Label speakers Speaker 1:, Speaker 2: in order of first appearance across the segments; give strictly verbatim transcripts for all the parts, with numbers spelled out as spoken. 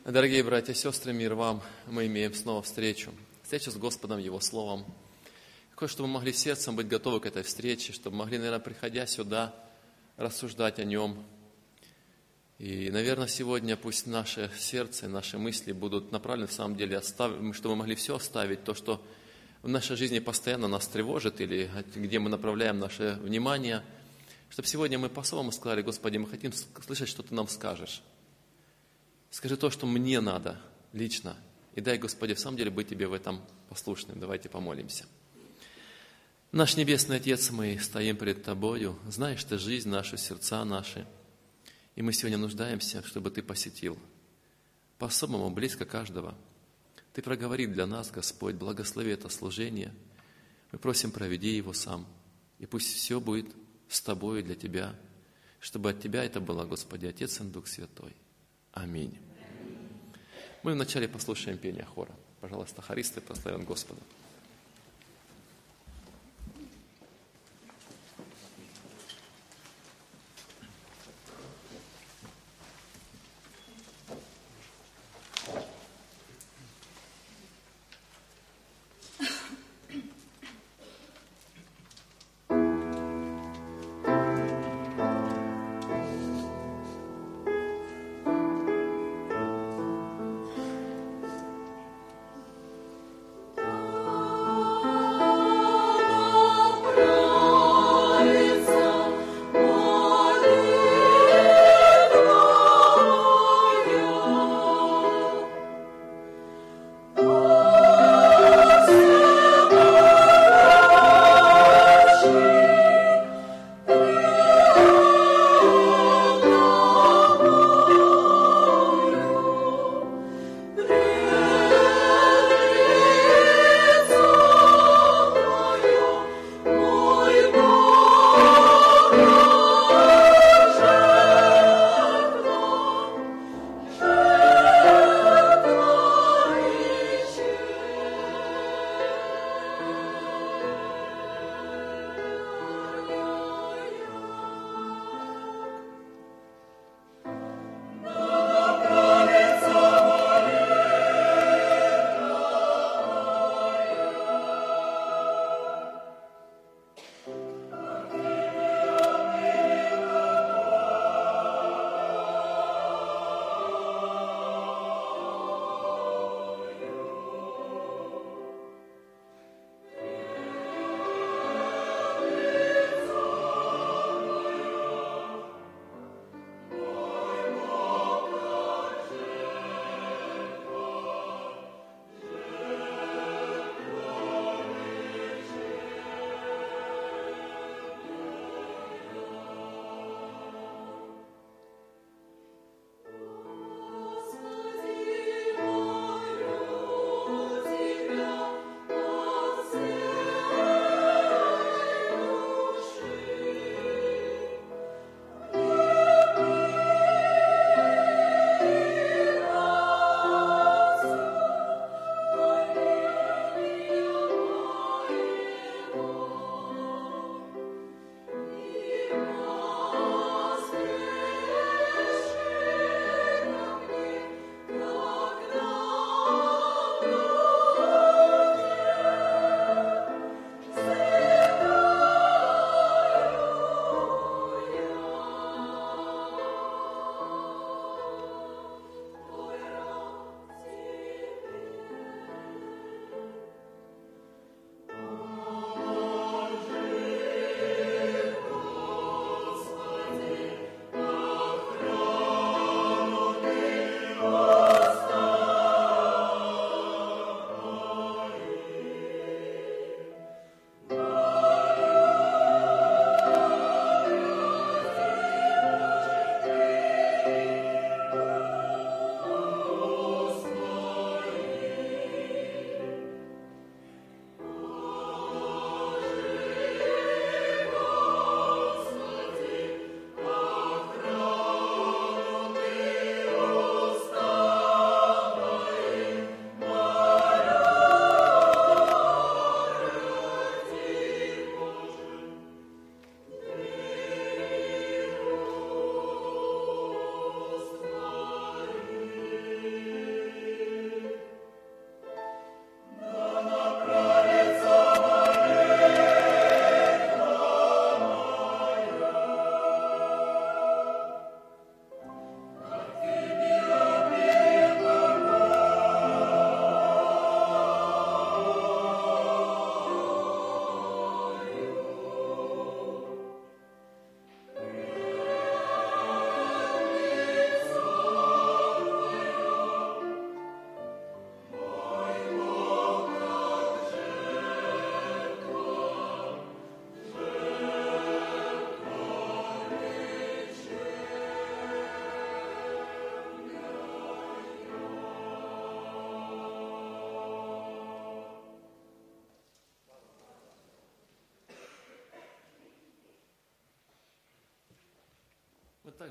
Speaker 1: Дорогие братья и сестры, мир вам, мы имеем снова встречу. Встречу с Господом, Его Словом. Такое, чтобы мы могли сердцем быть готовы к этой встрече, чтобы могли, наверное, приходя сюда, рассуждать о Нем. И, наверное, сегодня пусть наше сердце, наши мысли будут направлены, в самом деле, чтобы мы могли все оставить, то, что в нашей жизни постоянно нас тревожит, или где мы направляем наше внимание, чтобы сегодня мы по-особому сказали: Господи, мы хотим слышать, что Ты нам скажешь. Скажи то, что мне надо лично. И дай, Господи, в самом деле быть Тебе в этом послушным. Давайте помолимся. Наш Небесный Отец, мы стоим перед Тобою. Знаешь Ты жизнь нашу, сердца наши. И мы сегодня нуждаемся, чтобы Ты посетил по-особому близко каждого. Ты проговори для нас, Господь, благослови это служение. Мы просим, проведи его сам. И пусть все будет с Тобою для Тебя, чтобы от Тебя это было, Господи, Отец и Дух Святой. Аминь. Мы вначале послушаем пение хора. Пожалуйста, хористы, прославим Господа.
Speaker 2: Oh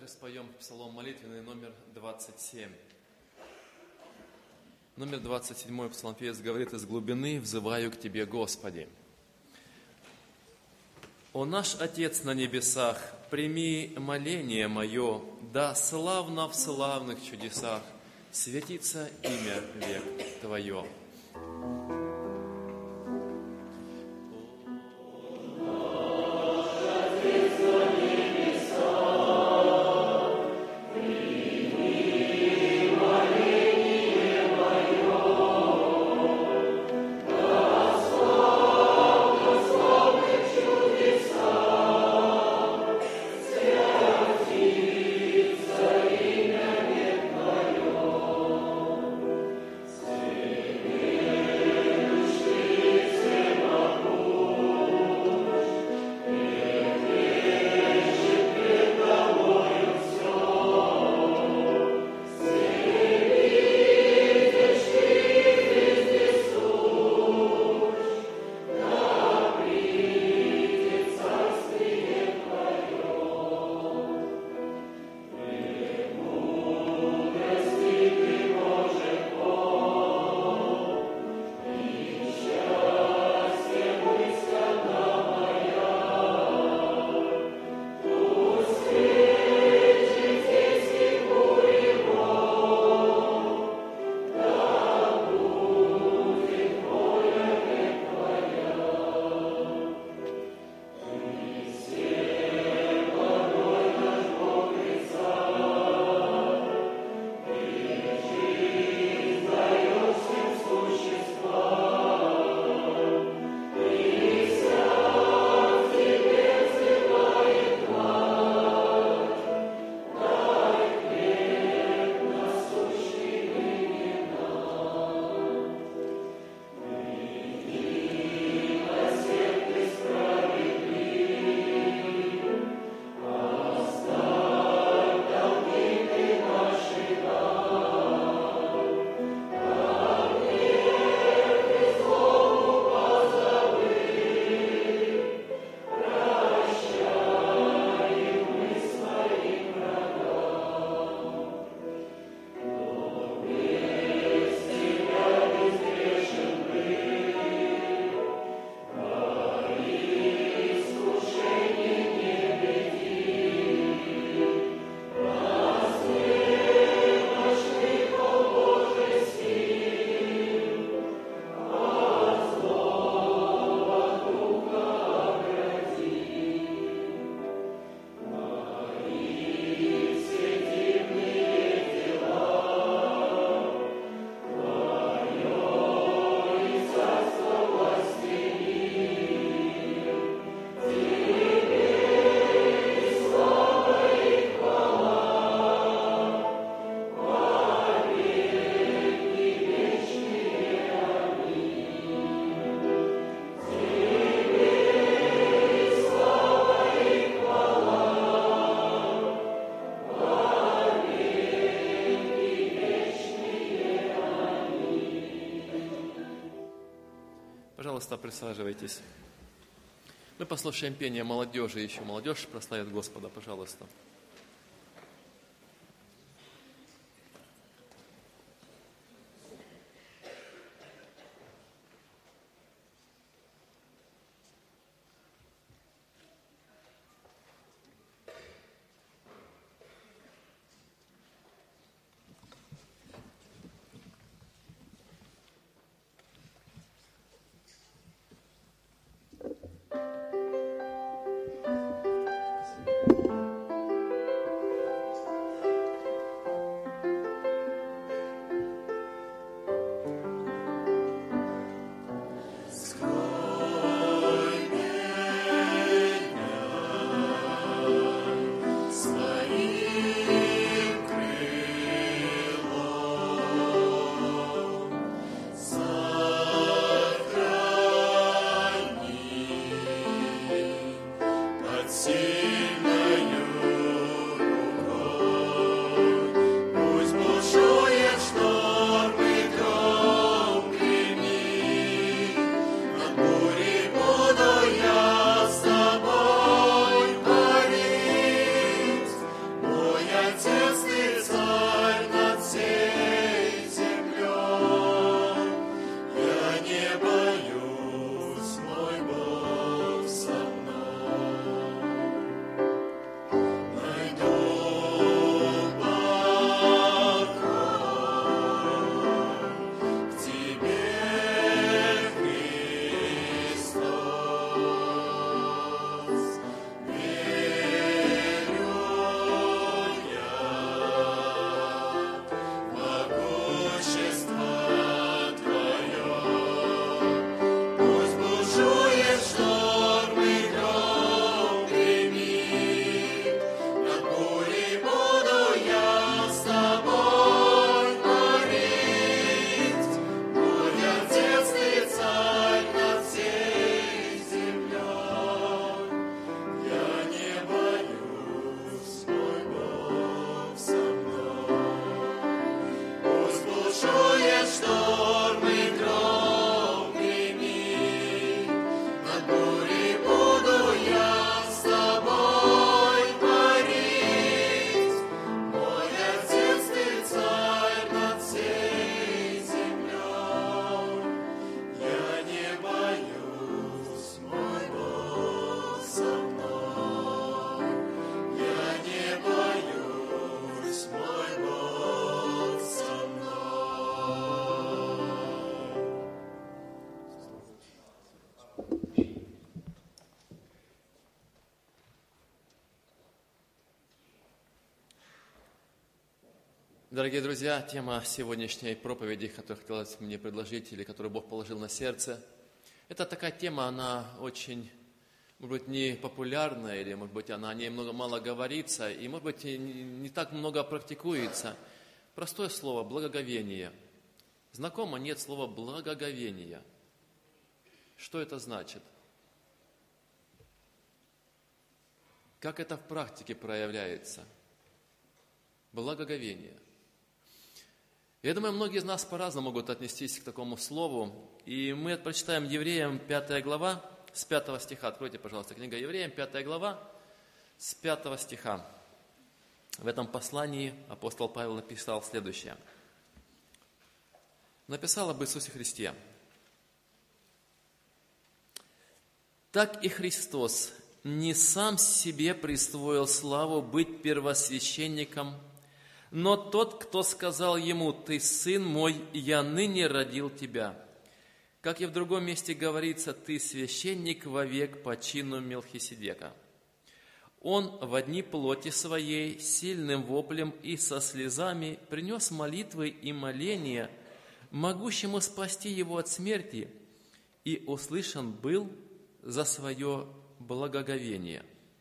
Speaker 1: также споем псалом молитвенный номер двадцать семь. Номер двадцать семь псалмопевец говорит: «Из глубины взываю к Тебе, Господи». «О наш Отец на небесах, прими моление мое, да славно в славных чудесах светится имя век Твое». Пожалуйста, присаживайтесь. Мы послушаем пение молодежи еще. Молодежь прославит Господа, пожалуйста. Дорогие друзья, тема сегодняшней проповеди, которую хотелось мне предложить, или которую Бог положил на сердце, это такая тема, она очень, может быть, не популярная, или, может быть, она о ней много мало говорится, и, может быть, не, не так много практикуется. Простое слово – благоговение. Знакомо? Нет слова благоговение. Что это значит? Как это в практике проявляется? Благоговение. Я думаю, многие из нас по-разному могут отнестись к такому слову. И мы прочитаем Евреям пятая глава, с пятого стиха. Откройте, пожалуйста, книга Евреям, пятая глава, с пятого стиха. В этом послании апостол Павел написал следующее. Написал об Иисусе Христе. «Так и Христос не сам себе присвоил славу быть первосвященником, но тот, кто сказал ему: «Ты сын мой, я ныне родил тебя». Как и в другом месте говорится: «Ты священник вовек по чину Мелхиседека». Он в одни плоти своей, сильным воплем и со слезами принес молитвы и моления, могущему спасти его от смерти, и услышан был за свое благоговение».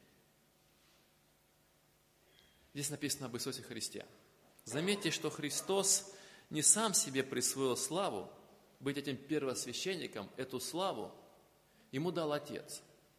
Speaker 1: Здесь написано об Иисусе Христе. Заметьте, что Христос не сам себе присвоил славу, быть этим первосвященником, эту славу ему дал Отец.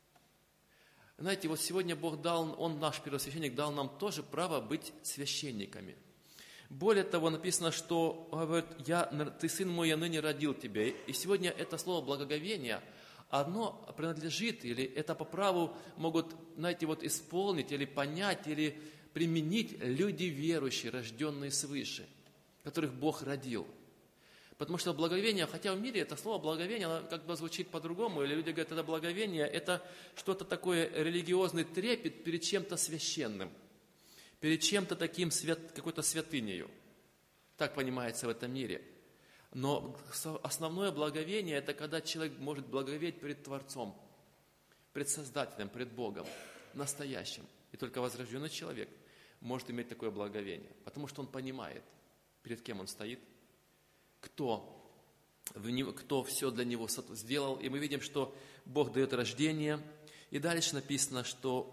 Speaker 1: Знаете, вот сегодня Бог дал, Он, наш первосвященник, дал нам тоже право быть священниками. Более того, написано, что говорит: я, «Ты сын мой, я ныне родил тебя». И сегодня это слово благоговение, оно принадлежит, или это по праву могут, знаете, вот исполнить, или понять, или применить люди верующие, рожденные свыше, которых Бог родил. Потому что благоговение, хотя в мире это слово благоговение, оно как бы звучит по-другому, или люди говорят, это благоговение, это что-то такое, религиозный трепет перед чем-то священным, перед чем-то таким, свят, какой-то святынею. Так понимается в этом мире. Но основное благоговение – это когда человек может благоговеть перед Творцом, пред Создателем, пред Богом, настоящим. И только возрожденный человек может иметь такое благоговение, потому что он понимает, перед кем он стоит, кто, кто все для него сделал. И мы видим, что Бог дает рождение. И дальше написано, что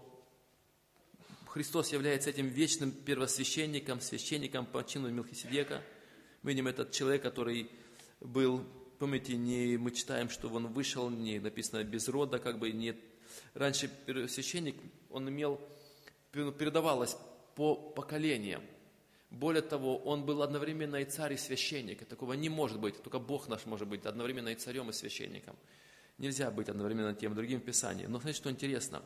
Speaker 1: Христос является этим вечным первосвященником, священником по чину Мелхиседека. Мы видим этот человек, который был, помните, не, мы читаем, что он вышел, не написано без рода, как бы нет. Раньше первосвященник, он имел, передавалось по поколениям. Более того, он был одновременно и царь, и священник. И такого не может быть. Только Бог наш может быть одновременно и царем, и священником. Нельзя быть одновременно тем и другим в Писании. Но знаете, что интересно?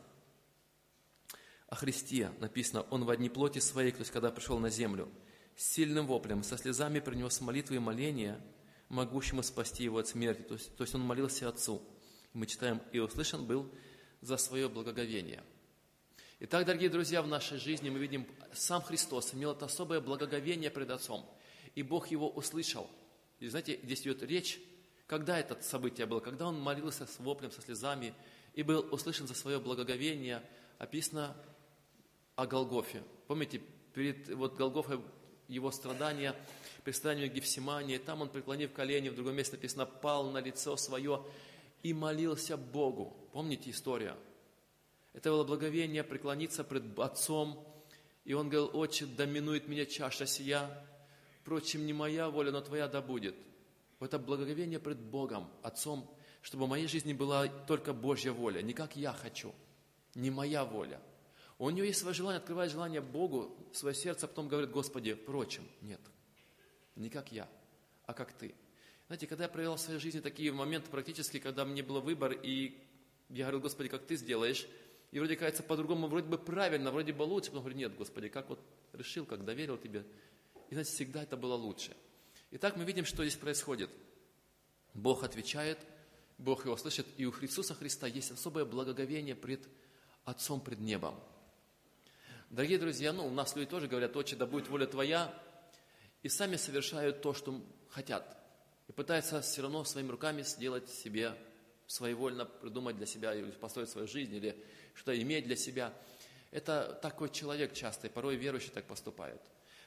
Speaker 1: О Христе написано: Он в одни плоти своей, то есть когда пришел на землю, с сильным воплем, со слезами принес молитвы и моления, могущему спасти его от смерти. То есть, то есть он молился Отцу. Мы читаем: и услышан был за свое благоговение. Итак, дорогие друзья, в нашей жизни мы видим, сам Христос имел это особое благоговение пред Отцом, и Бог его услышал. И знаете, здесь идет речь, когда это событие было, когда он молился с воплем, со слезами, и был услышан за свое благоговение, описано о Голгофе. Помните, перед вот Голгофой его страдания, при страдании в Гефсимании, там он, преклонив колени, в другом месте написано, пал на лицо свое и молился Богу. Помните историю? Это было благоговение преклониться пред Отцом. И он говорил: «Отче, доминует меня чаша сия, впрочем, не моя воля, но Твоя да будет». Это благоговение пред Богом, Отцом, чтобы в моей жизни была только Божья воля, не как я хочу, не моя воля. У него есть свое желание, открывает желание Богу, свое сердце, а потом говорит: «Господи, впрочем, нет, не как я, а как Ты». Знаете, когда я проявлял в своей жизни такие моменты практически, когда мне был выбор, и я говорил: «Господи, как Ты сделаешь?» И вроде кажется по-другому, вроде бы правильно, вроде бы лучше. Потом говорю: «Нет, Господи, как вот решил, как доверил Тебе». И знаете, всегда это было лучше. Итак, мы видим, что здесь происходит. Бог отвечает, Бог его слышит, и у Иисуса Христа есть особое благоговение пред Отцом, пред небом. Дорогие друзья, ну, у нас люди тоже говорят: «Отче, да будет воля Твоя», и сами совершают то, что хотят. И пытаются все равно своими руками сделать себе своевольно, придумать для себя, или построить свою жизнь, или что иметь для себя. Это такой человек часто, и порой верующий так поступает.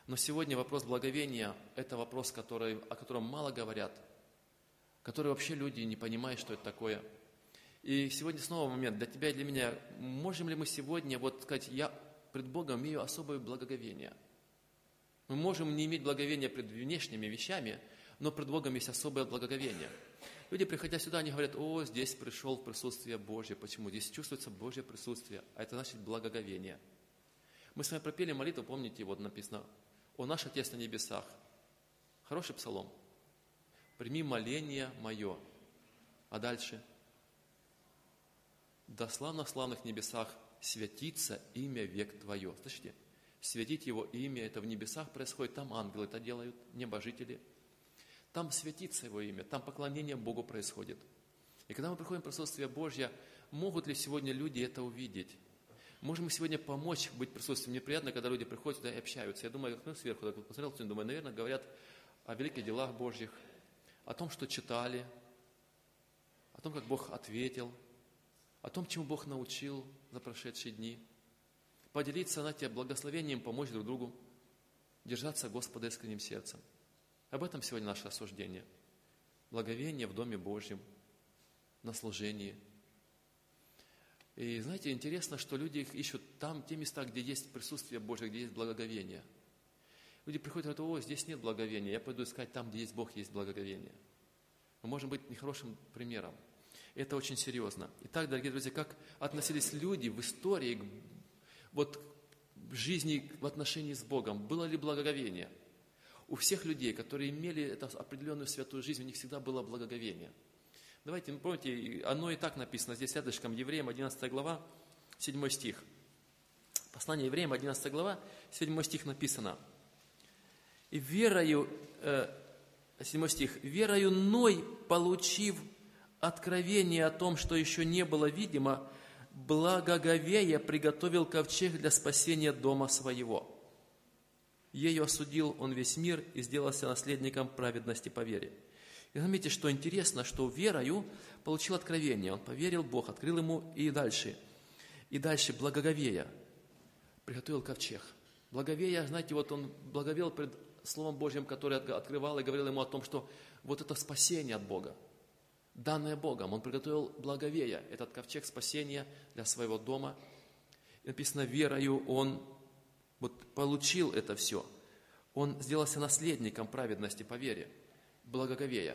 Speaker 1: Но сегодня вопрос благовения – это вопрос, который, о котором мало говорят, который вообще люди не понимают, что это такое. И сегодня снова момент для тебя и для меня. Можем ли мы сегодня вот сказать, я пред Богом имею особое благоговение? Мы можем не иметь благоговения пред внешними вещами, но пред Богом есть особое благоговение. Люди, приходя сюда, они говорят, о, здесь пришел присутствие Божье. Почему? Здесь чувствуется Божье присутствие, а это значит благоговение. Мы с вами пропели молитву, помните, вот написано, «О наш Отец на небесах». Хороший псалом. «Прими моление мое». А дальше? «Да славно в славных небесах святится имя век Твое». Слышите? Святить Его имя, это в небесах происходит, там ангелы это делают, небожители. Там святится Его имя, там поклонение Богу происходит. И когда мы приходим в присутствие Божье, могут ли сегодня люди это увидеть? Можем мы сегодня помочь быть присутствием? Мне приятно, когда люди приходят сюда и общаются. Я думаю, как ну, сверху, так посмотрел, думаю, наверное, говорят о великих делах Божьих, о том, что читали, о том, как Бог ответил, о том, чему Бог научил за прошедшие дни. Поделиться, знаете, благословением, помочь друг другу, держаться Господа искренним сердцем. Об этом сегодня наше рассуждение. Благовение в Доме Божьем, на служении. И знаете, интересно, что люди их ищут там, те места, где есть присутствие Божье, где есть благоговение. Люди приходят и говорят, о, здесь нет благоговения, я пойду искать там, где есть Бог, есть благоговение. Мы можем быть нехорошим примером. Это очень серьезно. Итак, дорогие друзья, как относились люди в истории к вот в жизни, в отношении с Богом, было ли благоговение? У всех людей, которые имели эту определенную святую жизнь, у них всегда было благоговение. Давайте, помните, оно и так написано здесь рядышком, Евреям одиннадцатая глава, седьмой стих. Послание Евреям одиннадцатая глава, седьмой стих написано. И верою, э, седьмой стих, верою Ной, получив откровение о том, что еще не было видимо, благоговея приготовил ковчег для спасения дома своего. Ею осудил он весь мир и сделался наследником праведности по вере. И заметьте, что интересно, что верою получил откровение. Он поверил, Бог открыл ему и дальше. И дальше благоговея приготовил ковчег. Благоговея, знаете, вот он благовел пред Словом Божьим, которое открывал и говорил ему о том, что вот это спасение от Бога, данное Богом. Он приготовил благоговея, этот ковчег спасения для своего дома. И написано, верою он вот получил это все. Он сделался наследником праведности по вере, благоговея.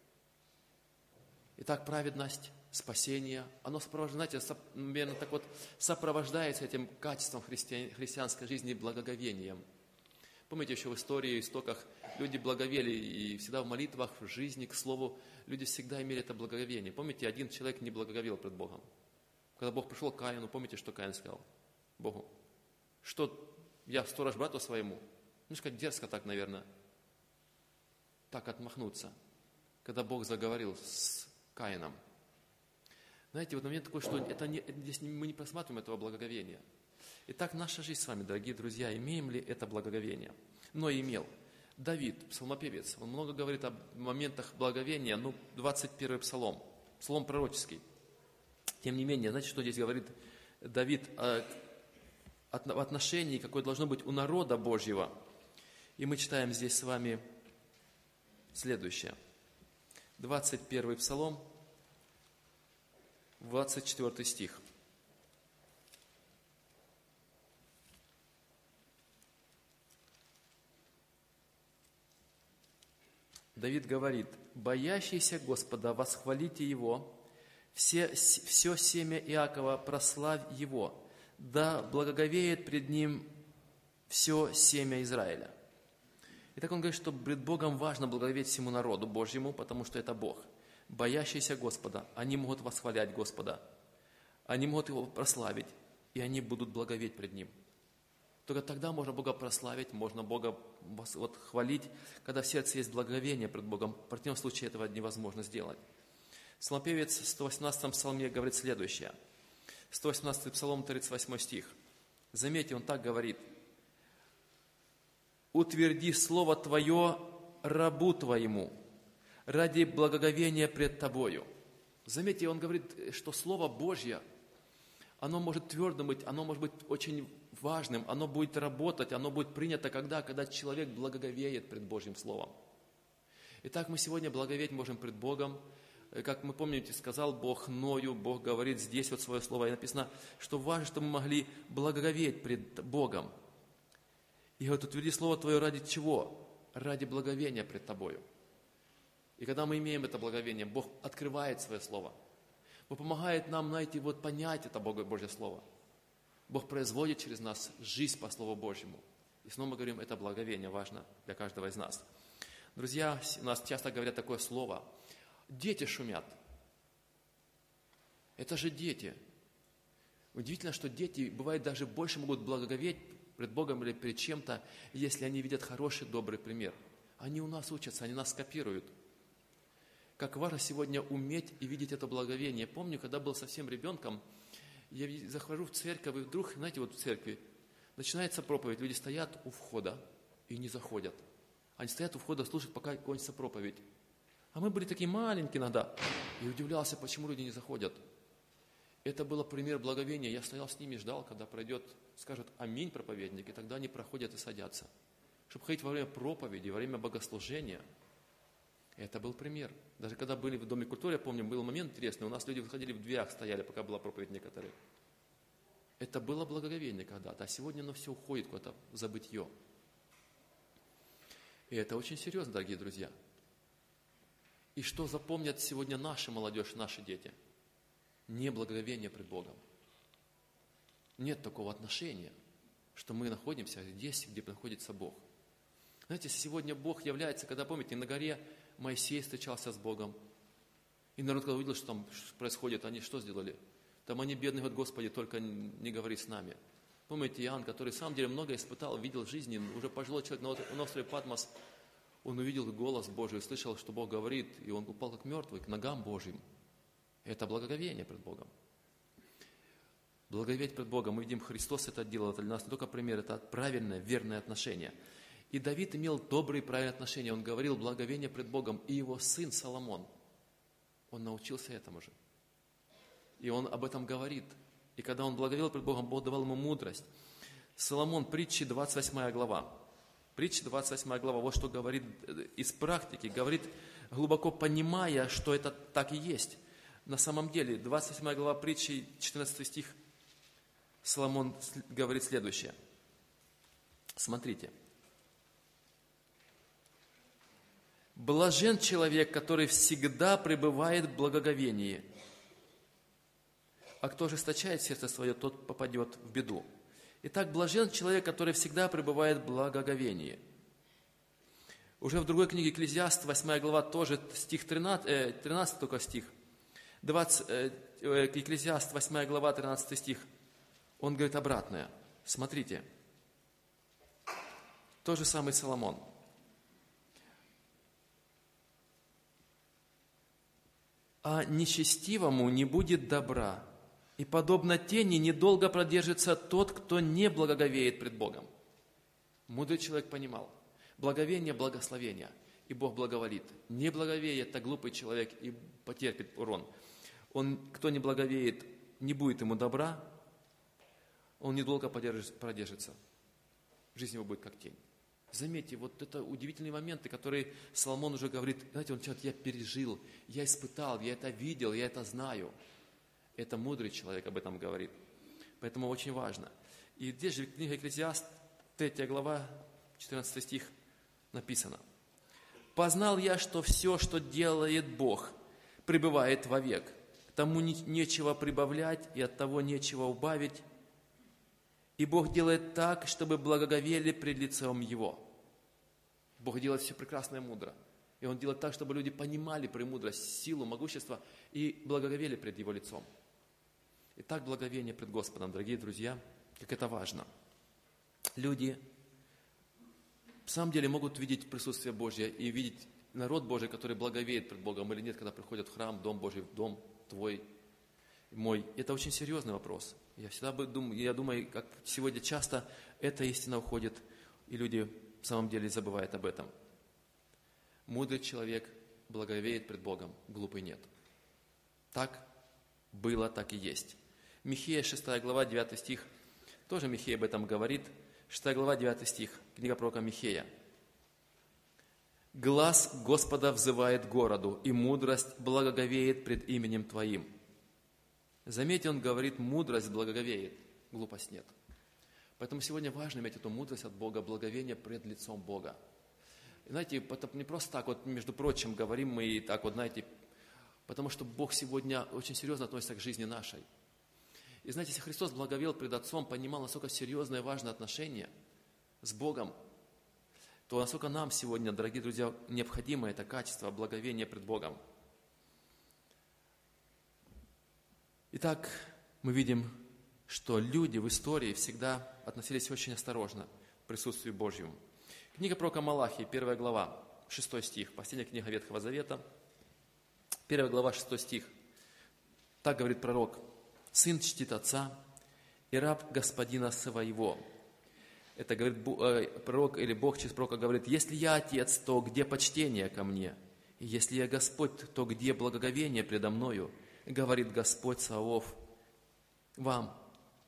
Speaker 1: Итак, праведность, спасение, оно сопровождается, знаете, наверное, так вот, сопровождается этим качеством христи... христианской жизни благоговением. Помните, еще в истории, истоках люди благовели, и всегда в молитвах, в жизни, к слову, люди всегда имели это благоговение. Помните, один человек не благоговел пред Богом. Когда Бог пришел к Каину, помните, что Каин сказал Богу? Что я сторож брату своему? Ну, сказать, дерзко так, наверное, так отмахнуться, когда Бог заговорил с Каином. Знаете, вот момент такой, что это не, здесь мы не просматриваем этого благоговения. Итак, наша жизнь с вами, дорогие друзья, имеем ли это благоговение? Но имел. Давид, псалмопевец, он много говорит о моментах благоговения, ну, двадцать первый псалом, псалом пророческий. Тем не менее, знаете, что здесь говорит Давид о, о отношении, какое должно быть у народа Божьего? И мы читаем здесь с вами следующее. двадцать первый псалом, двадцать четвёртый стих. Давид говорит, «Боящийся Господа, восхвалите Его, все, все семя Иакова прославь Его, да благоговеет пред Ним все семя Израиля». И так он говорит, что пред Богом важно благоговеть всему народу Божьему, потому что это Бог. Боящиеся Господа, они могут восхвалять Господа, они могут Его прославить, и они будут благоветь пред Ним. Только тогда можно Бога прославить, можно Бога вот, хвалить, когда в сердце есть благоговение пред Богом. В противном случае этого невозможно сделать. Псалмопевец в сто восемнадцатом псалме говорит следующее. сто восемнадцатый псалом, тридцать восьмой стих. Заметьте, он так говорит. «Утверди слово Твое рабу Твоему ради благоговения пред Тобою». Заметьте, он говорит, что Слово Божье, оно может твердым быть, оно может быть очень важным, оно будет работать, оно будет принято когда? Когда человек благоговеет пред Божьим Словом. Итак, мы сегодня благоговеть можем пред Богом. Как мы помните, сказал Бог Ною, Бог говорит здесь вот свое слово, и написано, что важно, чтобы мы могли благоговеть пред Богом. И вот утверди слово Твое ради чего? Ради благоговения пред Тобою. И когда мы имеем это благоговение, Бог открывает свое слово. Бог помогает нам найти, вот понять это Божье слово. Бог производит через нас жизнь по Слову Божьему. И снова мы говорим, это благоговение важно для каждого из нас. Друзья, у нас часто говорят такое слово. Дети шумят. Это же дети. Удивительно, что дети, бывает, даже больше могут благоговеть пред Богом или перед чем-то, если они видят хороший, добрый пример. Они у нас учатся, они нас копируют. Как важно сегодня уметь и видеть это благоговение. Помню, когда был совсем ребенком, я захожу в церковь, и вдруг, знаете, вот в церкви начинается проповедь, люди стоят у входа и не заходят. Они стоят у входа, слушают, пока кончится проповедь. А мы были такие маленькие иногда. И удивлялся, почему люди не заходят. Это был пример благоговения. Я стоял с ними, ждал, когда пройдет, скажет аминь проповедник, и тогда они проходят и садятся. Чтобы ходить во время проповеди, во время богослужения. Это был пример. Даже когда были в Доме культуры, я помню, был момент интересный, у нас люди выходили в дверях, стояли, пока была проповедь некоторые. Это было благоговение когда-то, а сегодня оно все уходит куда-то в забытье. И это очень серьезно, дорогие друзья. И что запомнят сегодня наша молодежь, наши дети? Не благоговение пред Богом. Нет такого отношения, что мы находимся здесь, где находится Бог. Знаете, сегодня Бог является, когда, помните, на горе Моисей встречался с Богом. И народ, когда увидел, что там происходит, они что сделали? Там они, бедные, говорят, Господи, только не говори с нами. Помните, Иоанн, который, в самом деле, многое испытал, видел в жизни, уже пожилой человек на острове Патмос, он увидел голос Божий, услышал, что Бог говорит, и он упал как мертвый к ногам Божьим. Это благоговение пред Богом. Благоговеть пред Богом, мы видим, Христос это делал, это для нас не только пример, это правильное, верное отношение. И Давид имел добрые и правильные отношения, он говорил благоговение пред Богом, и его сын Соломон, он научился этому же. И он об этом говорит. И когда он благовел пред Богом, Бог давал ему мудрость. Соломон, притчи, двадцать восьмая глава. Притчи, двадцать восьмая глава, вот что говорит из практики, говорит, глубоко понимая, что это так и есть. На самом деле, двадцать восьмая глава притчи, четырнадцатый стих, Соломон говорит следующее. Смотрите. «Блажен человек, который всегда пребывает в благоговении, а кто ожесточает сердце свое, тот попадет в беду». Итак, блажен человек, который всегда пребывает в благоговении. Уже в другой книге Экклезиаст, восьмая глава, тоже стих тринадцатый, тринадцатый только стих, двадцать, э, Экклезиаст, восьмая глава, тринадцатый стих, он говорит обратное. Смотрите, тот же самый Соломон. «А нечестивому не будет добра, и подобно тени недолго продержится тот, кто не благоговеет пред Богом». Мудрый человек понимал, благовение – благословение, и Бог благоволит. Не благовеет, это глупый человек и потерпит урон. Он, кто не благовеет, не будет ему добра, он недолго продержится. Жизнь его будет как тень. Заметьте, вот это удивительные моменты, которые Соломон уже говорит, знаете, он говорит, я пережил, я испытал, я это видел, я это знаю. Это мудрый человек об этом говорит. Поэтому очень важно. И здесь же в книге Экклезиаст, третья глава, четырнадцатый стих написано. «Познал я, что все, что делает Бог, пребывает вовек. Тому нечего прибавлять, и от того нечего убавить. И Бог делает так, чтобы благоговели пред лицом Его». Бог делает все прекрасно и мудро. И Он делает так, чтобы люди понимали премудрость, силу, могущество и благоговели пред Его лицом. Итак, благоговение пред Господом, дорогие друзья, как это важно. Люди в самом деле могут видеть присутствие Божье и видеть народ Божий, который благоговеет пред Богом или нет, когда приходят в храм, дом Божий, в дом твой, мой. Это очень серьезный вопрос. Я всегда думаю, я думаю, как сегодня часто эта истина уходит, и люди в самом деле забывают об этом. Мудрый человек благоговеет пред Богом, глупый нет. Так было, так и есть. Михея, шестая глава, девятый стих, Тоже Михея об этом говорит. шестая глава, девятый стих. Книга пророка Михея. «Глас Господа взывает городу, и мудрость благоговеет пред именем Твоим». Заметьте, он говорит, мудрость благоговеет, глупость нет. Поэтому сегодня важно иметь эту мудрость от Бога, благоговение пред лицом Бога. И знаете, это не просто так, вот, между прочим, говорим мы и так вот, знаете, потому что Бог сегодня очень серьезно относится к жизни нашей. И знаете, если Христос благовел пред Отцом, понимал, насколько серьезное и важное отношение с Богом, то насколько нам сегодня, дорогие друзья, необходимо это качество благоговения пред Богом. Итак, мы видим, что люди в истории всегда относились очень осторожно к присутствию Божьему. Книга пророка Малахии, первая глава, шестой стих, последняя книга Ветхого Завета, первая глава, шестой стих. Так говорит пророк: «Сын чтит отца, и раб господина своего». Это говорит пророк, или Бог через пророка говорит: «Если я отец, то где почтение ко мне? И если я Господь, то где благоговение предо мною? Говорит Господь Саваоф вам».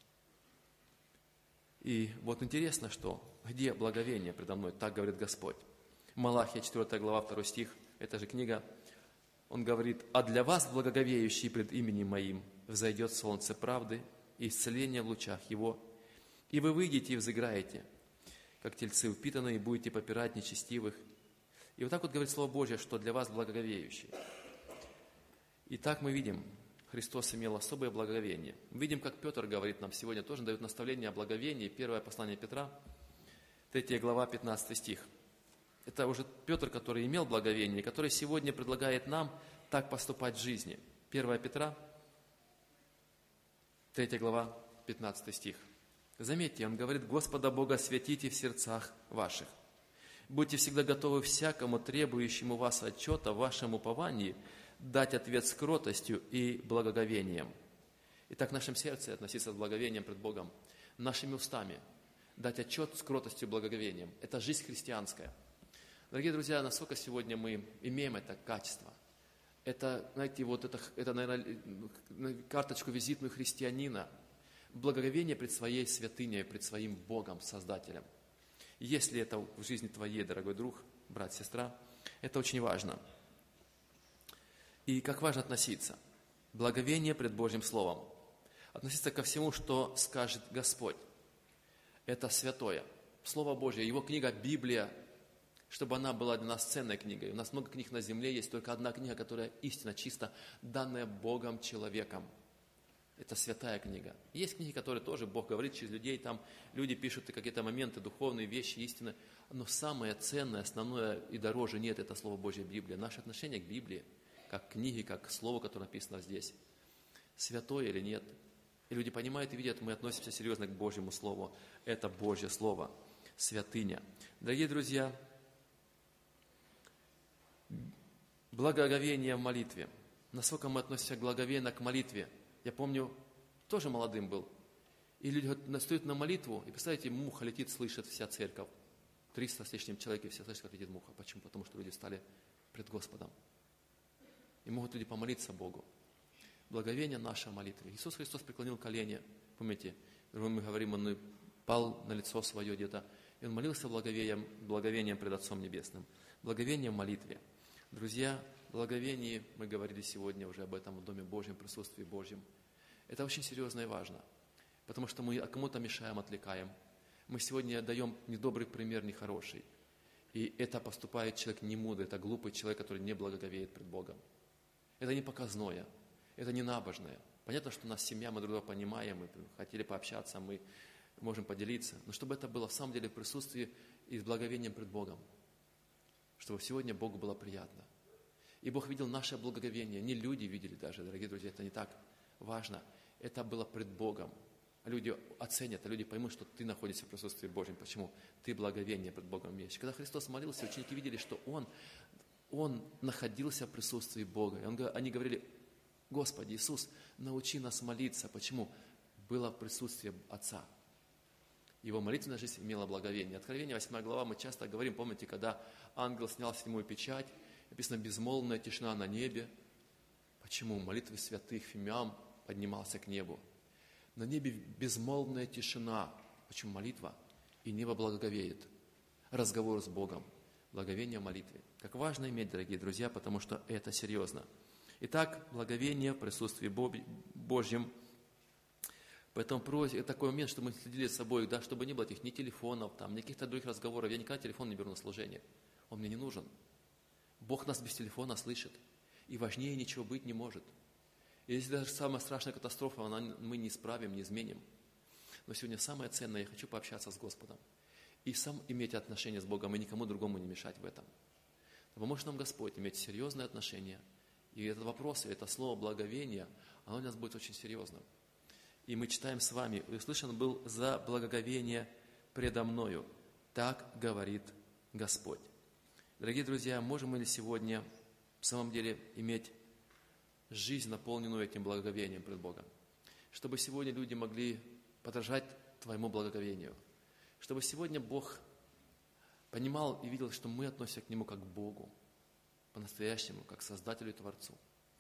Speaker 1: И вот интересно, что где благоговение предо мной, так говорит Господь. Малахия, четвёртая глава, второй стих, эта же книга, он говорит: «А для вас, благоговеющие пред именем моим, взойдет солнце правды и исцеление в лучах его, и вы выйдете и взыграете, как тельцы упитанные, и будете попирать нечестивых». И вот так вот говорит Слово Божье, что для вас благоговеющие. И так мы видим, Христос имел особое благоговение. Мы видим, как Петр говорит нам сегодня, тоже дает наставление о благоговении. Первое послание Петра, третья глава, пятнадцатый стих. Это уже Петр, который имел благоговение, который сегодня предлагает нам так поступать в жизни. первое Петра, третья глава, пятнадцатый стих. Заметьте, он говорит: «Господа Бога святите в сердцах ваших. Будьте всегда готовы всякому требующему вас отчета в вашем уповании дать ответ с кротостью и благоговением». Итак, в нашем сердце относиться с благоговением пред Богом, нашими устами дать отчет с кротостью и благоговением. Это жизнь христианская. Дорогие друзья, насколько сегодня мы имеем это качество? Это, знаете, вот это, это, наверное, карточку визитную христианина. Благоговение пред своей святыней, пред своим Богом, Создателем. Если это в жизни твоей, дорогой друг, брат, сестра, это очень важно. И как важно относиться. Благоговение пред Божьим Словом. Относиться ко всему, что скажет Господь. Это святое. Слово Божье, Его книга Библия, чтобы она была для нас ценной книгой. У нас много книг на земле, есть только одна книга, которая истинно, чисто данная Богом человеком. Это святая книга. Есть книги, которые тоже Бог говорит через людей, там люди пишут какие-то моменты, духовные вещи, истины. Но самое ценное, основное и дороже нет, это Слово Божье, Библия. Наше отношение к Библии, как к книге, как к Слову, которое написано здесь. Святое или нет? И люди понимают и видят, мы относимся серьезно к Божьему Слову. Это Божье Слово, святыня. Дорогие друзья, благоговение в молитве. Насколько мы относимся благоговейно к молитве? Я помню, тоже молодым был. И люди стоят на молитву, и представляете, муха летит, слышит вся церковь. Триста с лишним человек, и все слышат, как летит муха. Почему? Потому что люди стали пред Господом. И могут люди помолиться Богу. Благоговение нашей молитвы. Иисус Христос преклонил колени. Помните, мы говорим, Он пал на лицо свое где-то. И Он молился благовением, благовением пред Отцом Небесным. Благоговение в молитве. Друзья, благоговение, мы говорили сегодня уже об этом в Доме Божьем, в присутствии Божьем. Это очень серьезно и важно, потому что мы кому-то мешаем, отвлекаем. Мы сегодня даем недобрый пример, нехороший. И это поступает человек не мудрый, это глупый человек, который не благоговеет пред Богом. Это не показное, это не набожное. Понятно, что у нас семья, мы друг друга понимаем, мы хотели пообщаться, мы можем поделиться. Но чтобы это было в самом деле в присутствии и с благоговением пред Богом. Чтобы сегодня Богу было приятно. И Бог видел наше благоговение. Не люди видели даже, дорогие друзья, это не так важно. Это было пред Богом. Люди оценят, а люди поймут, что ты находишься в присутствии Божьем. Почему? Ты благоговение пред Богом имеешь. Когда Христос молился, ученики видели, что Он, Он находился в присутствии Бога. И он, они говорили: Господи Иисус, научи нас молиться. Почему? Было присутствие Отца. Его молитвенная жизнь имела благоговение. Откровение, восьмая глава, мы часто говорим, помните, когда ангел снял седьмую печать, написано: безмолвная тишина на небе. Почему? Молитвы святых Фимиам поднимался к небу. На небе безмолвная тишина. Почему молитва? И небо благоговеет. Разговор с Богом. Благовение в молитве. Как важно иметь, дорогие друзья, потому что это серьезно. Итак, благовение в присутствии Божьем. Поэтому просьба, это такой момент, что мы следили за собой, да, чтобы не было этих ни телефонов, там, ни каких-то других разговоров. Я никогда телефон не беру на служение. Он мне не нужен. Бог нас без телефона слышит. И важнее ничего быть не может. И если даже самая страшная катастрофа, она, мы не исправим, не изменим. Но сегодня самое ценное, я хочу пообщаться с Господом. И сам иметь отношения с Богом, и никому другому не мешать в этом. Поможет нам Господь иметь серьезные отношения. И этот вопрос, и это слово благоговение, оно у нас будет очень серьезным. И мы читаем с вами, и услышан был за благоговение предо мною. Так говорит Господь. Дорогие друзья, можем мы ли сегодня в самом деле иметь жизнь, наполненную этим благоговением пред Богом? Чтобы сегодня люди могли подражать Твоему благоговению. Чтобы сегодня Бог понимал и видел, что мы относимся к Нему как к Богу, по-настоящему, как к Создателю и Творцу.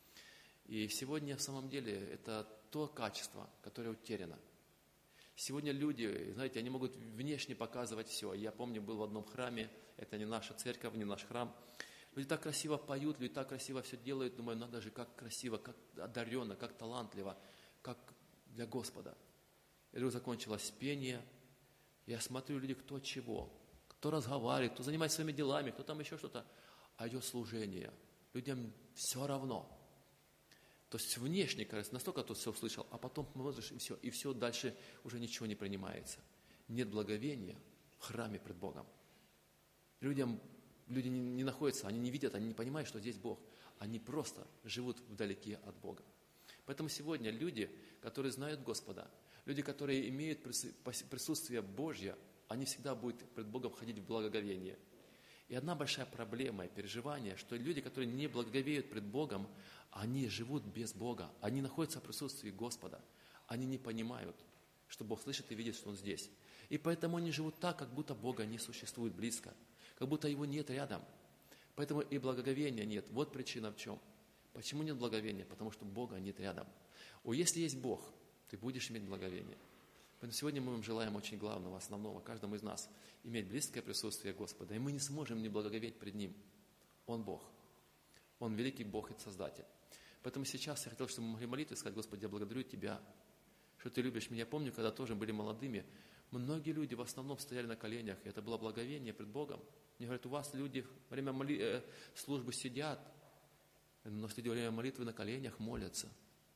Speaker 1: И сегодня, в самом деле, это то качество, которое утеряно. Сегодня люди, знаете, они могут внешне показывать все. Я помню, был в одном храме, это не наша церковь, не наш храм. Люди так красиво поют, люди так красиво все делают. Думаю, надо же, как красиво, как одаренно, как талантливо, как для Господа. И вдруг закончилось пение. Я смотрю, люди кто чего, кто разговаривает, кто занимается своими делами, кто там еще что-то. А идет служение. Людям все равно. То есть внешне, кажется, настолько тут все услышал, а потом смотришь, и все, и все, дальше уже ничего не принимается. Нет благовения в храме пред Богом. Людям, люди не, не находятся, они не видят, они не понимают, что здесь Бог. Они просто живут вдалеке от Бога. Поэтому сегодня люди, которые знают Господа, люди, которые имеют присутствие Божье, они всегда будут пред Богом ходить в благоговение. И одна большая проблема и переживание, что люди, которые не благоговеют пред Богом, они живут без Бога, они находятся в присутствии Господа, они не понимают, что Бог слышит и видит, что Он здесь. И поэтому они живут так, как будто Бога не существует близко, как будто Его нет рядом. Поэтому и благоговения нет. Вот причина в чем. Почему нет благоговения? Потому что Бога нет рядом. О, если есть Бог, ты будешь иметь благоговение. Поэтому сегодня мы вам желаем очень главного, основного, каждому из нас, иметь близкое присутствие Господа. И мы не сможем не благоговеть пред Ним. Он Бог. Он великий Бог и Создатель. Поэтому сейчас я хотел, чтобы мы могли молиться и сказать: Господи, я благодарю Тебя, что Ты любишь меня. Я помню, когда тоже были молодыми, многие люди в основном стояли на коленях, и это было благоговение пред Богом. Мне говорят, у вас люди во время моли... э, службы сидят, но среди время молитвы на коленях молятся.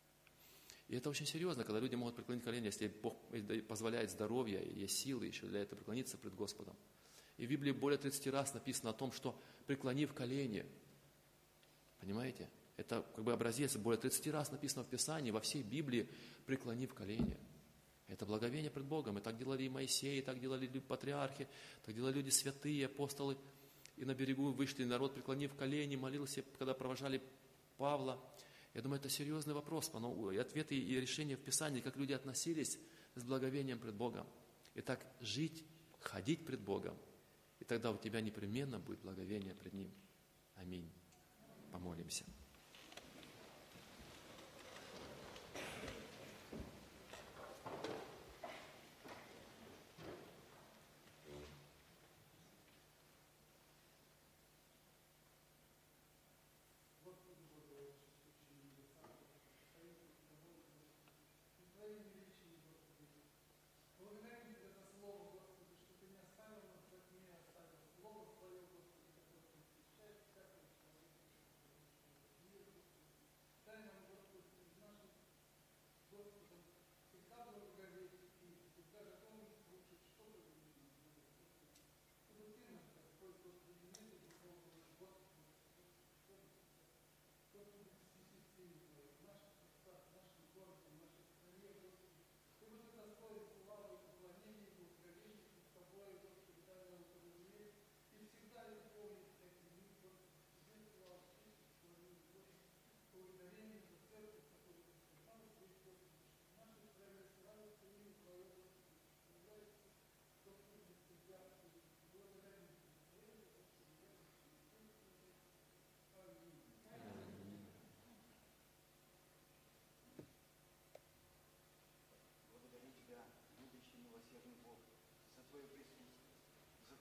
Speaker 1: И это очень серьезно, когда люди могут преклонить колени, если Бог позволяет здоровье и есть силы еще для этого преклониться пред Господом. И в Библии более тридцати раз написано о том, что преклонив колени, понимаете, это как бы образец, более тридцати раз написано в Писании, во всей Библии, преклонив колени. Это благовение пред Богом. И так делали и Моисей, и так делали патриархи, так делали люди святые, апостолы. И на берегу вышли народ, преклонив колени, молился, когда провожали Павла. Я думаю, это серьезный вопрос, но и ответы и решения в Писании, как люди относились с благовением пред Богом. Итак, жить, ходить пред Богом, и тогда у тебя непременно будет благовение пред Ним. Аминь. Помолимся.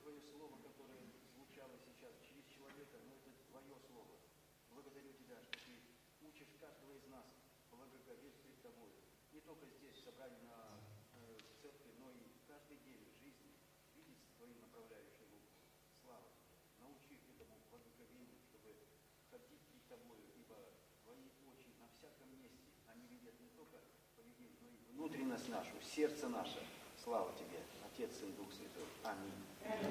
Speaker 2: Твое Слово, которое звучало сейчас через человека, но это Твое Слово. Благодарю Тебя, что Ты учишь каждого из нас благоговеть пред Тобой. Не только здесь, в собрании на э, в церкви, но и каждый день в жизни видеть Твою направляющую руку. Слава Тебе. Научи их этому благоговению, чтобы ходить пред Тобою, ибо Твои очи на всяком месте, они видят не только поведение, но и внутренность нашу, сердце наше. Слава Тебе, Отец и Дух Святой. Аминь.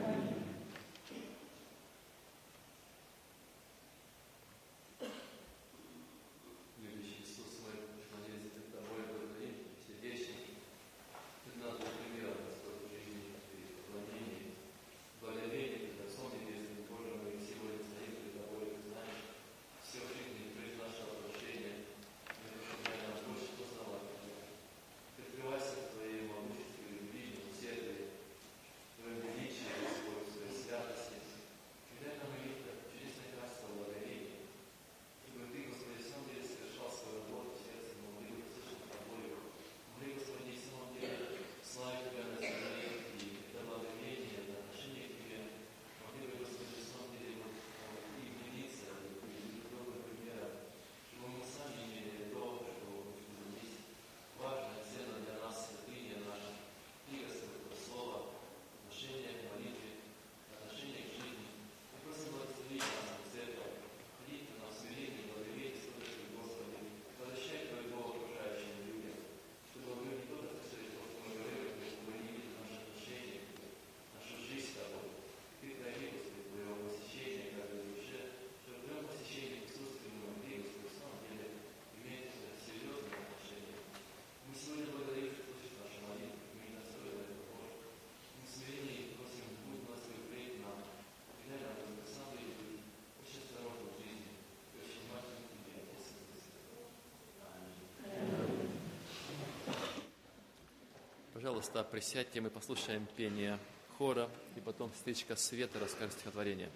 Speaker 1: Любящий Иисус, мы надеемся перед Тобой, благодарим сердечно. Ты нас для примера, Господь, в жизни и поклонении, благодарение перед Отцом Небесным, Боже, мы сегодня стоим перед Тобой, Ты знаешь все в жизни, прежде нашего прощения. Мы прошу нас больше познавать Тебя. Ты открывайся в Твоей могуществе, любви, милосердии, в Твоем величии, Господь, в Твоей святости. И дай нам увидеть чудесное качество благодарения. Чтобы Ты, Господи, в самом деле совершал свою работу в сердце, мы могли бы слышать Тобою. Могли, Господи, в самом деле славить Тебя на земле, и это благодарение, это отношение к Тебе. Могли бы, Господи, в самом деле вот, и влюбиться, и добрым примером, чтобы мы сами имели то, что, что есть важно, ценно для нас, святыня наша. Ты, Господь, Твое Слово, отношение к молитве, отношение к жизни. И просто благослови нас, церковь. Ходить на смирение, благодарение, слышать, Господи, возвращай Твое Слово окружающим людям, чтобы мы не только слышали то, что мы говорим, но чтобы они видели наши отношения, нашу жизнь с Тобой. Ты прояви, Господи, Твоего посещения каждой душе, чтобы в Твоем посещении присутствии мы могли, Господи, в самом деле иметь серьезные отношения. Мы сегодня благодарим, что слышишь нашу молитву, мы не настроены это Боже. Мы в смирении просим, будь благословен впредь нам, и дай нам, Господи, на самом деле быть очень осторожным в жизни, и очень внимательным к Тебе, Отец и Дух Святой. Аминь. Пожалуйста, присядьте, мы послушаем пение хора, и потом сестричка Света расскажет стихотворение.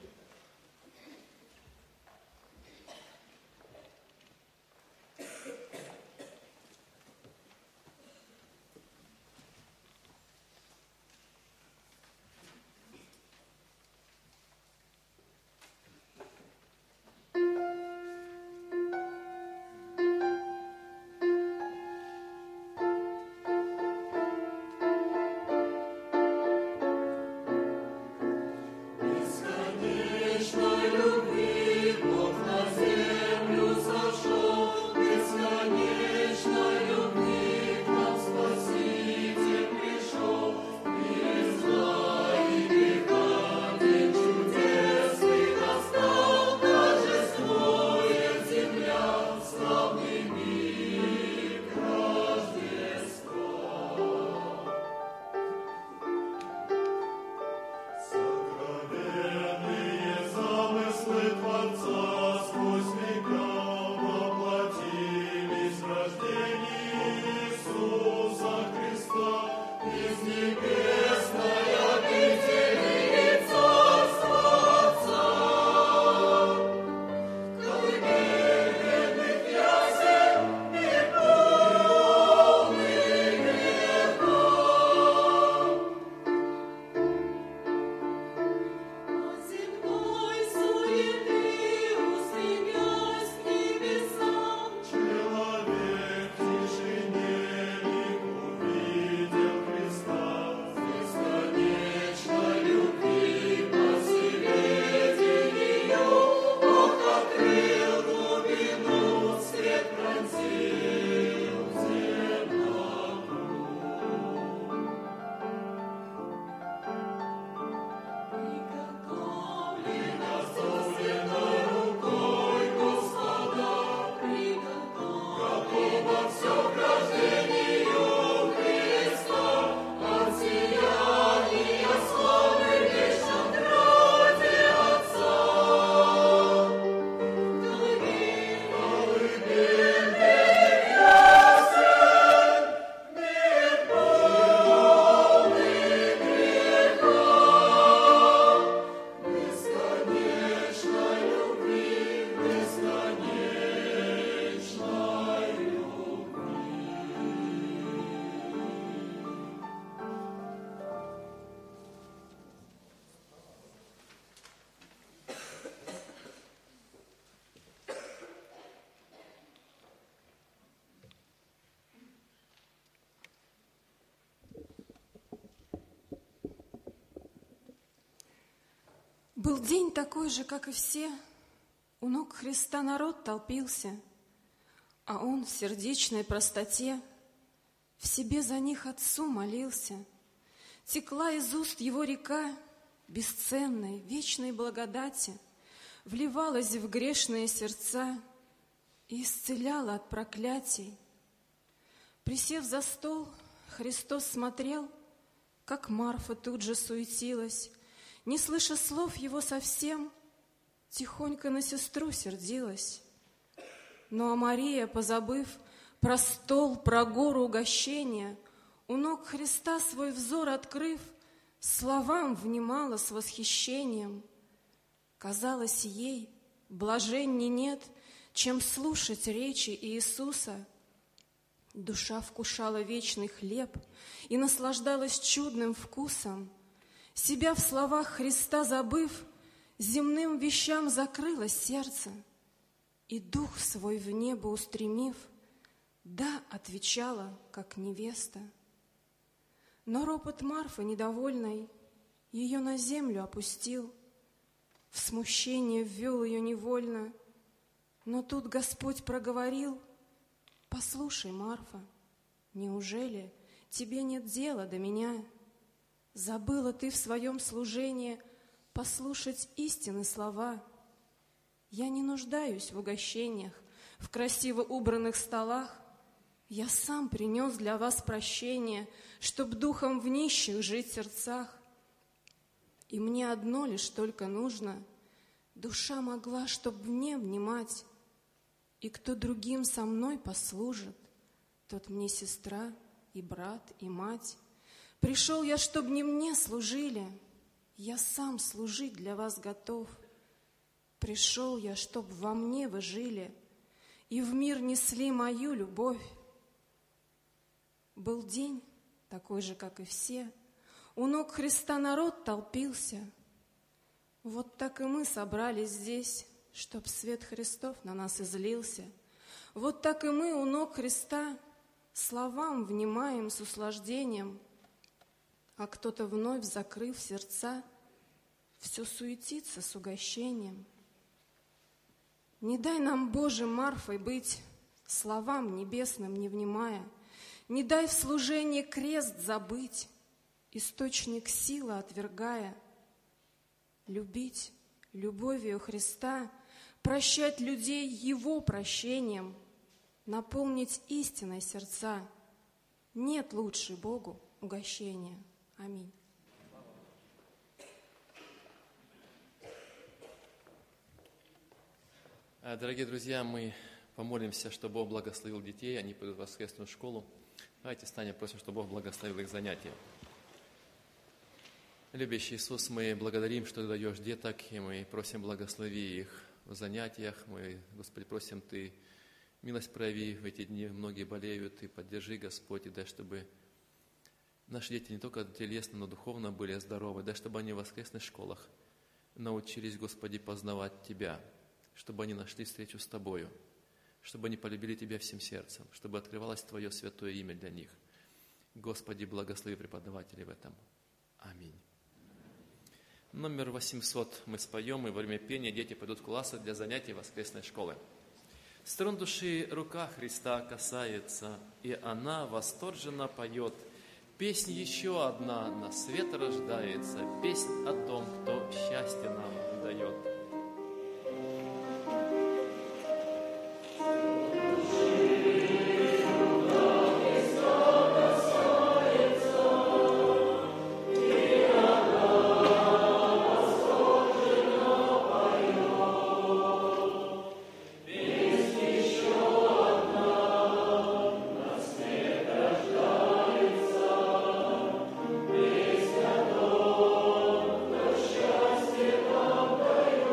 Speaker 3: Бесконечно Был день такой же, как и все, у ног Христа народ толпился, а он в сердечной простоте в себе за них Отцу молился. Текла из уст его река бесценной, вечной благодати, вливалась в грешные сердца и исцеляла от проклятий. Присев за стол, Христос смотрел, как Марфа тут же суетилась, не слыша слов его совсем, тихонько на сестру сердилась. Ну а Мария, позабыв про стол, про гору угощения, у ног Христа свой взор открыв, словам внимала с восхищением. Казалось ей, блаженней нет, чем слушать речи Иисуса. Душа вкушала вечный хлеб и наслаждалась чудным вкусом. Себя в словах Христа забыв, земным вещам закрыло сердце, и дух свой в небо устремив, да, отвечала, как невеста. Но ропот Марфы недовольной ее на землю опустил, в смущение ввел ее невольно, но тут Господь проговорил: «Послушай, Марфа, неужели тебе нет дела до меня? Забыла ты в своем служении послушать истины слова. Я не нуждаюсь в угощениях, в красиво убранных столах. Я сам принес для вас прощение, чтоб духом в нищих жить сердцах. И мне одно лишь только нужно, душа могла, чтоб мне внимать. И кто другим со мной послужит, тот мне сестра и брат и мать. Пришел я, чтоб не мне служили, я сам служить для вас готов. Пришел я, чтоб во мне вы жили и в мир несли мою любовь. Был день, такой же, как и все, у ног Христа народ толпился. Вот так и мы собрались здесь, чтоб свет Христов на нас излился. Вот так и мы у ног Христа словам внимаем с услаждением, а кто-то, вновь закрыв сердца, все суетится с угощением. Не дай нам, Боже, Марфой быть, словам небесным не внимая, не дай в служении крест забыть, источник силы отвергая. Любить любовью Христа, прощать людей Его прощением, наполнить истиной сердца. Нет лучше Богу угощения. Аминь.
Speaker 1: Дорогие друзья, мы помолимся, чтобы Бог благословил детей, они пойдут в воскресную школу. Давайте встанем, просим, чтобы Бог благословил их занятия. Любящий Иисус, мы благодарим, что Ты даешь деток, и мы просим, благослови их в занятиях. Мы, Господи, просим, Ты милость прояви в эти дни, многие болеют, Ты поддержи, Господь, и дай, чтобы наши дети не только телесно, но духовно были здоровы, дай, чтобы они в воскресных школах научились, Господи, познавать Тебя, чтобы они нашли встречу с Тобою, чтобы они полюбили Тебя всем сердцем, чтобы открывалось Твое святое имя для них. Господи, благослови преподавателей в этом. Аминь. Номер восемьсот мы споем, и во время пения дети пойдут в классы для занятий воскресной школы. Струн души рука Христа касается, и она восторженно поет. Песнь еще одна на свет рождается, песнь о том, кто счастье нам дает.
Speaker 4: Счастье нам дает.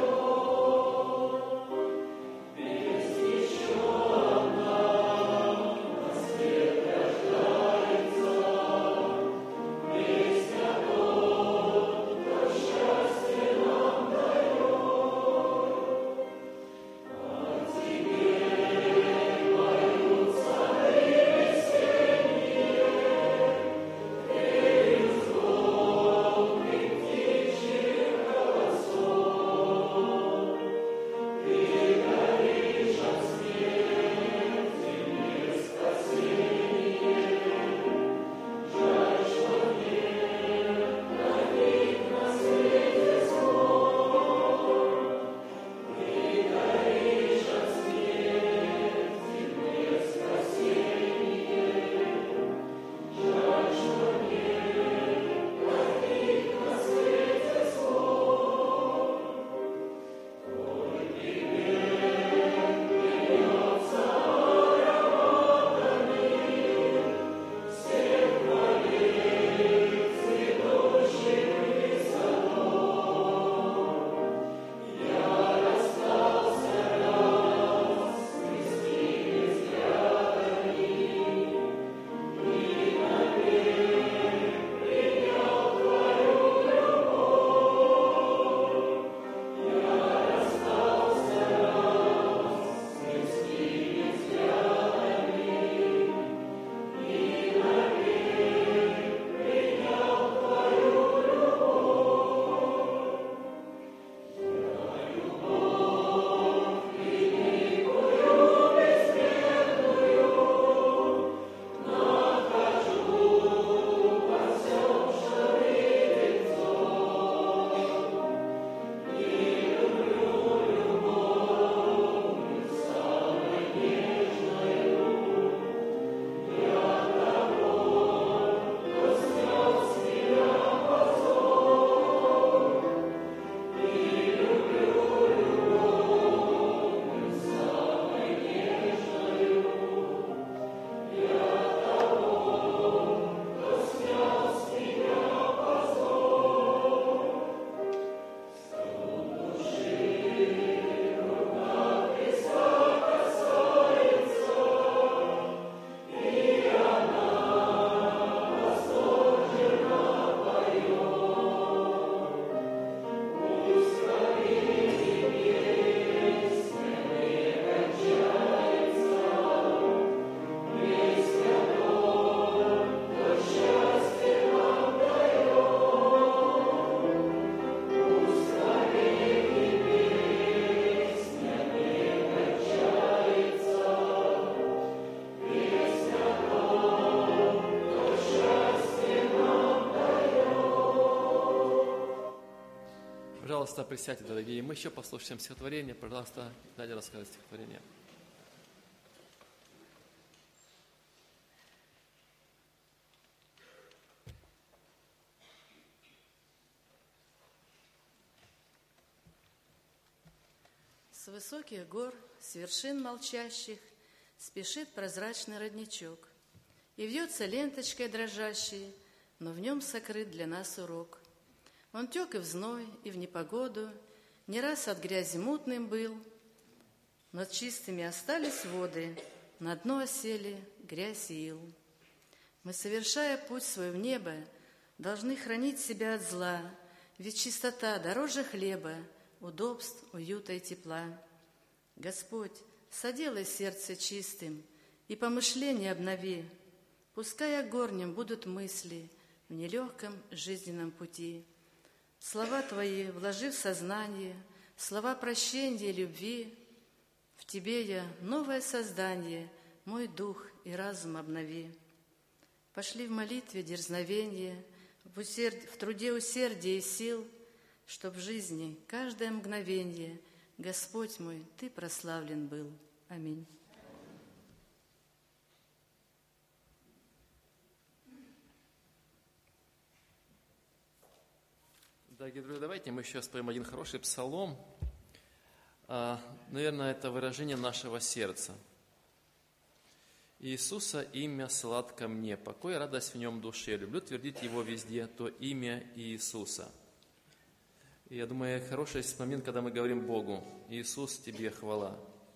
Speaker 1: Пожалуйста, присядьте, дорогие. Мы еще послушаем стихотворение. Пожалуйста, Надя расскажет стихотворение.
Speaker 4: С высоких гор, с вершин молчащих, спешит прозрачный родничок, и вьется ленточкой дрожащей, но в нем сокрыт для нас урок. Он тек и в зной, и в непогоду, не раз от грязи мутным был, но чистыми остались воды, на дно осели грязь и ил. Мы, совершая путь свой в небо, должны хранить себя от зла, ведь чистота дороже хлеба, удобств, уюта и тепла. Господь, соделай сердце чистым и помышления обнови, пускай о горнем будут мысли в нелегком жизненном пути. Слова Твои вложи в сознание, слова прощения и любви. В Тебе я новое создание, мой дух и разум обнови. Пошли в молитве дерзновение, в, усерд... в труде усердия и сил, чтоб в жизни каждое мгновенье, Господь мой, Ты прославлен был. Аминь.
Speaker 1: Дорогие друзья, давайте мы еще споем один хороший псалом. Наверное, это выражение нашего сердца. Иисуса имя сладко мне, покой и радость в нем душе. Люблю твердить его везде, то имя Иисуса. И я думаю, хороший момент, когда мы говорим Богу: Иисус, Тебе хвала.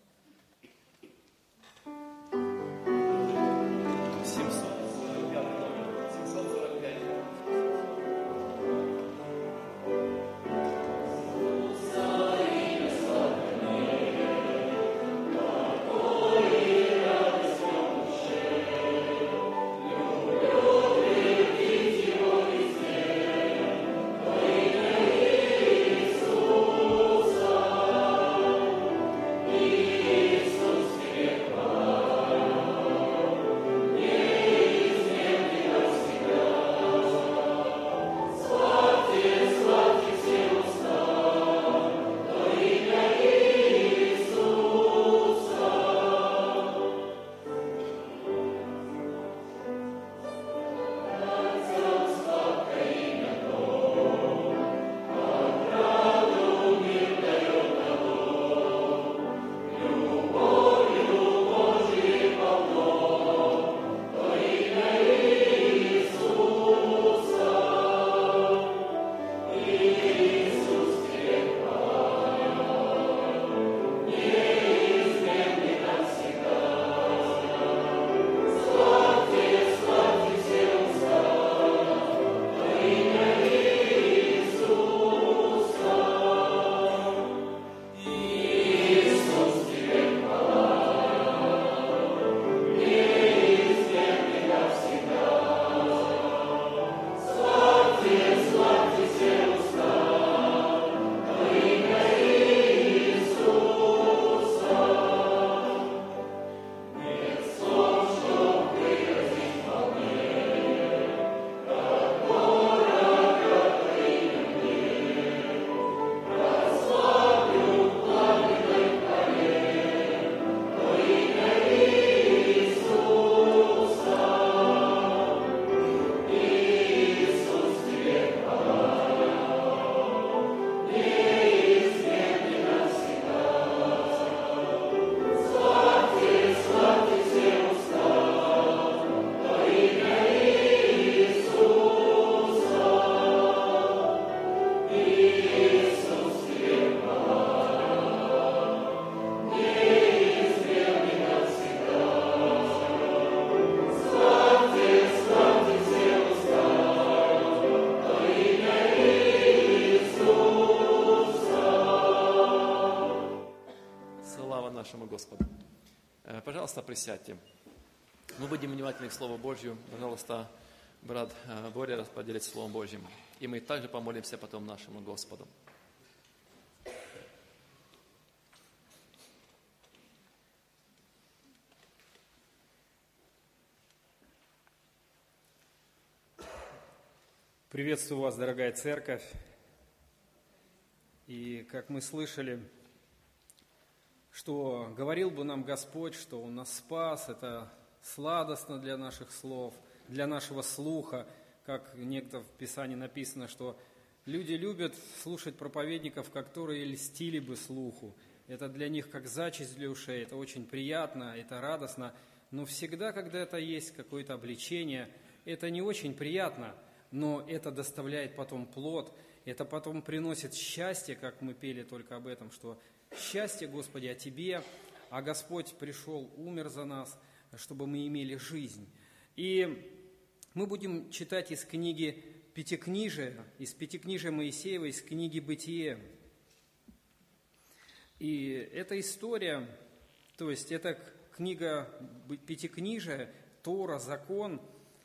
Speaker 1: Пожалуйста, присядьте. Мы будем внимательны к Слову Божью. Пожалуйста, брат Боря поделит Словом Божьим. И мы также помолимся потом нашему Господу.
Speaker 5: Приветствую вас, дорогая церковь. И И как мы слышали, что говорил бы нам Господь, что Он нас спас, это сладостно для наших слов, для нашего слуха, как некто в Писании написано, что люди любят слушать проповедников, которые льстили бы слуху. Это для них как зачесть для ушей, это очень приятно, это радостно. Но всегда, когда это есть какое-то обличение, это не очень приятно, но это доставляет потом плод, это потом приносит счастье, как мы пели только об этом, что счастье, Господи, о Тебе, а Господь пришел, умер за нас, чтобы мы имели жизнь. И мы будем читать из книги Пятикнижия, из Пятикнижия Моисеева, из книги «Бытие». И эта история, то есть эта книга Пятикнижия, Тора, Закон,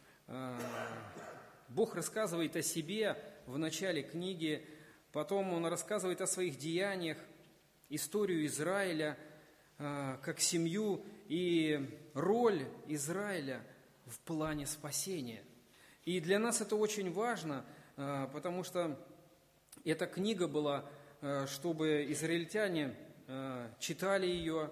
Speaker 5: Бог рассказывает о себе в начале книги, потом Он рассказывает о своих деяниях, историю Израиля, как семью и роль Израиля в плане спасения. И для нас это очень важно, потому что эта книга была, чтобы израильтяне читали ее,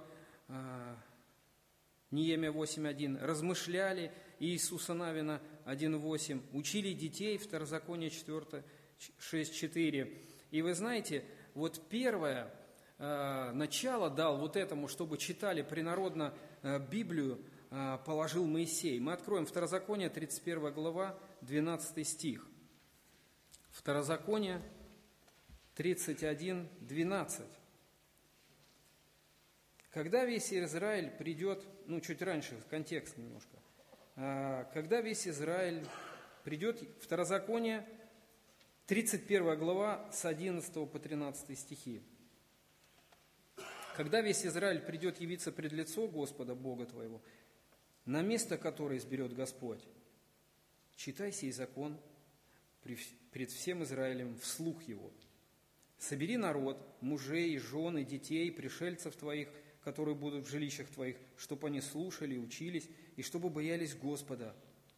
Speaker 5: Неемия восемь один, размышляли, Иисуса Навина один восемь, учили детей, Второзаконие четыре, шесть четыре. И вы знаете, вот первое начало дал вот этому, чтобы читали принародно Библию, положил Моисей. Мы откроем Второзаконие, тридцать первая глава, двенадцатый стих. Второзаконие тридцать один, двенадцать. Когда весь Израиль придет, ну чуть раньше, контекст немножко. Когда весь Израиль придет, Второзаконие, тридцать первая глава, с одиннадцатого по тринадцатый стихи. Когда весь Израиль придет явиться пред лицо Господа, Бога твоего, на место, которое изберет Господь, читай сей закон пред всем Израилем вслух его. Собери народ, мужей, жены, детей, пришельцев твоих, которые будут в жилищах твоих, чтобы они слушали и учились, и чтобы боялись Господа,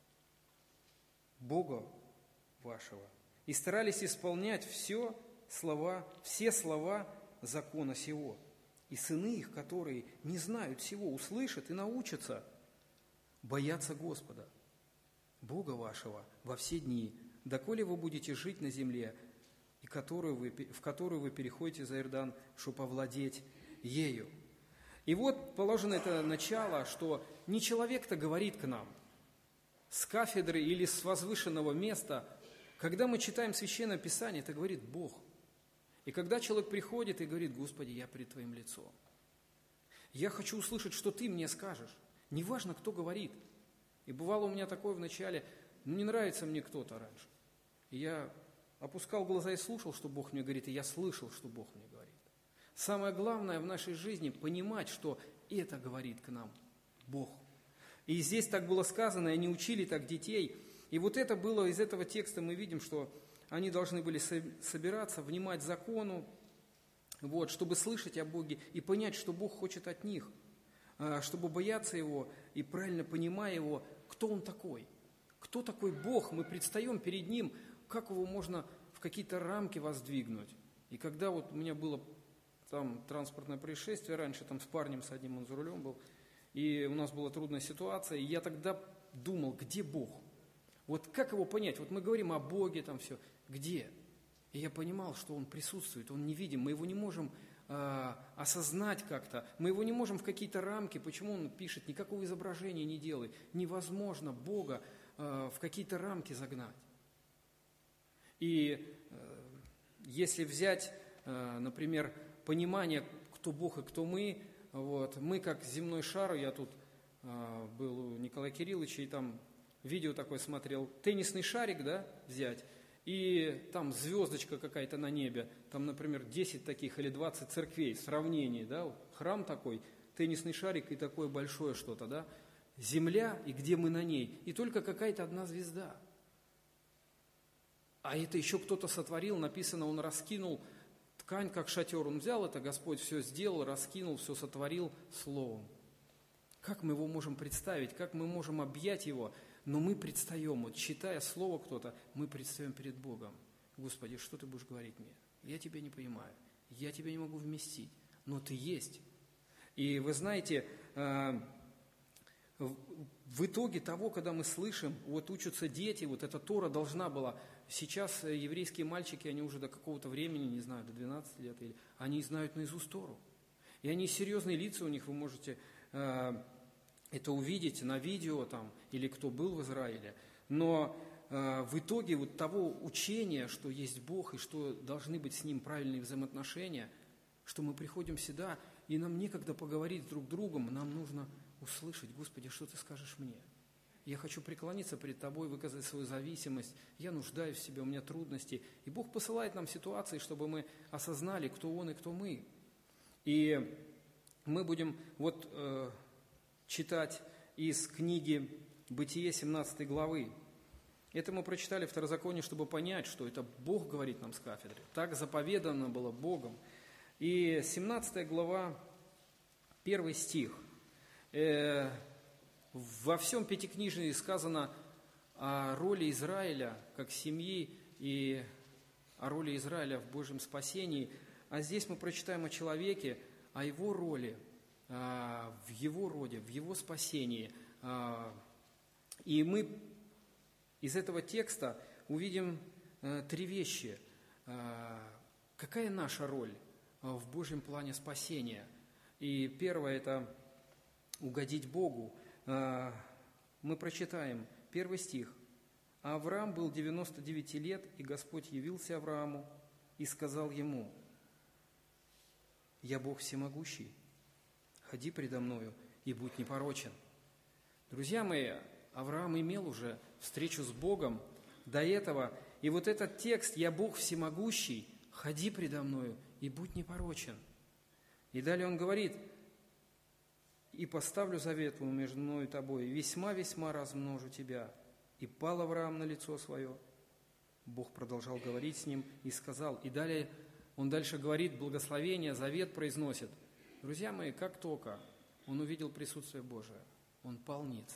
Speaker 5: Бога вашего, и старались исполнять все слова, все слова закона сего. И сыны их, которые не знают всего, услышат и научатся бояться Господа, Бога вашего, во все дни, доколе вы будете жить на земле, и которую вы, в которую вы переходите за Иордан, чтобы овладеть ею. И вот положено это начало, что не человек-то говорит к нам с кафедры или с возвышенного места. Когда мы читаем Священное Писание, это говорит Бог. И когда человек приходит и говорит: Господи, я пред Твоим лицом, я хочу услышать, что Ты мне скажешь. Неважно, кто говорит. И бывало у меня такое в начале: ну не нравится мне кто-то раньше. И я опускал глаза и слушал, что Бог мне говорит, и я слышал, что Бог мне говорит. Самое главное в нашей жизни – понимать, что это говорит к нам Бог. И здесь так было сказано, и они учили так детей. И вот это было, из этого текста мы видим, что они должны были собираться, внимать закону, вот, чтобы слышать о Боге и понять, что Бог хочет от них, чтобы бояться Его и правильно понимая Его, кто Он такой. Кто такой Бог? Мы предстаем перед Ним, как Его можно в какие-то рамки воздвигнуть. И когда вот у меня было там транспортное происшествие раньше, там с парнем с одним, он за рулем был, и у нас была трудная ситуация, и я тогда думал, где Бог? Вот как Его понять? Вот мы говорим о Боге, там все, где? И я понимал, что Он присутствует, Он невидим, мы Его не можем э, осознать как-то, мы Его не можем в какие-то рамки, почему Он пишет, никакого изображения не делай, невозможно Бога э, в какие-то рамки загнать. И э, если взять, э, например, понимание, кто Бог и кто мы, вот, мы как земной шар, я тут э, был у Николая Кирилловича, и там видео такое смотрел, теннисный шарик, да, взять, и там звездочка какая-то на небе, там, например, десять таких или двадцать церквей, сравнение, да, вот, храм такой, теннисный шарик и такое большое что-то, да, земля, и где мы на ней, и только какая-то одна звезда. А это еще кто-то сотворил, написано, он раскинул ткань, как шатер, он взял это, Господь все сделал, раскинул, все сотворил словом. Как мы его можем представить, как мы можем объять его, но мы предстаем, вот читая слово кто-то, мы предстаем перед Богом. Господи, что Ты будешь говорить мне? Я Тебя не понимаю, я тебя не могу вместить, но ты есть. И вы знаете, в итоге того, когда мы слышим, вот учатся дети, вот эта Тора должна была, сейчас еврейские мальчики, они уже до какого-то времени, не знаю, до двенадцати лет, или, они знают наизусть Тору. И они серьезные лица у них, вы можете э, это увидеть на видео там, или кто был в Израиле. Но э, в итоге вот того учения, что есть Бог и что должны быть с Ним правильные взаимоотношения, что мы приходим сюда, и нам некогда поговорить друг с другом, нам нужно услышать: Господи, что Ты скажешь мне? Я хочу преклониться перед Тобой, выказать свою зависимость, я нуждаюсь в Себе, у меня трудности. И Бог посылает нам ситуации, чтобы мы осознали, кто Он и кто мы. И мы будем вот э, читать из книги Бытие семнадцатой главы. Это мы прочитали в Второзаконии, чтобы понять, что это Бог говорит нам с кафедры. Так заповедано было Богом. И семнадцатая глава, первый стих. Э, во всем Пятикнижии сказано о роли Израиля как семьи и о роли Израиля в Божьем спасении. А здесь мы прочитаем о человеке, о его роли, э, в его роде, в его спасении. Э, и мы из этого текста увидим э, три вещи. Э, какая наша роль в Божьем плане спасения? И первое – это угодить Богу. Мы прочитаем первый стих. «А Авраам был девяносто девять лет, и Господь явился Аврааму и сказал ему: я Бог всемогущий, ходи предо мною и будь непорочен». Друзья мои, Авраам имел уже встречу с Богом до этого, и вот этот текст «я Бог всемогущий, ходи предо мною и будь непорочен». И далее он говорит: «И поставлю завет между мною и тобой, и весьма-весьма размножу тебя». И пал Авраам на лицо свое. Бог продолжал говорить с ним и сказал. И далее он дальше говорит, благословение, завет произносит. Друзья мои, как только он увидел присутствие Божие, он пал ниц.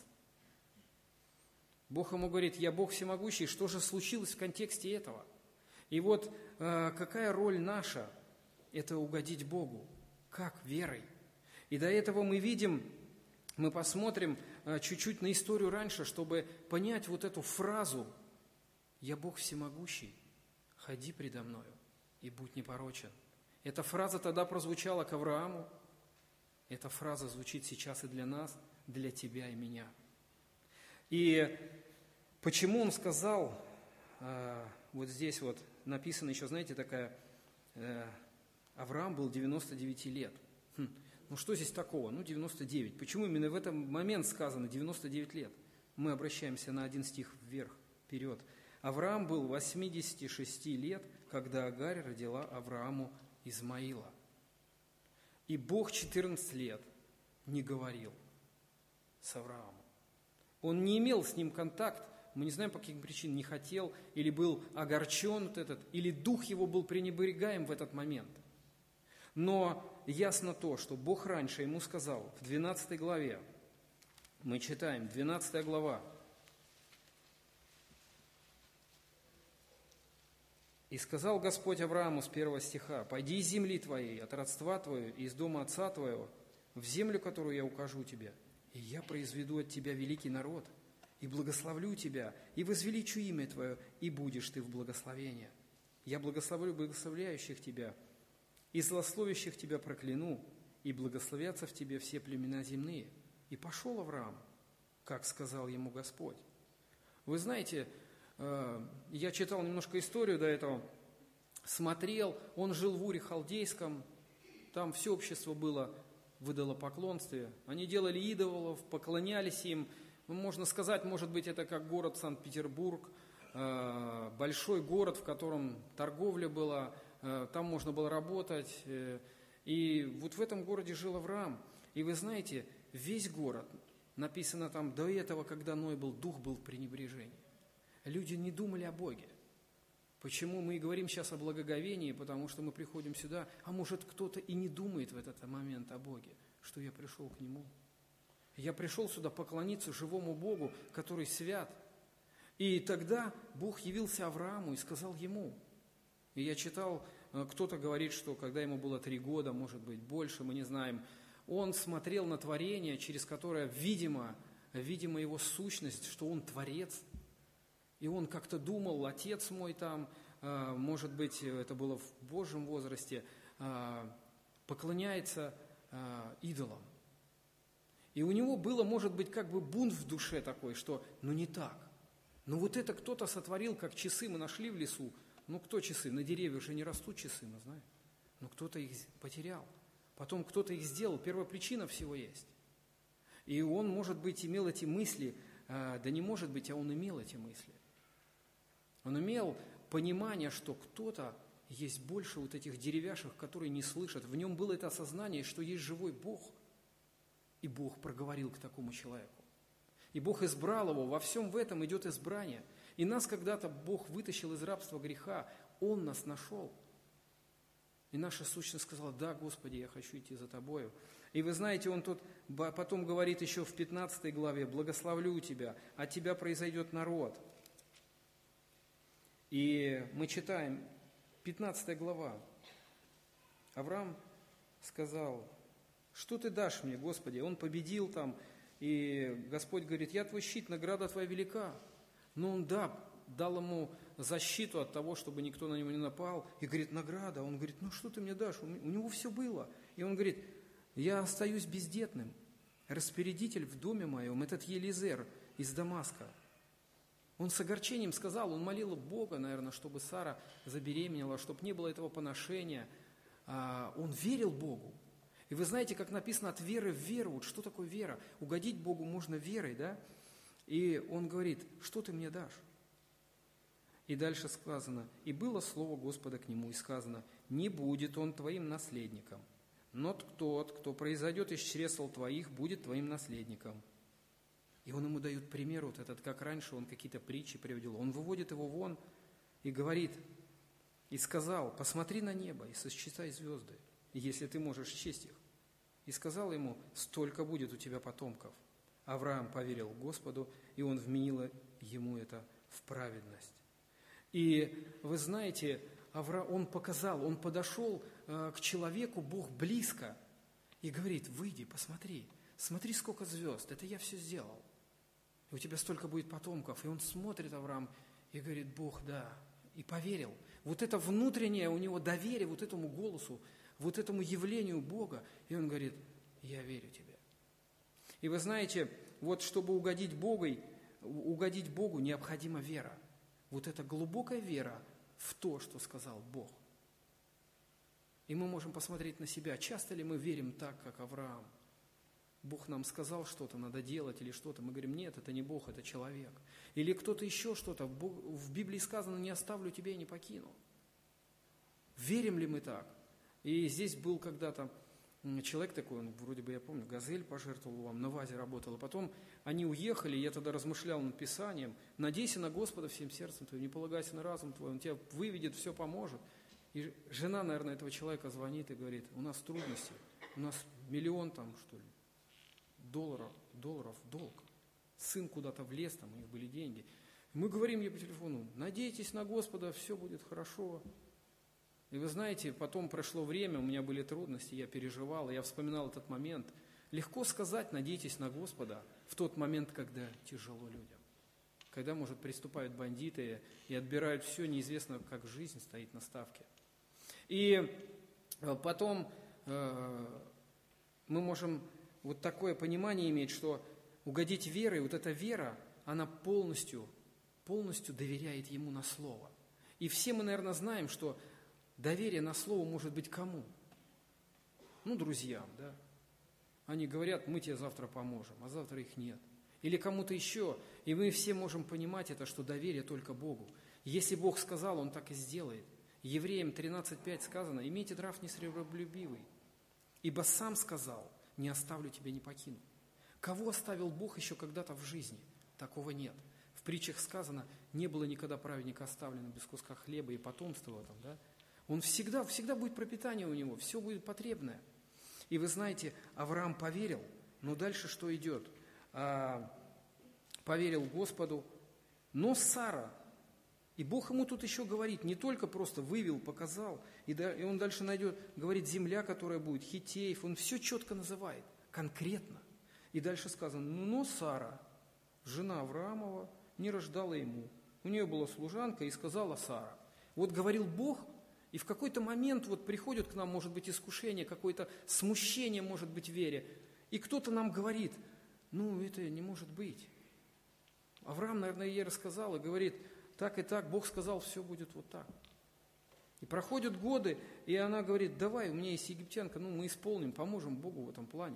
Speaker 5: Бог ему говорит: я Бог всемогущий. Что же случилось в контексте этого? И вот э, какая роль наша? Это угодить Богу. Как? Верой. И до этого мы видим, мы посмотрим э, чуть-чуть на историю раньше, чтобы понять вот эту фразу «Я Бог всемогущий, ходи предо мною и будь непорочен». Эта фраза тогда прозвучала к Аврааму. Эта фраза звучит сейчас и для нас, для тебя и меня. И почему он сказал, э, вот здесь вот написано еще, знаете, такая, э, Авраам был девяносто девять лет. Хм, ну что здесь такого? Ну девяносто девять. Почему именно в этот момент сказано девяносто девять лет? Мы обращаемся на один стих вверх, вперед. Авраам был восемьдесят шесть лет, когда Агарь родила Аврааму Измаила. И Бог четырнадцать лет не говорил с Авраамом. Он не имел с ним контакт, мы не знаем, по каким причинам, не хотел, или был огорчен вот этот, или дух его был пренебрегаем в этот момент. Но ясно то, что Бог раньше ему сказал, в двенадцатой главе, мы читаем, двенадцатая глава, «И сказал Господь Аврааму» с первого стиха: «Пойди из земли твоей, от родства твоего и из дома отца твоего, в землю, которую я укажу тебе, и я произведу от тебя великий народ, и благословлю тебя, и возвеличу имя твое, и будешь ты в благословении. Я благословлю благословляющих тебя, и злословящих тебя прокляну, и благословятся в тебе все племена земные». И пошел Авраам, как сказал ему Господь. Вы знаете, я читал немножко историю до этого, смотрел, он жил в Уре Халдейском, там все общество было в идолопоклонстве, они делали идолов, поклонялись им. Можно сказать, может быть, это как город Санкт-Петербург, большой город, в котором торговля была, там можно было работать. И вот в этом городе жил Авраам. И вы знаете, весь город, написано там, до этого, когда Ной был, дух был в пренебрежении. Люди не думали о Боге. Почему мы и говорим сейчас о благоговении? Потому что мы приходим сюда, а может кто-то и не думает в этот момент о Боге, что я пришел к Нему. Я пришел сюда поклониться живому Богу, который свят. И тогда Бог явился Аврааму и сказал ему. И я читал кто-то говорит, что когда ему было три года, может быть, больше, мы не знаем, он смотрел на творение, через которое, видимо, видимо его сущность, что он творец. И он как-то думал, отец мой там, может быть, это было в Божьем возрасте, поклоняется идолам. И у него было, может быть, как бы бунт в душе такой, что ну не так. Ну вот это кто-то сотворил, как часы мы нашли в лесу. Ну кто часы? На деревьях же не растут часы, мы знаем. Но кто-то их потерял. Потом кто-то их сделал. Первопричина всего есть. И он, может быть, имел эти мысли, да не может быть, а он имел эти мысли. Он имел понимание, что кто-то есть больше вот этих деревяшек, которые не слышат. В нем было это осознание, что есть живой Бог. И Бог проговорил к такому человеку. И Бог избрал его. Во всем в этом идет избрание. И нас когда-то Бог вытащил из рабства греха. Он нас нашел. И наша сущность сказала: да, Господи, я хочу идти за Тобою. И вы знаете, он тут потом говорит еще в пятнадцатой главе: благословлю Тебя, от Тебя произойдет народ. И мы читаем, пятнадцатая глава. Авраам сказал: что Ты дашь мне, Господи? Он победил там, и Господь говорит: я Твой щит, награда Твоя велика. Но он, да, дал ему защиту от того, чтобы никто на него не напал. И говорит: награда. Он говорит: ну что Ты мне дашь? У него все было. И он говорит: я остаюсь бездетным. Распорядитель в доме моем, этот Елизер из Дамаска. Он с огорчением сказал, он молил Бога, наверное, чтобы Сара забеременела, чтобы не было этого поношения. Он верил Богу. И вы знаете, как написано, от веры в веру. Вот что такое вера? Угодить Богу можно верой, да? И он говорит: что ты мне дашь? И дальше сказано: и было слово Господа к нему, и сказано: не будет он твоим наследником, но тот, кто произойдет из чресл твоих, будет твоим наследником. И он ему дает пример вот этот, как раньше он какие-то притчи приводил. Он выводит его вон и говорит, и сказал: посмотри на небо и сосчитай звезды, если ты можешь счесть их. И сказал ему: столько будет у тебя потомков. Авраам поверил Господу, и он вменил ему это в праведность. И вы знаете, Авра... он показал, он подошел э, к человеку, Бог близко, и говорит: выйди, посмотри, смотри, сколько звезд, это я все сделал. И у тебя столько будет потомков. И он смотрит, Авраам, и говорит: Бог, да, и поверил. Вот это внутреннее у него доверие вот этому голосу, вот этому явлению Бога. И он говорит: я верю тебе. И вы знаете, вот чтобы угодить Богу, угодить Богу необходима вера. Вот эта глубокая вера в то, что сказал Бог. И мы можем посмотреть на себя, часто ли мы верим так, как Авраам. Бог нам сказал что-то, надо делать или что-то. Мы говорим: нет, это не Бог, это человек. Или кто-то еще что-то. В Библии сказано: не оставлю тебя и не покину. Верим ли мы так? И здесь был когда-то человек такой, он вроде бы, я помню, «Газель» пожертвовал вам, на ВАЗе работал. А потом они уехали, и я тогда размышлял над Писанием. «Надейся на Господа всем сердцем твоим, не полагайся на разум твой, Он тебя выведет, все поможет». И жена, наверное, этого человека звонит и говорит: у нас трудности, у нас миллион там, что ли, долларов, долларов долг. Сын куда-то влез, там у них были деньги. Мы говорим ей по телефону: надейтесь на Господа, все будет хорошо. И вы знаете, потом прошло время, у меня были трудности, я переживал, и я вспоминал этот момент. Легко сказать: надейтесь на Господа в тот момент, когда тяжело людям. Когда, может, приступают бандиты и отбирают все, неизвестно, как жизнь стоит на ставке. И потом э, мы можем вот такое понимание иметь, что угодить верой, вот эта вера, она полностью, полностью доверяет Ему на слово. И все мы, наверное, знаем, что доверие на слово может быть кому? Ну, друзьям, да. Они говорят: мы тебе завтра поможем, а завтра их нет. Или кому-то еще. И мы все можем понимать это, что доверие только Богу. Если Бог сказал, Он так и сделает. Евреям тринадцать пять сказано: имейте нрав несребролюбивый, ибо сам сказал: не оставлю тебя, не покину. Кого оставил Бог еще когда-то в жизни? Такого нет. В притчах сказано: не было никогда праведника оставлено без куска хлеба и потомства там, да? Он всегда, всегда будет пропитание у него, все будет потребное. И вы знаете, Авраам поверил, но дальше что идет? А, поверил Господу, но Сара, И Бог ему тут еще говорит, не только просто вывел, показал, и, да, и он дальше найдет, говорит, земля, которая будет, Хиттеев, он все четко называет, конкретно. И дальше сказано, ну, но Сара, жена Авраамова, не рождала ему. У нее была служанка, и сказала Сара. Вот говорил Бог, и в какой-то момент вот приходит к нам, может быть, искушение, какое-то смущение, может быть, в вере. И кто-то нам говорит, ну, это не может быть. Авраам, наверное, ей рассказал и говорит, так и так, Бог сказал, все будет вот так. И проходят годы, и она говорит, давай, у меня есть египтянка, ну, мы исполним, поможем Богу в этом плане.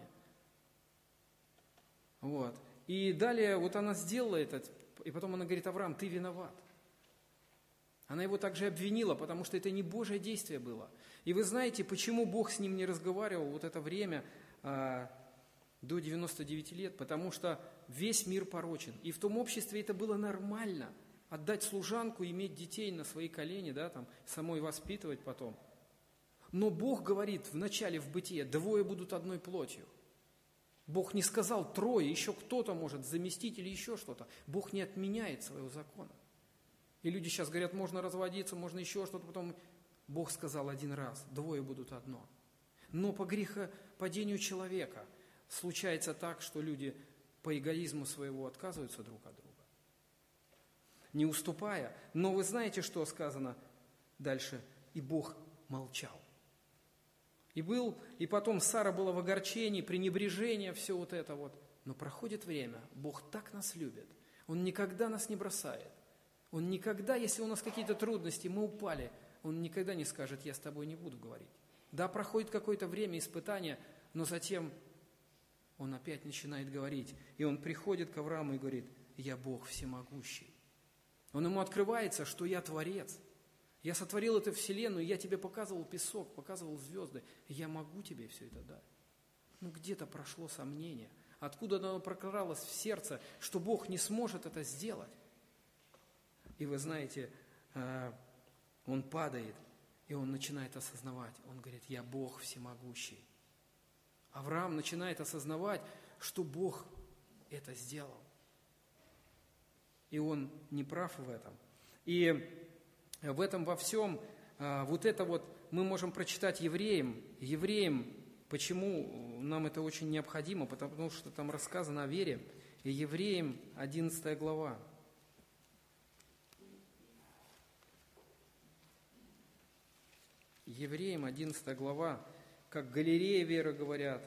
Speaker 5: Вот. И далее вот она сделала это, и потом она говорит, Авраам, ты виноват. Она его также обвинила, потому что это не Божье действие было. И вы знаете, почему Бог с ним не разговаривал вот это время а, до девяноста девяти лет? Потому что весь мир порочен. И в том обществе это было нормально. Отдать служанку, иметь детей на свои колени, да, там, самой воспитывать потом. Но Бог говорит вначале в Бытие, двое будут одной плотью. Бог не сказал трое, еще кто-то может заместить или еще что-то. Бог не отменяет своего закона. И люди сейчас говорят, можно разводиться, можно еще что-то, потом Бог сказал один раз, двое будут одно. Но по грехопадению человека случается так, что люди по эгоизму своего отказываются друг от друга, не уступая. Но вы знаете, что сказано дальше? И Бог молчал. И был, и потом Сара была в огорчении, пренебрежении, все вот это вот. Но проходит время, Бог так нас любит, Он никогда нас не бросает. Он никогда, если у нас какие-то трудности, мы упали, Он никогда не скажет, я с тобой не буду говорить. Да, проходит какое-то время испытания, но затем Он опять начинает говорить. И Он приходит к Аврааму и говорит, я Бог всемогущий. Он ему открывается, что я Творец. Я сотворил эту вселенную, я тебе показывал песок, показывал звезды. Я могу тебе все это дать. Ну, где-то прошло сомнение. Откуда оно прокралось в сердце, что Бог не сможет это сделать? И вы знаете, он падает, и он начинает осознавать. Он говорит, я Бог всемогущий. Авраам начинает осознавать, что Бог это сделал. И он не прав в этом. И в этом во всем, вот это вот мы можем прочитать евреям. Евреям, почему нам это очень необходимо? Потому что там рассказано о вере. И Евреям одиннадцатая глава. Евреям одиннадцатая глава, как галерея веры говорят.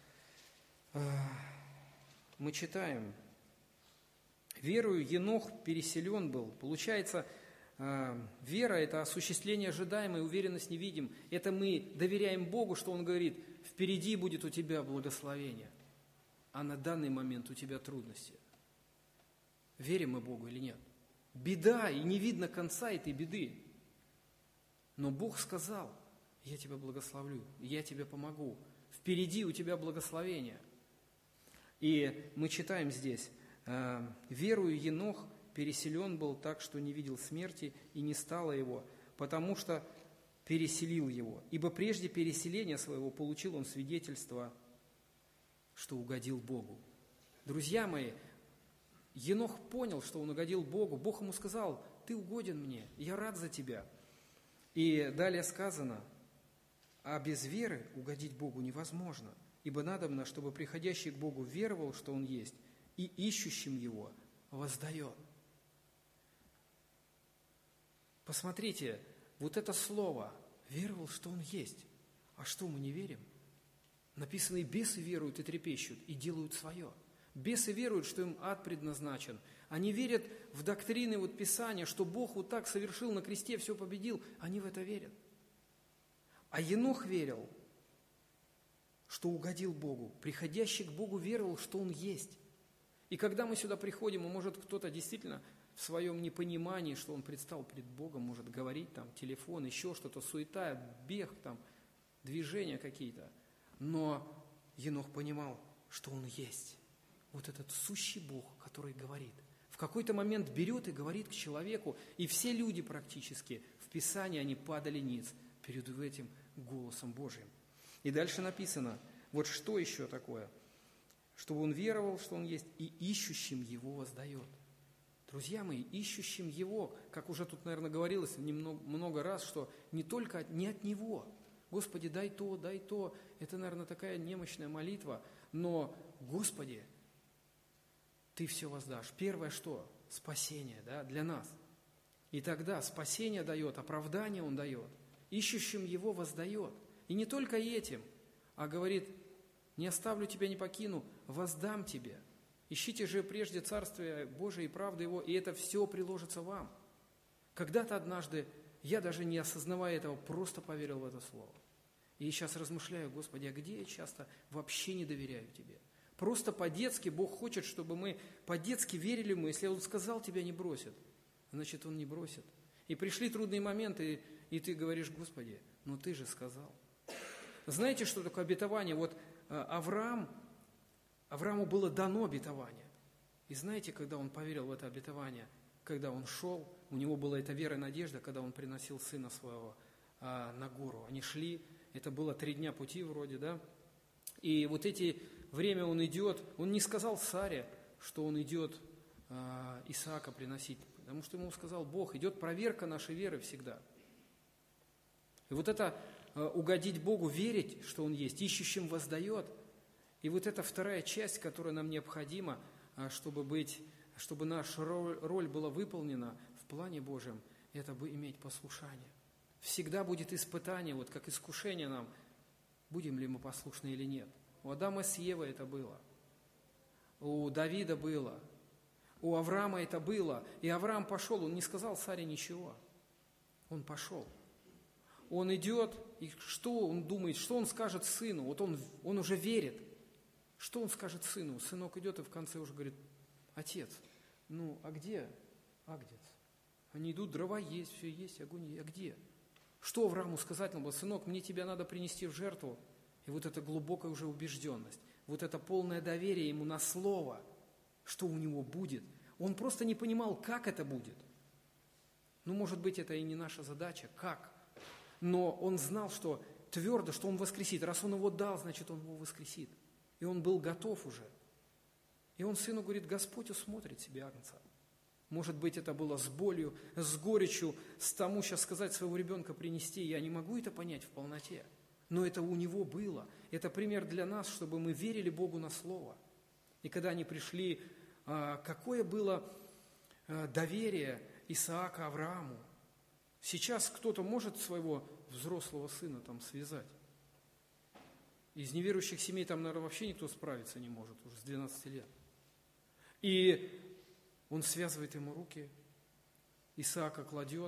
Speaker 5: Мы читаем. Верою Енох переселен был. Получается, вера – это осуществление ожидаемой, уверенность не видим. Это мы доверяем Богу, что Он говорит, впереди будет у тебя благословение, а на данный момент у тебя трудности. Верим мы Богу или нет? Беда, и не видно конца этой беды. Но Бог сказал, я тебя благословлю, я тебе помогу. Впереди у тебя благословение. И мы читаем здесь, верою Енох переселен был так, что не видел смерти, и не стало его, потому что переселил его. Ибо прежде переселения своего получил он свидетельство, что угодил Богу. Друзья мои, Енох понял, что он угодил Богу. Бог ему сказал, ты угоден мне, я рад за тебя. И далее сказано, а без веры угодить Богу невозможно, ибо надобно, чтобы приходящий к Богу веровал, что Он есть, и ищущим Его воздает. Посмотрите, вот это слово «веровал, что Он есть». А что, мы не верим? Написано, и бесы веруют и трепещут, и делают свое. Бесы веруют, что им ад предназначен. Они верят в доктрины вот Писания, что Бог вот так совершил на кресте, все победил. Они в это верят. А Енох верил, что угодил Богу. Приходящий к Богу веровал, что Он есть. И когда мы сюда приходим, и может кто-то действительно в своем непонимании, что он предстал перед Богом, может говорить там телефон, еще что-то, суета, бег, там, движения какие-то. Но Енох понимал, что он есть. Вот этот сущий Бог, который говорит. В какой-то момент берет и говорит к человеку, и все люди практически в Писании, они падали ниц перед этим голосом Божьим. И дальше написано, вот что еще такое? Чтобы он веровал, что он есть, и ищущим его воздает. Друзья мои, ищущим Его, как уже тут, наверное, говорилось немного, много раз, что не только от, не от Него. Господи, дай то, дай то. Это, наверное, такая немощная молитва. Но, Господи, Ты все воздашь. Первое что? Спасение, да, для нас. И тогда спасение дает, оправдание Он дает. Ищущим Его воздает. И не только этим, а говорит: не оставлю тебя, не покину, воздам тебе. Ищите же прежде Царствие Божие и правду Его, и это все приложится вам. Когда-то однажды, я даже не осознавая этого, просто поверил в это слово. И сейчас размышляю: Господи, а где я часто вообще не доверяю Тебе? Просто по-детски Бог хочет, чтобы мы по-детски верили Ему. Если Он сказал, тебя не бросит, значит, Он не бросит. И пришли трудные моменты, и ты говоришь: Господи, ну Ты же сказал. Знаете, что такое обетование? Вот Авраам, Аврааму было дано обетование. И знаете, когда он поверил в это обетование, когда он шел, у него была эта вера и надежда, когда он приносил сына своего а, на гору. Они шли, это было три дня пути вроде, да? И вот эти время он идет, он не сказал Саре, что он идет а, Исаака приносить, потому что ему сказал Бог: идет проверка нашей веры всегда. И вот это а, угодить Богу, верить, что Он есть, ищущим воздает. И вот это вторая часть, которая нам необходима, а, чтобы быть, чтобы наша роль, роль была выполнена в плане Божьем, это бы иметь послушание. Всегда будет испытание, вот как искушение нам, будем ли мы послушны или нет. У Адама с Евой это было, у Давида было, у Авраама это было. И Авраам пошел, он не сказал Саре ничего, он пошел. Он идет, и что он думает, что он скажет сыну? Вот он, он уже верит. Что он скажет сыну? Сынок идет и в конце уже говорит: отец, ну а где агнец? Они идут, дрова есть, все есть, огонь есть, а где? Что Аврааму сказать надо было? Сынок, мне тебя надо принести в жертву. И вот эта глубокая уже убежденность, вот это полное доверие ему на слово, что у него будет. Он просто не понимал, как это будет. Ну, может быть, это и не наша задача, как. Но он знал, что твердо, что он воскресит. Раз он его дал, значит, он его воскресит. И он был готов уже. И он сыну говорит: Господь усмотрит себе агнца. Может быть, это было с болью, с горечью, с тому сейчас сказать своего ребенка принести. Я не могу это понять в полноте. Но это у него было. Это пример для нас, чтобы мы верили Богу на слово. И когда они пришли, какое было доверие Исаака Аврааму. Сейчас кто-то может своего взрослого сына там связать. Из неверующих семей там, наверное, вообще никто справиться не может уже с двенадцати лет. И он связывает ему руки, Исаака кладет,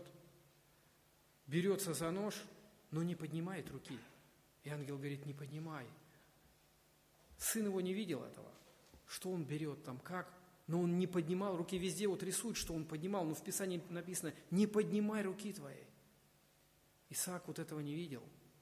Speaker 5: берется за нож, но не поднимает руки. И ангел говорит: не поднимай. Сын его не видел этого, что он берет там, как, но он не поднимал руки. Везде вот рисует, что он поднимал, но в Писании написано: не поднимай руки твоей. Исаак вот этого не видел.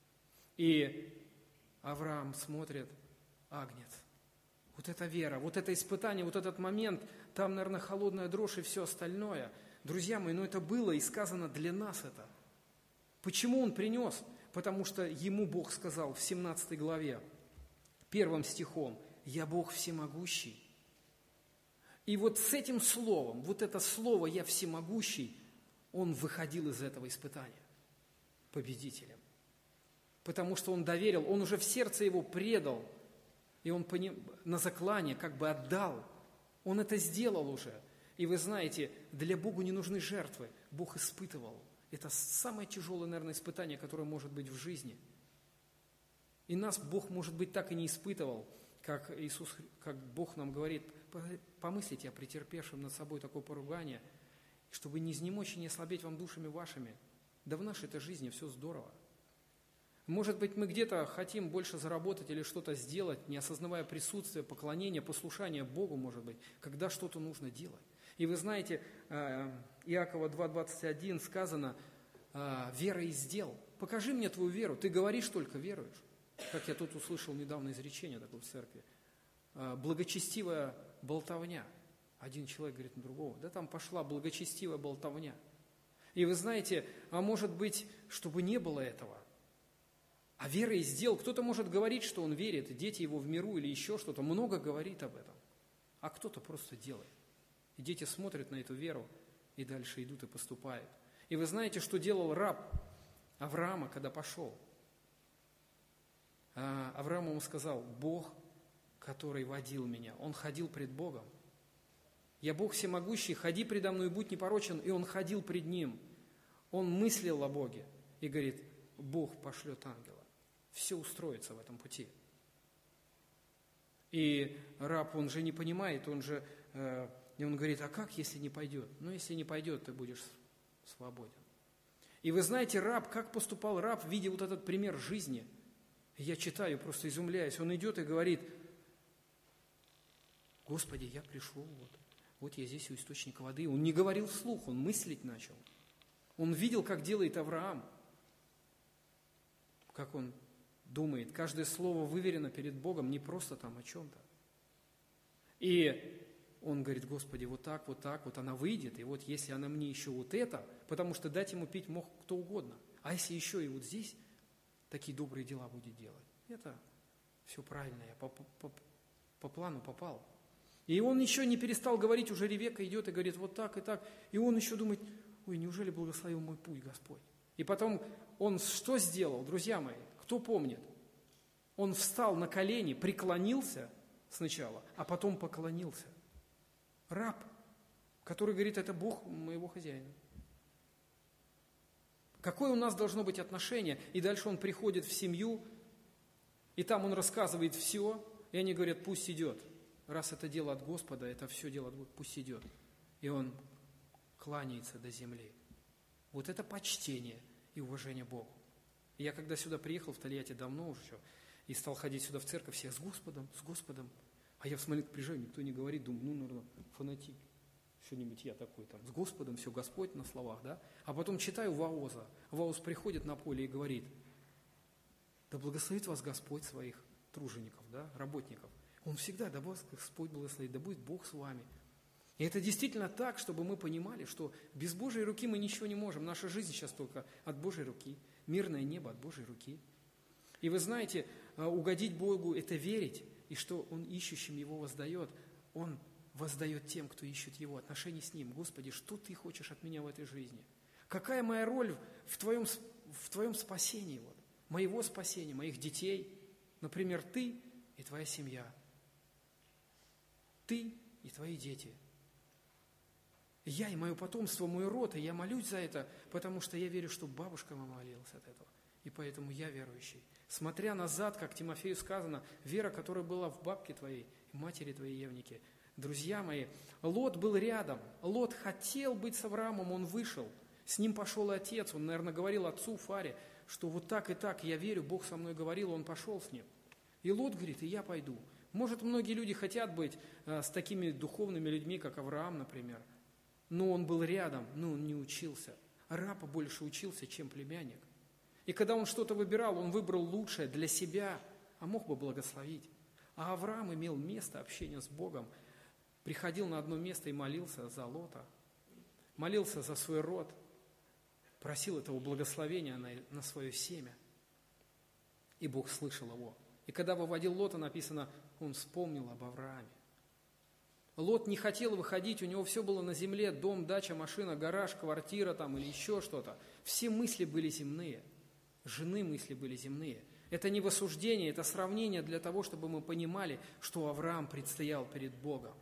Speaker 5: И Авраам смотрит: агнец. Вот эта вера, вот это испытание, вот этот момент, там, наверное, холодная дрожь и все остальное. Друзья мои, ну это было и сказано для нас это. Почему он принес? Потому что ему Бог сказал в семнадцатой главе, первым стихом: «Я Бог всемогущий». И вот с этим словом, вот это слово «Я всемогущий», он выходил из этого испытания победителем. Потому что он доверил, он уже в сердце его предал, и он на заклание как бы отдал. Он это сделал уже. И вы знаете, для Бога не нужны жертвы. Бог испытывал. Это самое тяжелое, наверное, испытание, которое может быть в жизни. И нас Бог, может быть, так и не испытывал, как Иисус, как Бог нам говорит: помыслите о претерпевшем над собой такое поругание, чтобы не изнемочь и не ослабеть вам душами вашими. Да в нашей-то жизни все здорово. Может быть, мы где-то хотим больше заработать или что-то сделать, не осознавая присутствие, поклонения, послушания Богу, может быть, когда что-то нужно делать. И вы знаете, Иакова два двадцать один сказано: «Вера из дел». Покажи мне твою веру. Ты говоришь, только веруешь. Как я тут услышал недавно изречение такое в церкви. Благочестивая болтовня. Один человек говорит на другого: да там пошла благочестивая болтовня. И вы знаете, а может быть, чтобы не было этого. А вера из дел. Кто-то может говорить, что он верит, дети его в миру или еще что-то, много говорит об этом. А кто-то просто делает. И дети смотрят на эту веру и дальше идут и поступают. И вы знаете, что делал раб Авраама, когда пошел? Авраам ему сказал: Бог, который водил меня, он ходил пред Богом. Я Бог всемогущий, ходи предо мной, будь непорочен. И он ходил пред Ним. Он мыслил о Боге и говорит: Бог пошлет ангела. Все устроится в этом пути. И раб, он же не понимает, он же, э, и он говорит: а как, если не пойдет? Ну, если не пойдет, ты будешь свободен. И вы знаете, раб, как поступал раб, видя вот этот пример жизни. Я читаю, просто изумляюсь. Он идет и говорит: Господи, я пришел, вот, вот я здесь у источника воды. Он не говорил вслух, он мыслить начал. Он видел, как делает Авраам, как он думает. Каждое слово выверено перед Богом, не просто там о чем-то. И он говорит: Господи, вот так, вот так, вот она выйдет, и вот если она мне еще вот это, потому что дать ему пить мог кто угодно, а если еще и вот здесь такие добрые дела будет делать, это все правильно, я по, по, по плану попал. И он еще не перестал говорить, уже Ревекка идет и говорит: вот так и так, и он еще думает: ой, неужели благословил мой путь Господь? И потом он что сделал, друзья мои, кто помнит? Он встал на колени, преклонился сначала, а потом поклонился. Раб, который говорит: это Бог моего хозяина. Какое у нас должно быть отношение? И дальше он приходит в семью, и там он рассказывает все, и они говорят: пусть идет. Раз это дело от Господа, это все дело от Господа, пусть идет. И он кланяется до земли. Вот это почтение и уважение Богу. И я когда сюда приехал, в Тольятти давно уже, и стал ходить сюда в церковь, все с Господом, с Господом. А я в Смоленск приезжаю, никто не говорит, думаю, ну, наверное, фанатик. Что-нибудь я такой там, с Господом, все, Господь на словах, да? А потом читаю Ваоза. Ваоз приходит на поле и говорит: да благословит вас Господь своих тружеников, да, работников. Он всегда: да вас Господь благословит, да будет Бог с вами. И это действительно так, чтобы мы понимали, что без Божьей руки мы ничего не можем. Наша жизнь сейчас только от Божьей руки. Мирное небо от Божьей руки. И вы знаете, угодить Богу – это верить, и что Он ищущим Его воздает. Он воздает тем, кто ищет Его, отношения с Ним. Господи, что Ты хочешь от меня в этой жизни? Какая моя роль в Твоем, в твоем спасении? Вот? Моего спасения, моих детей. Например, Ты и Твоя семья. Ты и Твои дети. Я и мое потомство, мой род, и я молюсь за это, потому что я верю, что бабушка моя молилась от этого. И поэтому я верующий. Смотря назад, как Тимофею сказано, вера, которая была в бабке твоей, матери твоей Евнике. Друзья мои, Лот был рядом. Лот хотел быть с Авраамом, он вышел. С ним пошел и отец. Он, наверное, говорил отцу Фаре, что вот так и так, я верю, Бог со мной говорил, он пошел с ним. И Лот говорит: и я пойду. Может, многие люди хотят быть а, с такими духовными людьми, как Авраам, например. Но он был рядом, но он не учился. Раб больше учился, чем племянник. И когда он что-то выбирал, он выбрал лучшее для себя, а мог бы благословить. А Авраам имел место общения с Богом, приходил на одно место и молился за Лота, молился за свой род, просил этого благословения на, на свое семя. И Бог слышал его. И когда выводил Лота, написано, он вспомнил об Аврааме. Лот не хотел выходить, у него все было на земле, дом, дача, машина, гараж, квартира там или еще что-то. Все мысли были земные, жены мысли были земные. Это не в осуждение, это сравнение для того, чтобы мы понимали, что Авраам предстоял перед Богом.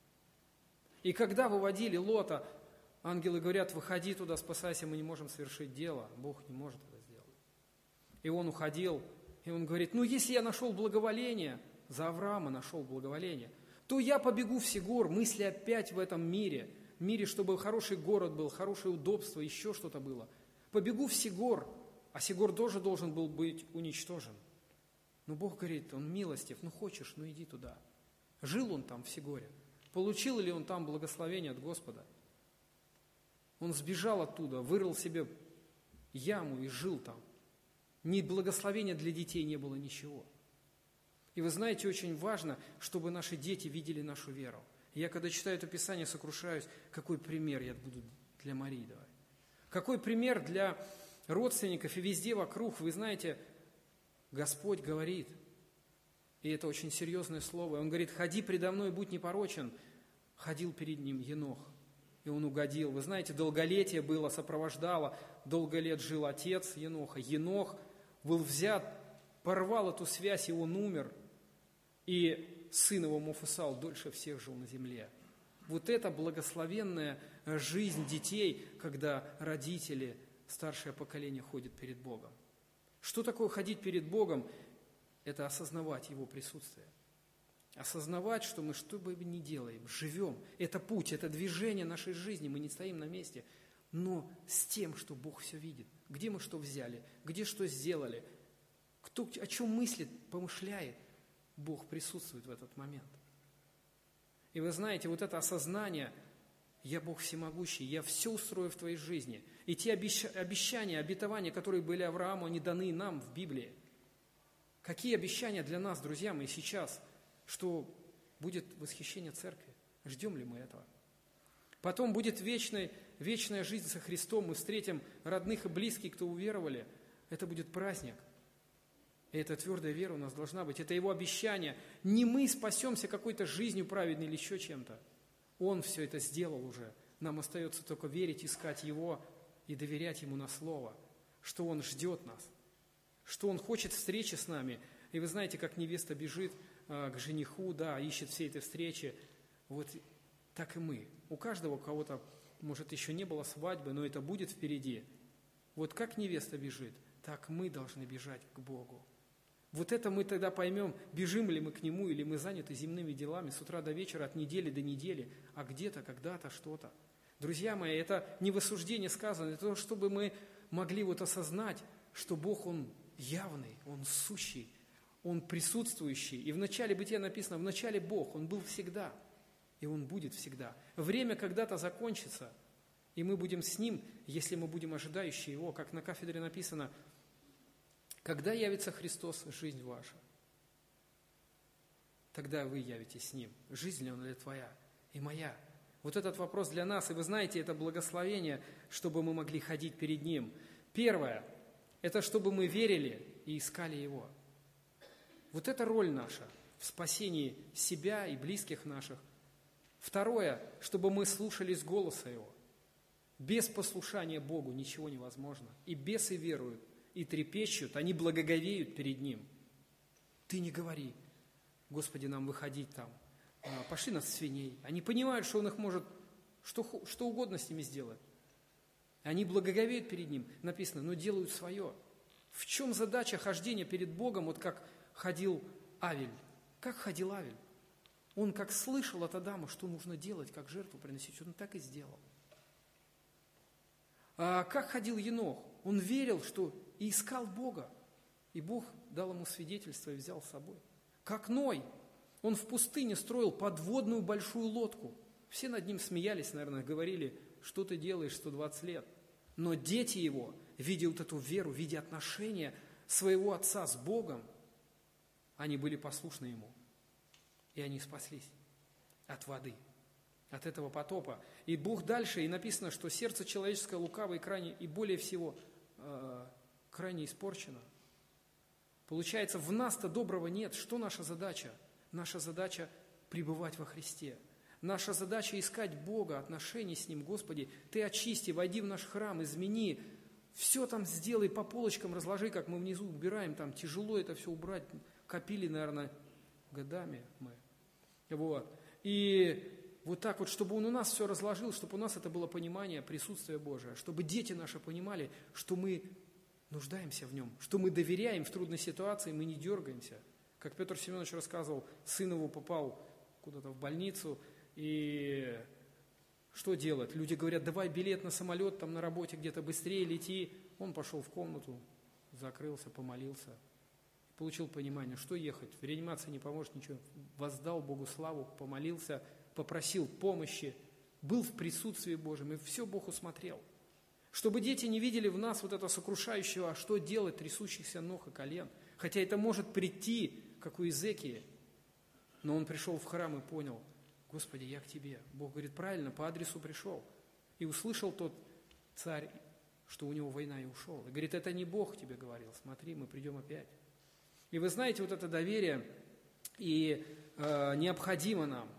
Speaker 5: И когда выводили Лота, ангелы говорят: выходи туда, спасайся, мы не можем совершить дело. Бог не может это сделать. И он уходил, и он говорит: ну если я нашел благоволение, за Авраама нашел благоволение, то я побегу в Сигор, мысли опять в этом мире, мире, чтобы хороший город был, хорошее удобство, еще что-то было. Побегу в Сигор, а Сигор тоже должен был быть уничтожен. Но Бог говорит, Он милостив, ну хочешь, ну иди туда. Жил он там в Сигоре, получил ли он там благословение от Господа? Он сбежал оттуда, вырыл себе яму и жил там. Ни благословения для детей не было, ничего. И вы знаете, очень важно, чтобы наши дети видели нашу веру. Я когда читаю это Писание, сокрушаюсь, какой пример я буду для Марии давать. Какой пример для родственников и везде вокруг. Вы знаете, Господь говорит, и это очень серьезное слово, Он говорит: ходи предо мной, будь непорочен, ходил перед ним Енох, и он угодил. Вы знаете, долголетие было, сопровождало, долго лет жил отец Еноха. Енох был взят, порвал эту связь, и он умер. И сын его Мафусал дольше всех жил на земле. Вот это благословенная жизнь детей, когда родители, старшее поколение ходит перед Богом. Что такое ходить перед Богом? Это осознавать Его присутствие. Осознавать, что мы что бы ни делаем, живем. Это путь, это движение нашей жизни, мы не стоим на месте, но с тем, что Бог все видит. Где мы что взяли, где что сделали, кто о чем мыслит, помышляет, Бог присутствует в этот момент. И вы знаете, вот это осознание, я Бог всемогущий, я все устрою в твоей жизни. И те обещания, обетования, которые были Аврааму, они даны нам в Библии. Какие обещания для нас, друзья мои, сейчас, что будет восхищение церкви? Ждем ли мы этого? Потом будет вечная, вечная жизнь со Христом, мы встретим родных и близких, кто уверовали. Это будет праздник. И эта твердая вера у нас должна быть. Это Его обещание. Не мы спасемся какой-то жизнью праведной или еще чем-то. Он все это сделал уже. Нам остается только верить, искать Его и доверять Ему на Слово, что Он ждет нас, что Он хочет встречи с нами. И вы знаете, как невеста бежит э, к жениху, да, ищет все эти встречи. Вот так и мы. У каждого, у кого-то, может, еще не было свадьбы, но это будет впереди. Вот как невеста бежит, так мы должны бежать к Богу. Вот это мы тогда поймем, бежим ли мы к Нему, или мы заняты земными делами с утра до вечера, от недели до недели, а где-то, когда-то, что-то. Друзья мои, это не в осуждении сказано, это то, чтобы мы могли вот осознать, что Бог, Он явный, Он сущий, Он присутствующий. И в начале Бытия написано, в начале Бог, Он был всегда, и Он будет всегда. Время когда-то закончится, и мы будем с Ним, если мы будем ожидающие Его, как на кафедре написано, когда явится Христос, жизнь ваша, тогда вы явитесь с Ним. Жизнь ли Он или твоя и моя? Вот этот вопрос для нас, и вы знаете, это благословение, чтобы мы могли ходить перед Ним. Первое, это чтобы мы верили и искали Его. Вот это роль наша в спасении себя и близких наших. Второе, чтобы мы слушались голоса Его. Без послушания Богу ничего невозможно. И бесы веруют, и трепещут, они благоговеют перед Ним. Ты не говори, Господи, нам выходить там, пошли нас свиней. Они понимают, что Он их может, что, что угодно с ними сделать. Они благоговеют перед Ним, написано, но делают свое. В чем задача хождения перед Богом, вот как ходил Авель? Как ходил Авель? Он как слышал от Адама, что нужно делать, как жертву приносить, он так и сделал. А как ходил Енох? Он верил, что и искал Бога, и Бог дал ему свидетельство и взял с собой. Как Ной, он в пустыне строил подводную большую лодку. Все над ним смеялись, наверное, говорили, что ты делаешь сто двадцать лет. Но дети его, видя вот эту веру, видя отношения своего отца с Богом, они были послушны ему, и они спаслись от воды, от этого потопа. И Бог дальше, и написано, что сердце человеческое лукаво и крайне, и более всего э, крайне испорчено. Получается, в нас-то доброго нет. Что наша задача? Наша задача пребывать во Христе. Наша задача искать Бога, отношения с Ним. Господи, Ты очисти, войди в наш храм, измени, все там сделай, по полочкам разложи, как мы внизу убираем, там тяжело это все убрать, копили, наверное, годами мы. Вот. И вот так вот, чтобы Он у нас все разложил, чтобы у нас это было понимание присутствия Божия, чтобы дети наши понимали, что мы нуждаемся в Нем, что мы доверяем в трудной ситуации, мы не дергаемся. Как Петр Семенович рассказывал, сын его попал куда-то в больницу, и что делать? Люди говорят, давай билет на самолет, там на работе где-то быстрее лети. Он пошел в комнату, закрылся, помолился, получил понимание, что ехать, в реанимации не поможет ничего. Воздал Богу славу, помолился, попросил помощи, был в присутствии Божьем, и все Бог усмотрел. Чтобы дети не видели в нас вот это сокрушающего, а что делать, трясущихся ног и колен. Хотя это может прийти, как у Иезекии. Но он пришел в храм и понял, Господи, я к Тебе. Бог говорит, правильно, по адресу пришел. И услышал тот царь, что у него война, и ушел. И говорит, это не Бог тебе говорил, смотри, мы придем опять. И вы знаете, вот это доверие и э, необходимо нам.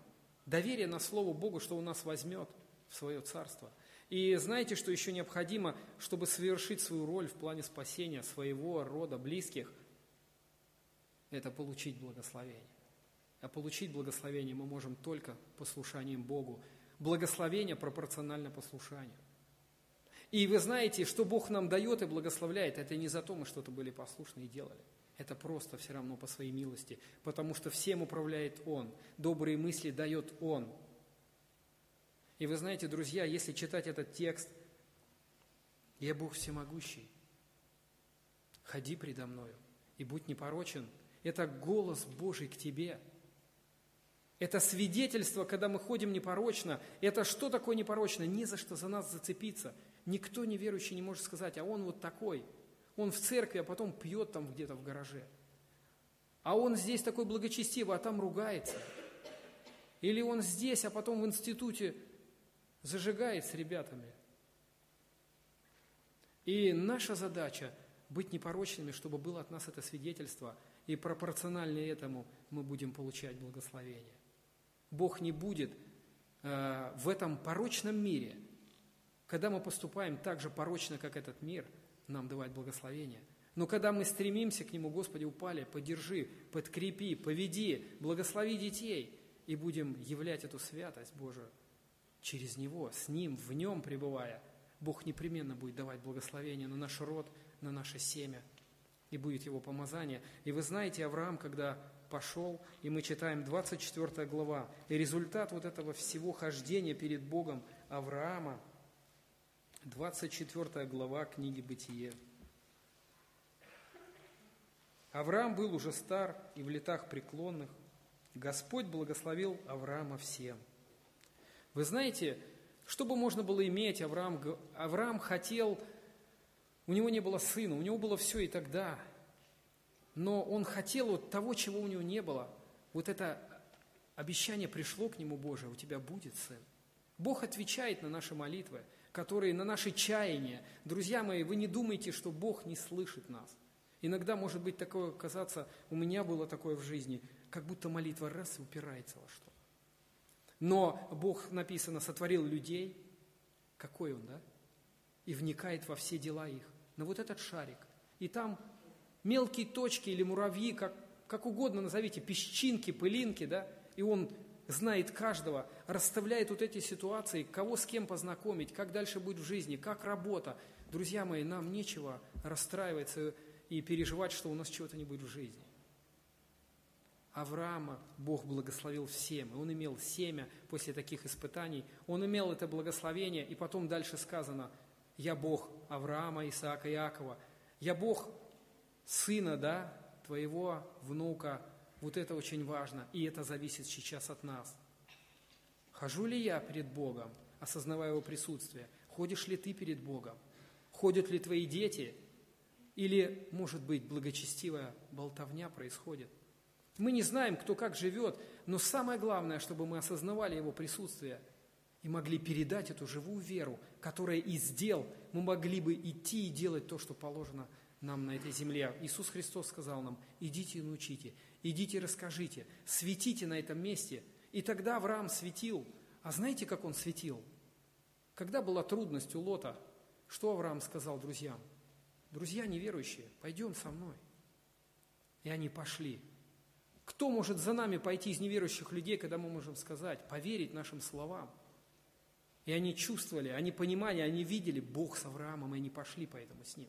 Speaker 5: доверие на Слово Богу, что Он нас возьмет в свое царство. И знаете, что еще необходимо, чтобы совершить свою роль в плане спасения своего рода, близких? Это получить благословение. А получить благословение мы можем только послушанием Богу. Благословение пропорционально послушанию. И вы знаете, что Бог нам дает и благословляет, это не за то, мы что-то были послушны и делали. Это просто все равно по своей милости, потому что всем управляет Он, добрые мысли дает Он. И вы знаете, друзья, если читать этот текст, «Я Бог всемогущий, ходи предо мною и будь непорочен», это голос Божий к тебе. Это свидетельство, когда мы ходим непорочно. Это что такое непорочно? Не за что за нас зацепиться. Никто неверующий не может сказать, а он вот такой. Он в церкви, а потом пьет там где-то в гараже. А он здесь такой благочестивый, а там ругается. Или он здесь, а потом в институте зажигает с ребятами. И наша задача быть непорочными, чтобы было от нас это свидетельство, и пропорционально этому мы будем получать благословение. Бог не будет э, в этом порочном мире, когда мы поступаем так же порочно, как этот мир, нам давать благословение. Но когда мы стремимся к Нему, Господи, упали, поддержи, подкрепи, поведи, благослови детей, и будем являть эту святость Божию через Него, с Ним, в Нем пребывая, Бог непременно будет давать благословение на наш род, на наше семя, и будет Его помазание. И вы знаете, Авраам, когда пошел, и мы читаем двадцать четвёртая глава, и результат вот этого всего хождения перед Богом Авраама, двадцать четвёртая глава книги «Бытие». Авраам был уже стар и в летах преклонных. Господь благословил Авраама всем. Вы знаете, что бы можно было иметь, Авраам, Авраам хотел, у него не было сына, у него было все и тогда, но он хотел вот того, чего у него не было. Вот это обещание пришло к нему, Боже, у тебя будет сын. Бог отвечает на наши молитвы, которые, на наши чаяния. Друзья мои, вы не думайте, что Бог не слышит нас. Иногда может быть такое казаться, у меня было такое в жизни, как будто молитва раз и упирается во что. Но Бог, написано, сотворил людей, какой Он, да? И вникает во все дела их. На вот этот шарик. И там мелкие точки или муравьи, как, как угодно назовите, песчинки, пылинки, да? И Он знает каждого, расставляет вот эти ситуации, кого с кем познакомить, как дальше будет в жизни, как работа. Друзья мои, нам нечего расстраиваться и переживать, что у нас чего-то не будет в жизни. Авраама Бог благословил всем, и он имел семя после таких испытаний, он имел это благословение, и потом дальше сказано, я Бог Авраама, Исаака, Иакова, я Бог сына, да, твоего внука, вот это очень важно, и это зависит сейчас от нас. Хожу ли я перед Богом, осознавая Его присутствие? Ходишь ли ты перед Богом? Ходят ли твои дети? Или, может быть, благочестивая болтовня происходит? Мы не знаем, кто как живет, но самое главное, чтобы мы осознавали Его присутствие и могли передать эту живую веру, которая из дел мы могли бы идти и делать то, что положено нам на этой земле. Иисус Христос сказал нам, идите и научите, идите и расскажите, светите на этом месте. И тогда Авраам светил. А знаете, как он светил? Когда была трудность у Лота, что Авраам сказал друзьям? Друзья неверующие, пойдем со мной. И они пошли. Кто может за нами пойти из неверующих людей, когда мы можем сказать, поверить нашим словам? И они чувствовали, они понимали, они видели Бог с Авраамом, и они пошли поэтому с ним.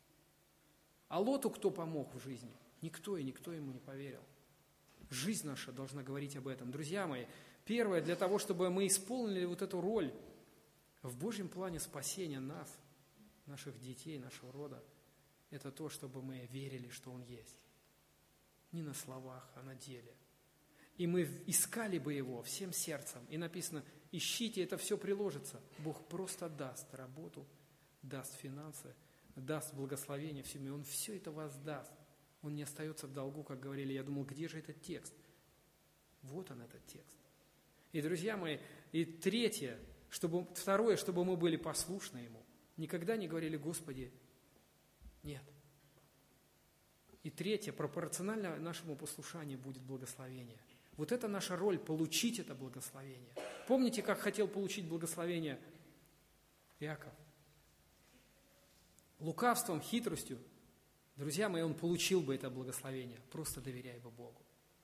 Speaker 5: А Лоту кто помог в жизни? Никто, и никто ему не поверил. Жизнь наша должна говорить об этом. Друзья мои, первое, для того, чтобы мы исполнили вот эту роль в Божьем плане спасения нас, наших детей, нашего рода, это то, чтобы мы верили, что Он есть. Не на словах, а на деле. И мы искали бы Его всем сердцем. И написано, ищите, это все приложится. Бог просто даст работу, даст финансы, даст благословение всем. И Он все это воздаст. Он не остается в долгу, как говорили. Я думал, где же этот текст? Вот он, этот текст. И, друзья мои, и третье, чтобы, второе, чтобы мы были послушны Ему. Никогда не говорили, Господи, нет. И третье, пропорционально нашему послушанию будет благословение. Вот это наша роль, получить это благословение. Помните, как хотел получить благословение Иаков? Лукавством, хитростью, друзья мои, он получил бы это благословение, просто доверяя бы Богу.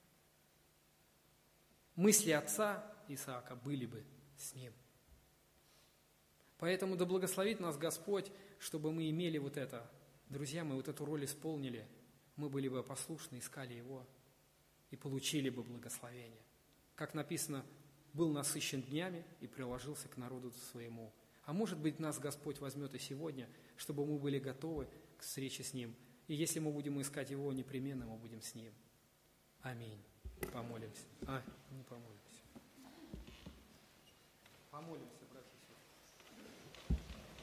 Speaker 5: Мысли отца Исаака были бы с ним. Поэтому да благословит нас Господь, чтобы мы имели вот это. Друзья, мы вот эту роль исполнили, мы были бы послушны, искали Его и получили бы благословение. Как написано, был насыщен днями и приложился к народу своему. А может быть, нас Господь возьмет и сегодня, чтобы мы были готовы к встрече с Ним. И если мы будем искать Его, непременно мы будем с Ним. Аминь. Помолимся. А, не помолимся. Помолимся, братья и сестры.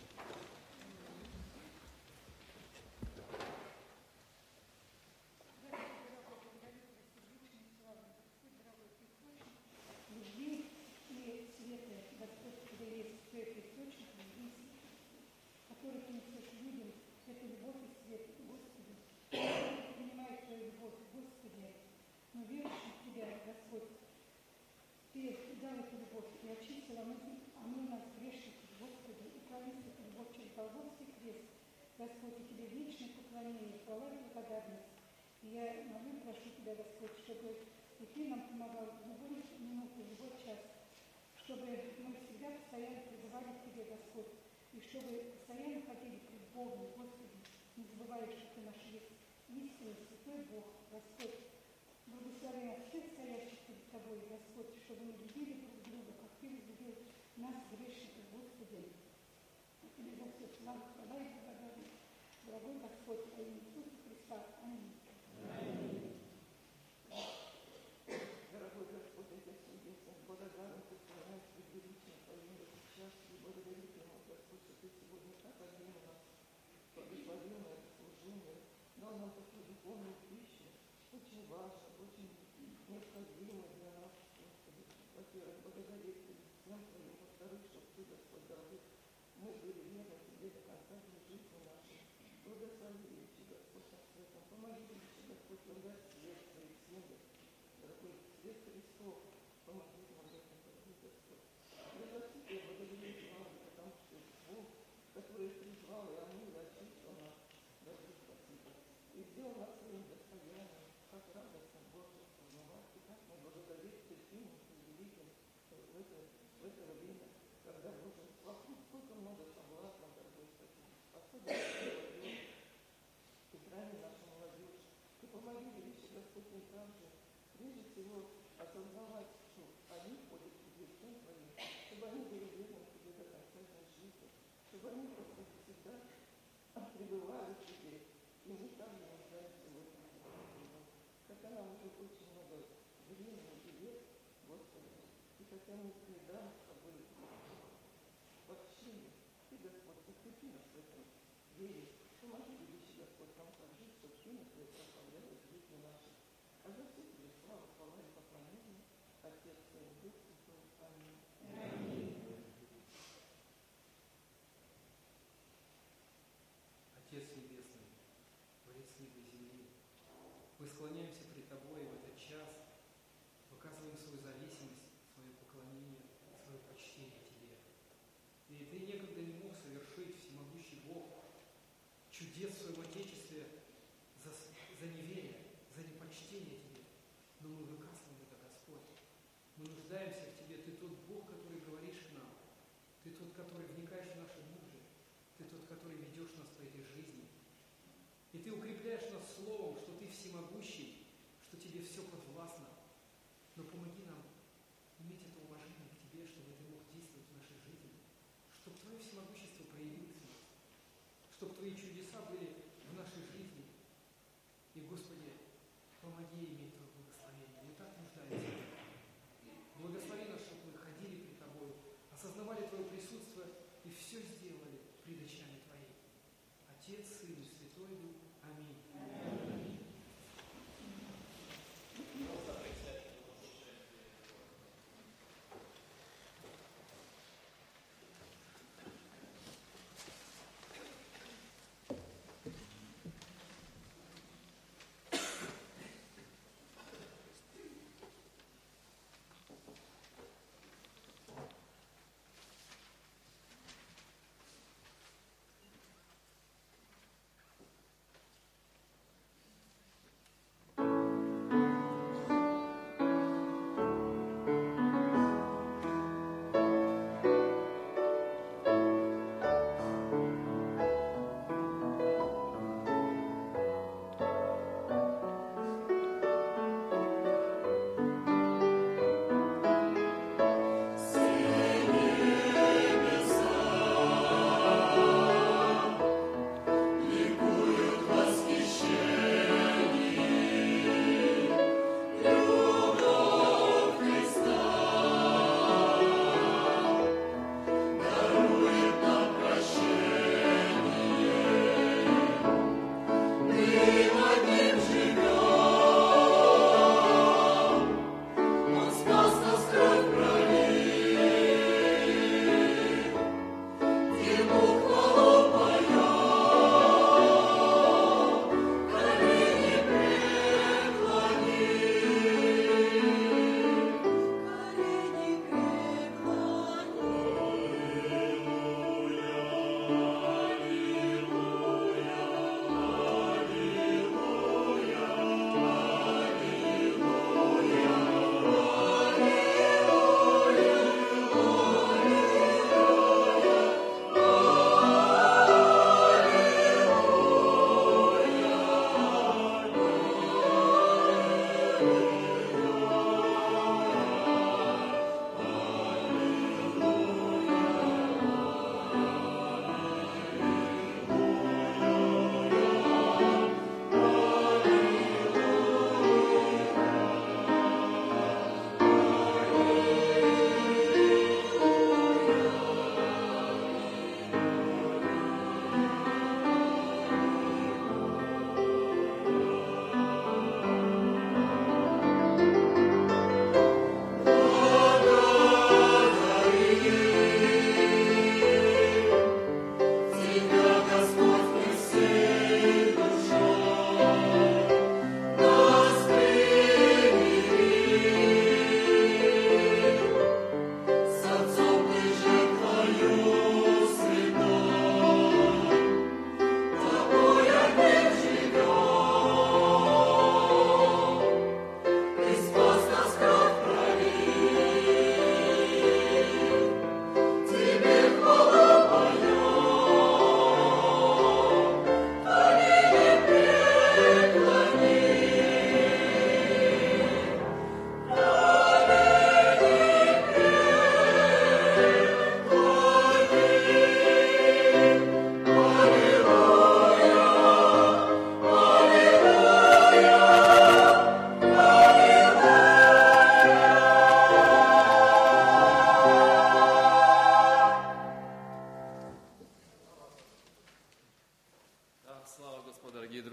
Speaker 6: Любви и света, Господь, когда есть свет источник любви, который ты несешь людям, это любовь и свет, Господи. Принимай твою любовь, Господи, но верующим в Тебя, Господь, Ты дал эту любовь и очистил, а мы, а мы нас грешников, Господи, и пролил эту любовь через Голгофский крест. Господь, и Тебе вечное поклонение, хвала и благодарность. И я молю, прошу Тебя, Господь, чтобы и Ты нам помогал в любую минуту, в любой час, чтобы мы всегда постоянно пребывали в Тебе, Господь, и чтобы постоянно ходили пред Богом, Господи, не забывая, что Ты наш есть истинный, святой Бог, Господь. Благослови нас всех стоящих перед Тобой, Господь, чтобы мы любили друг друга, как Ты возлюбил нас, грешников, Господи. Тебе за все славу, хвала и благодарность. Дорогой Господь, во имя Иисуса Христа. Аминь.
Speaker 7: Дорогой Господь, Отец Небесный, благодарен Ты, слава Тебе, величие Твоим сейчас, и благодарю Тебя, Господь, что Ты сегодня так один нас благословил на это служение, дал нам такую духовную пищу, очень важную, очень необходимую для нас, Господи. Во-первых, благодарить Тебе всем Твоим, во-вторых, чтобы Ты, Господь, дорогой, мы были верны Тебе до конца жизни нашей. Благослови, Величий Господь, нас в этом. Помоги, Величий Господь, дать свет своих семьях. Дорогой, свет Христов, помоги нам в этом, дорогой Господь. Благослови Тебя, благодарю Тебя, потому что Бог, который призвал и омыл, и очистил нас, дорогой, спасибо. И сделал нас своим достоянием, как радостно Боже познавать, и как мы благодарим терпением и великим в это, в это время, когда, Боже, вокруг столько много соблазнов, дорогой Спаситель, особенно молодежь, и храни нашу молодежь. И помоги, величий Господь, им также, прежде всего, осознавать, что они ходят к Тебе всем Твоим, чтобы они были верны к Тебе до конца жизни, чтобы они, Господи, всегда пребывали в Тебе, и мы также нуждаемся в этом. Хотя нам уже очень много времени и лет, Господи, и хотя мы недавно с Тобой в общении, Ты, Господь, укрепи нас в этом вере, помоги, величий Господь, нам так жить, чтобы Ты нас прославлял в жизни нашей. А за все Тебе слава, хвала и поклонение, Отец, Сын, Дух Святой. Аминь. Аминь.
Speaker 5: Отец Небесный, Творец неба и земли, мы склоняемся пред Тобой в этот час, показываем свою зависимость, свое поклонение, свое почтение Тебе. И Ты некогда не мог совершить, всемогущий Бог, чудес в своем Отечестве за, за неверие, за непочтение Тебе. Но мы выказываем это, Господь. Мы нуждаемся в Тебе. Ты тот Бог, который говоришь к нам. Ты тот, который вникаешь в наши нужды. Ты тот, который ведешь нас по этой жизни. И Ты укрепляешь нас словом, что Ты всемогущий, что Тебе все подвластно. Но помоги нам иметь это уважение к Тебе, чтобы Ты мог действовать в нашей жизни, чтобы Твое всемогущество проявилось в нас, чтобы Твои чудеса были в нашей жизни. И, Господи, помоги иметь Твое благословение. Мы так нуждаемся. Благослови нас, чтобы мы ходили пред Тобой, осознавали Твое присутствие и все сделали пред очами Твоими. Отец, Сын и Святой Дух. Аминь. Аминь.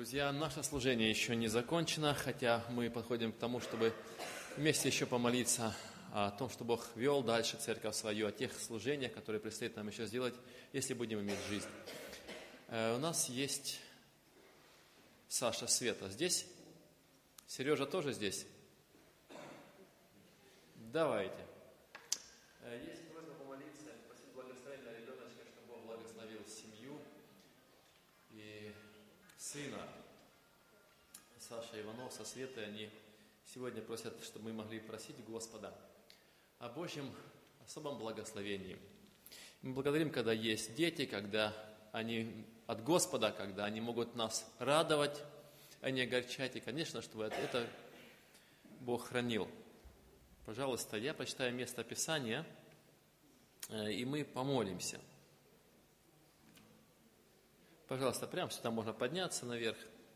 Speaker 1: Друзья, наше служение еще не закончено, хотя мы подходим к тому, чтобы вместе еще помолиться о том, что Бог вел дальше церковь свою, о тех служениях, которые предстоит нам еще сделать, если будем иметь жизнь. Э, у нас есть Саша, Света здесь, Сережа тоже здесь. Давайте. Э, есть просьба помолиться, просить благословения на ребеночка, чтобы Бог благословил семью и сына Саша Иванов со Светой. Они сегодня просят, чтобы мы могли просить Господа о Божьем особом благословении. Мы благодарим, когда есть дети, когда они от Господа, когда они могут нас радовать, а не огорчать. И, конечно, чтобы это Бог хранил. Пожалуйста, я прочитаю место Писания, и мы помолимся. Пожалуйста, прямо сюда можно подняться наверх.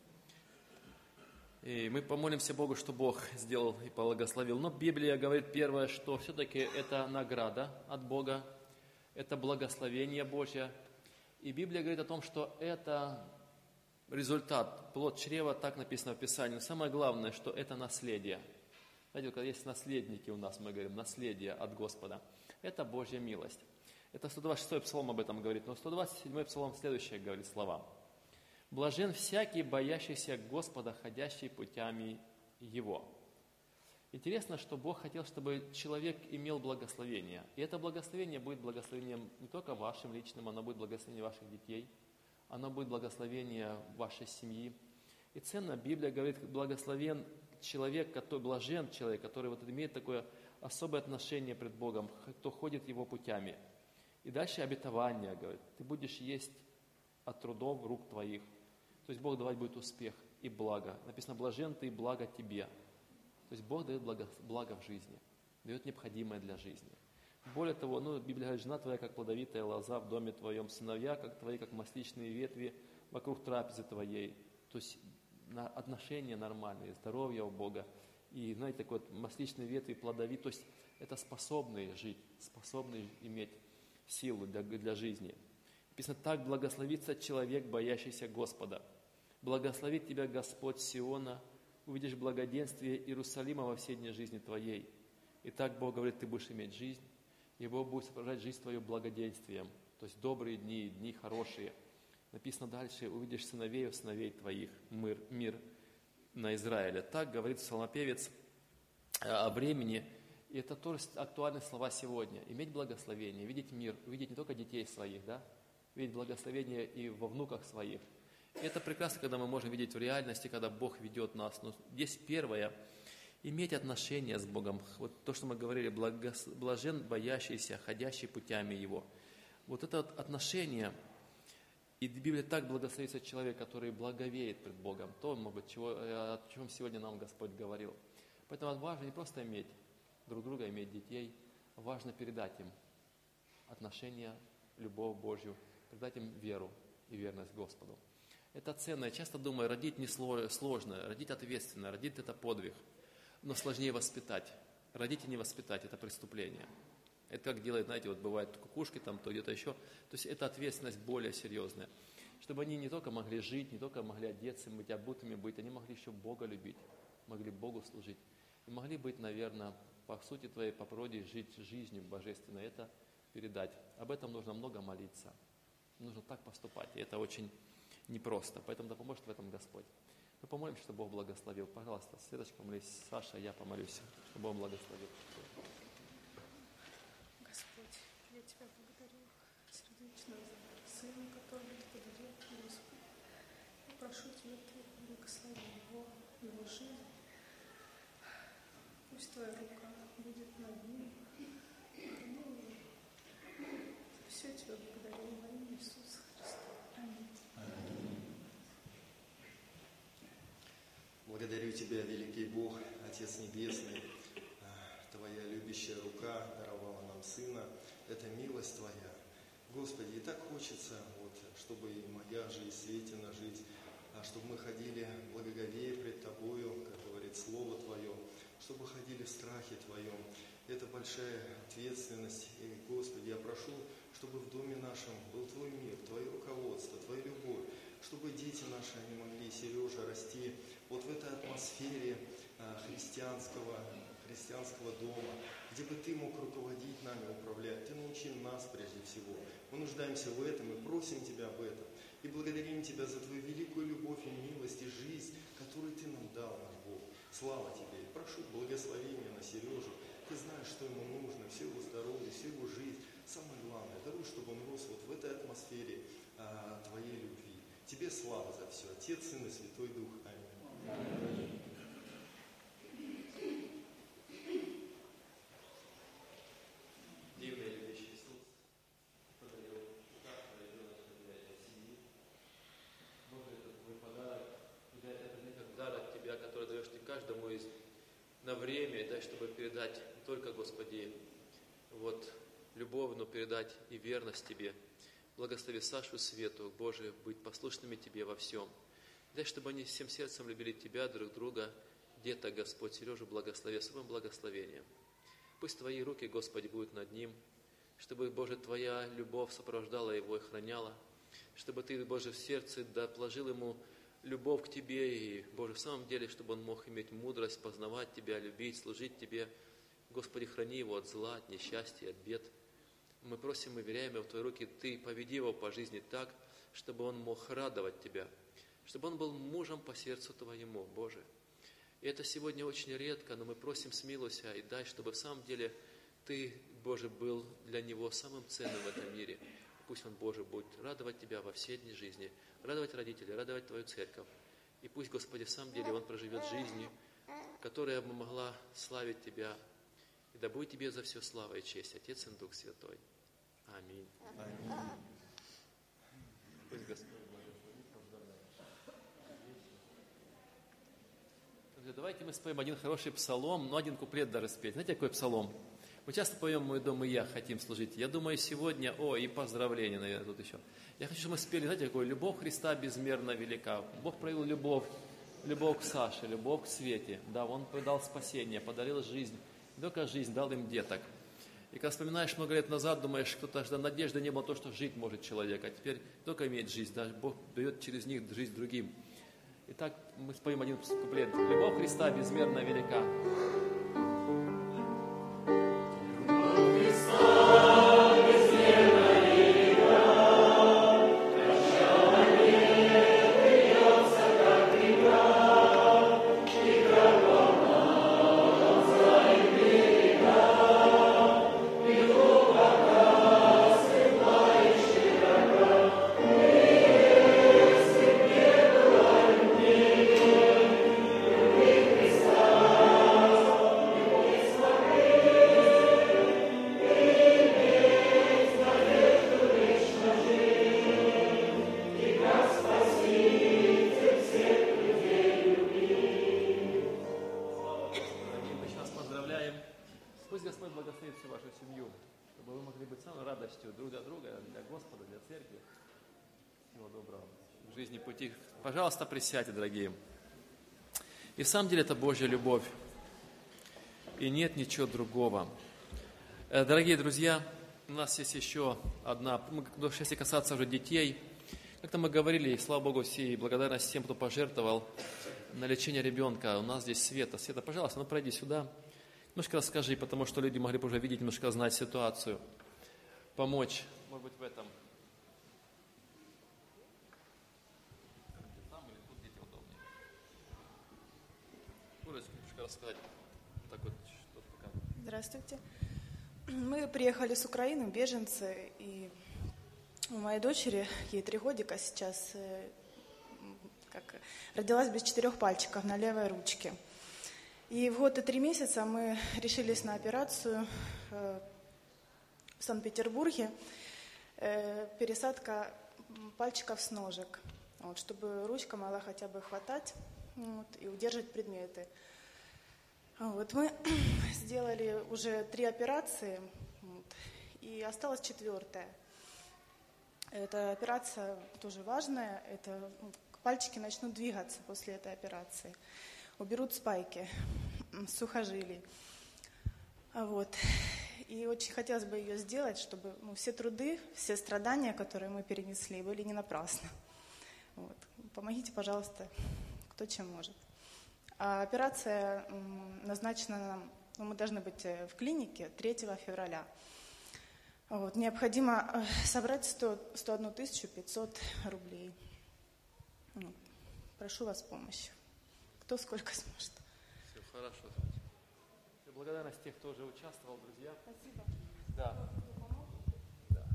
Speaker 1: И мы помолимся Богу, что Бог сделал и благословил. Но Библия говорит первое, что все-таки это награда от Бога, это благословение Божье. И Библия говорит о том, что это результат, плод чрева, так написано в Писании. Но самое главное, что это наследие. Знаете, когда есть наследники у нас, мы говорим, наследие от Господа. Это Божья милость. Это сто двадцать шестой псалом об этом говорит, но сто двадцать седьмой псалом следующее говорит слова. «Блажен всякий, боящийся Господа, ходящий путями Его». Интересно, что Бог хотел, чтобы человек имел благословение. И это благословение будет благословением не только вашим личным, оно будет благословением ваших детей, оно будет благословение вашей семьи. И ценно, Библия говорит, благословен человек, который, блажен человек, который вот имеет такое особое отношение пред Богом, кто ходит Его путями. И дальше обетование, говорит, ты будешь есть от трудов рук твоих. То есть Бог давать будет успех и благо. Написано, блажен ты и благо тебе. То есть Бог дает благо, благо в жизни, дает необходимое для жизни. Более того, ну, Библия говорит, жена твоя, как плодовитая лоза в доме твоем, сыновья, как твои, как масличные ветви вокруг трапезы твоей. То есть на отношения нормальные, здоровье у Бога. И, знаете, такой вот масличные ветви, плодовит, то есть это способные жить, способные иметь силу для, для жизни. Написано, так благословится человек, боящийся Господа. Благословит тебя Господь Сиона, увидишь благоденствие Иерусалима во всей дни жизни твоей. И так Бог говорит, ты будешь иметь жизнь, и Бог будет сопровождать жизнь твою благоденствием. То есть добрые дни, дни хорошие. Написано дальше, увидишь сыновей у сыновей твоих, мир, мир на Израиле. Так говорит псалмопевец о времени. И это тоже актуальные слова сегодня. Иметь благословение, видеть мир, увидеть не только детей своих, да, видеть благословение и во внуках своих. И это прекрасно, когда мы можем видеть в реальности, когда Бог ведет нас. Но здесь первое, иметь отношения с Богом. Вот то, что мы говорили, благос... блажен боящийся, ходящий путями Его. Вот это вот отношение, и Библия так благословится человек, который благовеет пред Богом. То, может быть, чего, о чем сегодня нам Господь говорил. Поэтому важно не просто иметь друг друга, иметь детей, важно передать им отношения, любовь Божью, передать им веру и верность Господу. Это ценно. Я часто думаю, родить не сложно, родить ответственно, родить это подвиг, но сложнее воспитать. Родить и не воспитать – это преступление. Это как делают, знаете, вот бывают кукушки там, то где-то еще. То есть это ответственность более серьезная. Чтобы они не только могли жить, не только могли одеться, быть обутыми быть, они могли еще Бога любить, могли Богу служить. И могли быть, наверное, по сути твоей, по природе, жить жизнью божественной. Это передать. Об этом нужно много молиться. Нужно так поступать. И это очень непросто. Поэтому да поможет в этом Господь. Мы помолимся, чтобы Бог благословил. Пожалуйста, Светочка, помолись, Саша, я помолюсь, чтобы Бог благословил.
Speaker 6: Господь, я Тебя благодарю сердечно за Сына, который Ты подарил, Господи. Я прошу Тебя, Ты благослови Его, Его жизнь. Пусть Твоя рука будет над Ним. Все Тебя благодарю во имя Иисуса Христа. Аминь.
Speaker 8: Благодарю Тебя, великий Бог, Отец Небесный. Твоя любящая рука даровала нам Сына. Это милость Твоя. Господи, и так хочется, вот, чтобы и моя жизнь, Светина жизнь, чтобы мы ходили благоговея пред Тобою, как говорит Слово Твое, чтобы ходили в страхе Твоем. Это большая ответственность. И, Господи, я прошу, чтобы в доме нашем был Твой мир, Твое руководство, Твоя любовь, чтобы дети наши, они могли, Сережа, расти вот в этой атмосфере христианского, христианского дома, где бы Ты мог руководить нами, управлять. Ты научил нас прежде всего. Мы нуждаемся в этом и просим Тебя об этом. И благодарим Тебя за Твою великую любовь и милость и жизнь, которую Ты нам дал, наш Бог. Слава Тебе. И прошу благословения на Сережу. Ты знаешь, что ему нужно, все его здоровье, всю его жизнь. Самое главное, даруй, чтобы он рос вот в этой атмосфере а, Твоей любви. Тебе слава за все. Отец, Сын и Святой Дух. Аминь.
Speaker 1: Дивный любящий Иисус подарил каждого ребенка для этой семьи. Боже, это Твой подарок. И дай это не как дар от Тебя, который даешь Ты каждому из на время, и дай, чтобы передать не только, Господи, вот любовь, но передать и верность Тебе. Благослови Сашу, Свету, Боже, быть послушными Тебе во всем. Дай, чтобы они всем сердцем любили Тебя, друг друга, деток, Господь, Сережу благослови своим благословением. Пусть Твои руки, Господи, будут над ним, чтобы, Боже, Твоя любовь сопровождала его и храняла, чтобы Ты, Боже, в сердце положил ему любовь к Тебе, и, Боже, в самом деле, чтобы он мог иметь мудрость, познавать Тебя, любить, служить Тебе. Господи, храни его от зла, от несчастья, от бед. Мы просим и веряем в Твои руки, Ты поведи его по жизни так, чтобы он мог радовать Тебя, чтобы он был мужем по сердцу Твоему, Боже. И это сегодня очень редко, но мы просим смилуйся и дай, чтобы в самом деле Ты, Боже, был для него самым ценным в этом мире. Пусть он, Боже, будет радовать Тебя во все дни жизни, радовать родителей, радовать Твою церковь. И пусть, Господи, в самом деле он проживет жизнь, которая бы могла славить Тебя. И да будет Тебе за все слава и честь, Отец и Дух Святой. Аминь.
Speaker 8: Аминь.
Speaker 1: Пусть Господь благословит, поздравляем. Давайте мы споем один хороший псалом, но один куплет даже спеть. Знаете, какой псалом? Мы часто поем «Мой дом и я хотим служить». Я думаю, сегодня, о, и поздравления, наверное, тут еще. Я хочу, чтобы мы спели, знаете, какой? «Любовь Христа безмерно велика». Бог проявил любовь, любовь к Саше, любовь к Свете. Да, Он дал спасение, подарил жизнь. Не только жизнь, дал им деток. И когда вспоминаешь много лет назад, думаешь, кто-то ждал, надежды не было то, что жить может человек, а теперь только имеет жизнь, даже Бог дает через них жизнь другим. Итак, мы споем один куплет. «Любовь Христа безмерно велика». Пожалуйста, присядьте, дорогие. И в самом деле это Божья любовь. И нет ничего другого. Дорогие друзья, у нас есть еще одна, если касаться уже детей, как-то мы говорили, и слава Богу, все, и благодарность тем, кто пожертвовал на лечение ребенка. У нас здесь Света. Света, пожалуйста, ну пройди сюда. Немножко расскажи, потому что люди могли бы уже видеть, немножко знать ситуацию. Помочь, может быть, в этом. Рассказать. Так вот, что пока.
Speaker 9: Здравствуйте. Мы приехали с Украины, беженцы, и у моей дочери, ей три годика сейчас, как, родилась без четырех пальчиков на левой ручке. И в год и три месяца мы решились на операцию в Санкт-Петербурге, пересадка пальчиков с ножек, вот, чтобы ручка могла хотя бы хватать вот, и удерживать предметы. Вот мы сделали уже три операции, вот, и осталась четвертая. Эта операция тоже важная, это пальчики начнут двигаться после этой операции. Уберут спайки, сухожилий. Вот. И очень хотелось бы ее сделать, чтобы ну, все труды, все страдания, которые мы перенесли, были не напрасны. Вот. Помогите, пожалуйста, кто чем может. А операция м, назначена нам, ну, мы должны быть в клинике третьего февраля. Вот. Необходимо э, собрать сто, сто одну тысячу пятьсот рублей. Вот. Прошу вас помощи. Кто сколько сможет.
Speaker 1: Все хорошо. Благодарность тех, кто уже участвовал, друзья.
Speaker 9: Спасибо.
Speaker 1: Да. Да.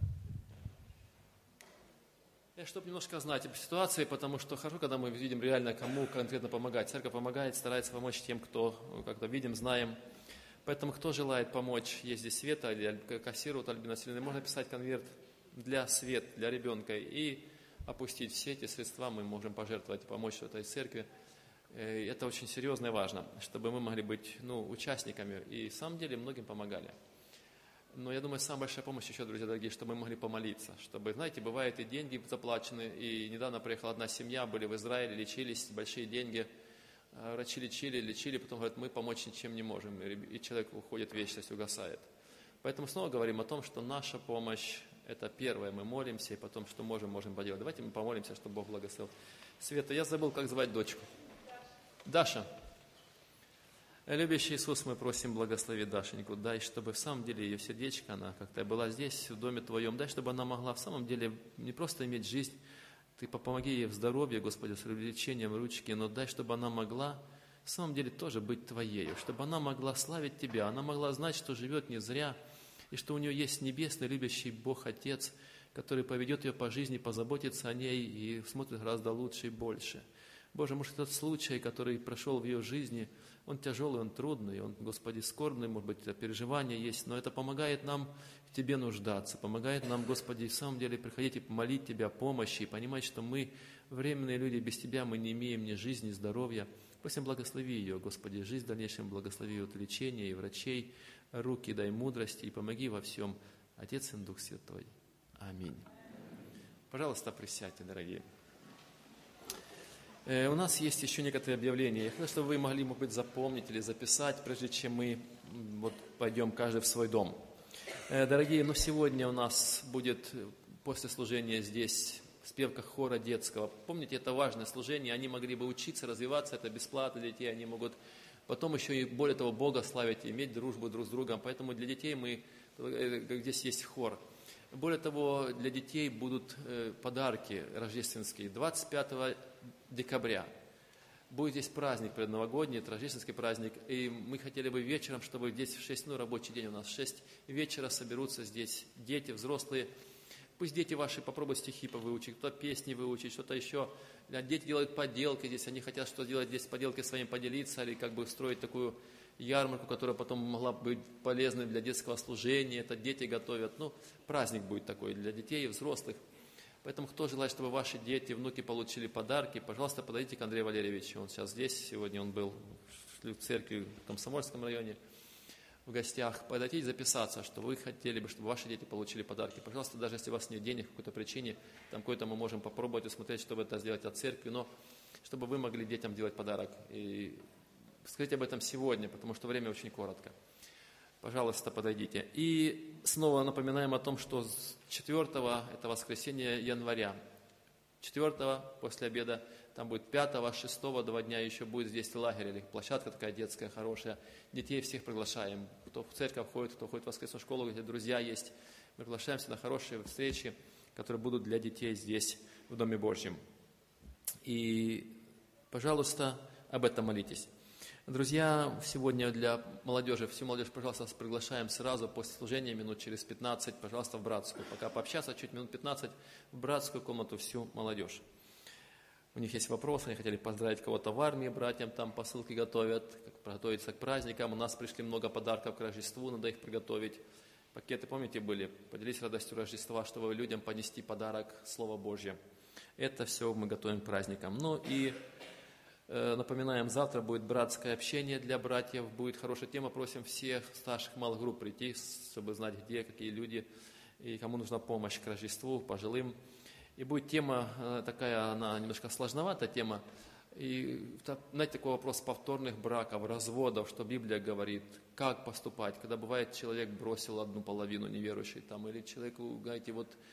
Speaker 1: Я, чтобы немножко знать об ситуации, потому что хорошо, когда мы видим реально, кому конкретно помогать. Церковь помогает, старается помочь тем, кто как-то видим, знаем. Поэтому, кто желает помочь, есть здесь Света, или кассиру от Альбины Васильевны, можно писать конверт для Свет, для ребенка, и опустить все эти средства, мы можем пожертвовать и помочь этой церкви. Это очень серьезно и важно, чтобы мы могли быть ну, участниками, и в самом деле многим помогали. Но я думаю, самая большая помощь еще, друзья дорогие, чтобы мы могли помолиться, чтобы, знаете, бывает и деньги заплачены, и недавно приехала одна семья, были в Израиле, лечились, большие деньги, врачи лечили, лечили, потом говорят, мы помочь ничем не можем, и человек уходит в вечность, угасает. Поэтому снова говорим о том, что наша помощь – это первое, мы молимся, и потом, что можем, можем поделать. Давайте мы помолимся, чтобы Бог благословил. Света, я забыл, как звать дочку. Даша. Любящий Иисус, мы просим, благослови Дашеньку, дай, чтобы в самом деле ее сердечко, она как-то была здесь, в доме Твоем, дай, чтобы она могла в самом деле не просто иметь жизнь, Ты помоги ей в здоровье, Господи, с увеличением ручки, но дай, чтобы она могла в самом деле тоже быть Твоею, чтобы она могла славить Тебя, она могла знать, что живет не зря, и что у нее есть небесный, любящий Бог, Отец, который поведет ее по жизни, позаботится о ней и смотрит гораздо лучше и больше. Боже, может, этот случай, который прошел в ее жизни, он тяжелый, он трудный, он, Господи, скорбный, может быть, переживания есть, но это помогает нам в Тебе нуждаться, помогает нам, Господи, в самом деле приходить и молить Тебя о помощи, и понимать, что мы временные люди, без Тебя мы не имеем ни жизни, ни здоровья. Просим, благослови ее, Господи, жизнь в дальнейшем, благослови ее от лечения и врачей, руки дай мудрости и помоги во всем. Отец и Дух Святой. Аминь. Пожалуйста, присядьте, дорогие. У нас есть еще некоторые объявления. Я хочу, чтобы вы могли, может быть, запомнить или записать, прежде чем мы вот, пойдем каждый в свой дом. Дорогие, ну сегодня у нас будет после служения здесь спевка хора детского. Помните, это важное служение, они могли бы учиться, развиваться, это бесплатно для детей, они могут потом еще и более того Бога славить, иметь дружбу друг с другом. Поэтому для детей мы, здесь есть хор. Более того, для детей будут подарки рождественские. двадцать пятого декабря будет здесь праздник предновогодний, это рождественский праздник. И мы хотели бы вечером, чтобы здесь в шесть, ну рабочий день у нас в шесть вечера соберутся здесь дети, взрослые. Пусть дети ваши попробуют стихи повыучить, кто песни выучить, что-то еще. Дети делают поделки здесь, они хотят что делать здесь, поделки своими поделиться, или как бы строить такую ярмарку, которая потом могла быть полезной для детского служения. Это дети готовят. Ну, праздник будет такой для детей и взрослых. Поэтому, кто желает, чтобы ваши дети, внуки получили подарки, пожалуйста, подойдите к Андрею Валерьевичу. Он сейчас здесь, сегодня он был в церкви в Комсомольском районе в гостях. Подойдите записаться, что вы хотели бы, чтобы ваши дети получили подарки. Пожалуйста, даже если у вас нет денег по какой-то причине, там какой-то мы можем попробовать усмотреть, чтобы это сделать от церкви, но чтобы вы могли детям делать подарок. И скажите об этом сегодня, потому что время очень коротко. Пожалуйста, подойдите. И снова напоминаем о том, что четвёртого, это воскресенье января, четвёртого после обеда, там будет пятого, шестого, два дня еще будет здесь лагерь или площадка такая детская, хорошая. Детей всех приглашаем. Кто в церковь ходит, кто ходит в воскресную школу, где друзья есть. Мы приглашаемся на хорошие встречи, которые будут для детей здесь, в Доме Божьем. И, пожалуйста, об этом молитесь. Друзья, сегодня для молодежи, всю молодежь, пожалуйста, приглашаем сразу после служения, минут через пятнадцать, пожалуйста, в братскую. Пока пообщаться, чуть минут пятнадцать, в братскую комнату всю молодежь. У них есть вопросы, они хотели поздравить кого-то в армии, братьям там посылки готовят, как приготовиться к праздникам. У нас пришли много подарков к Рождеству, надо их приготовить. Пакеты, помните, были? Поделись радостью Рождества, чтобы людям понести подарок, Слово Божье. Это все мы готовим к праздникам. Ну и напоминаем, завтра будет братское общение для братьев, будет хорошая тема, просим всех старших малых групп прийти, чтобы знать, где, какие люди и кому нужна помощь к Рождеству, пожилым. И будет тема такая, она немножко сложноватая тема, и, знаете, такой вопрос повторных браков, разводов, что Библия говорит, как поступать, когда бывает человек бросил одну половину неверующий, там, или человеку, знаете, вот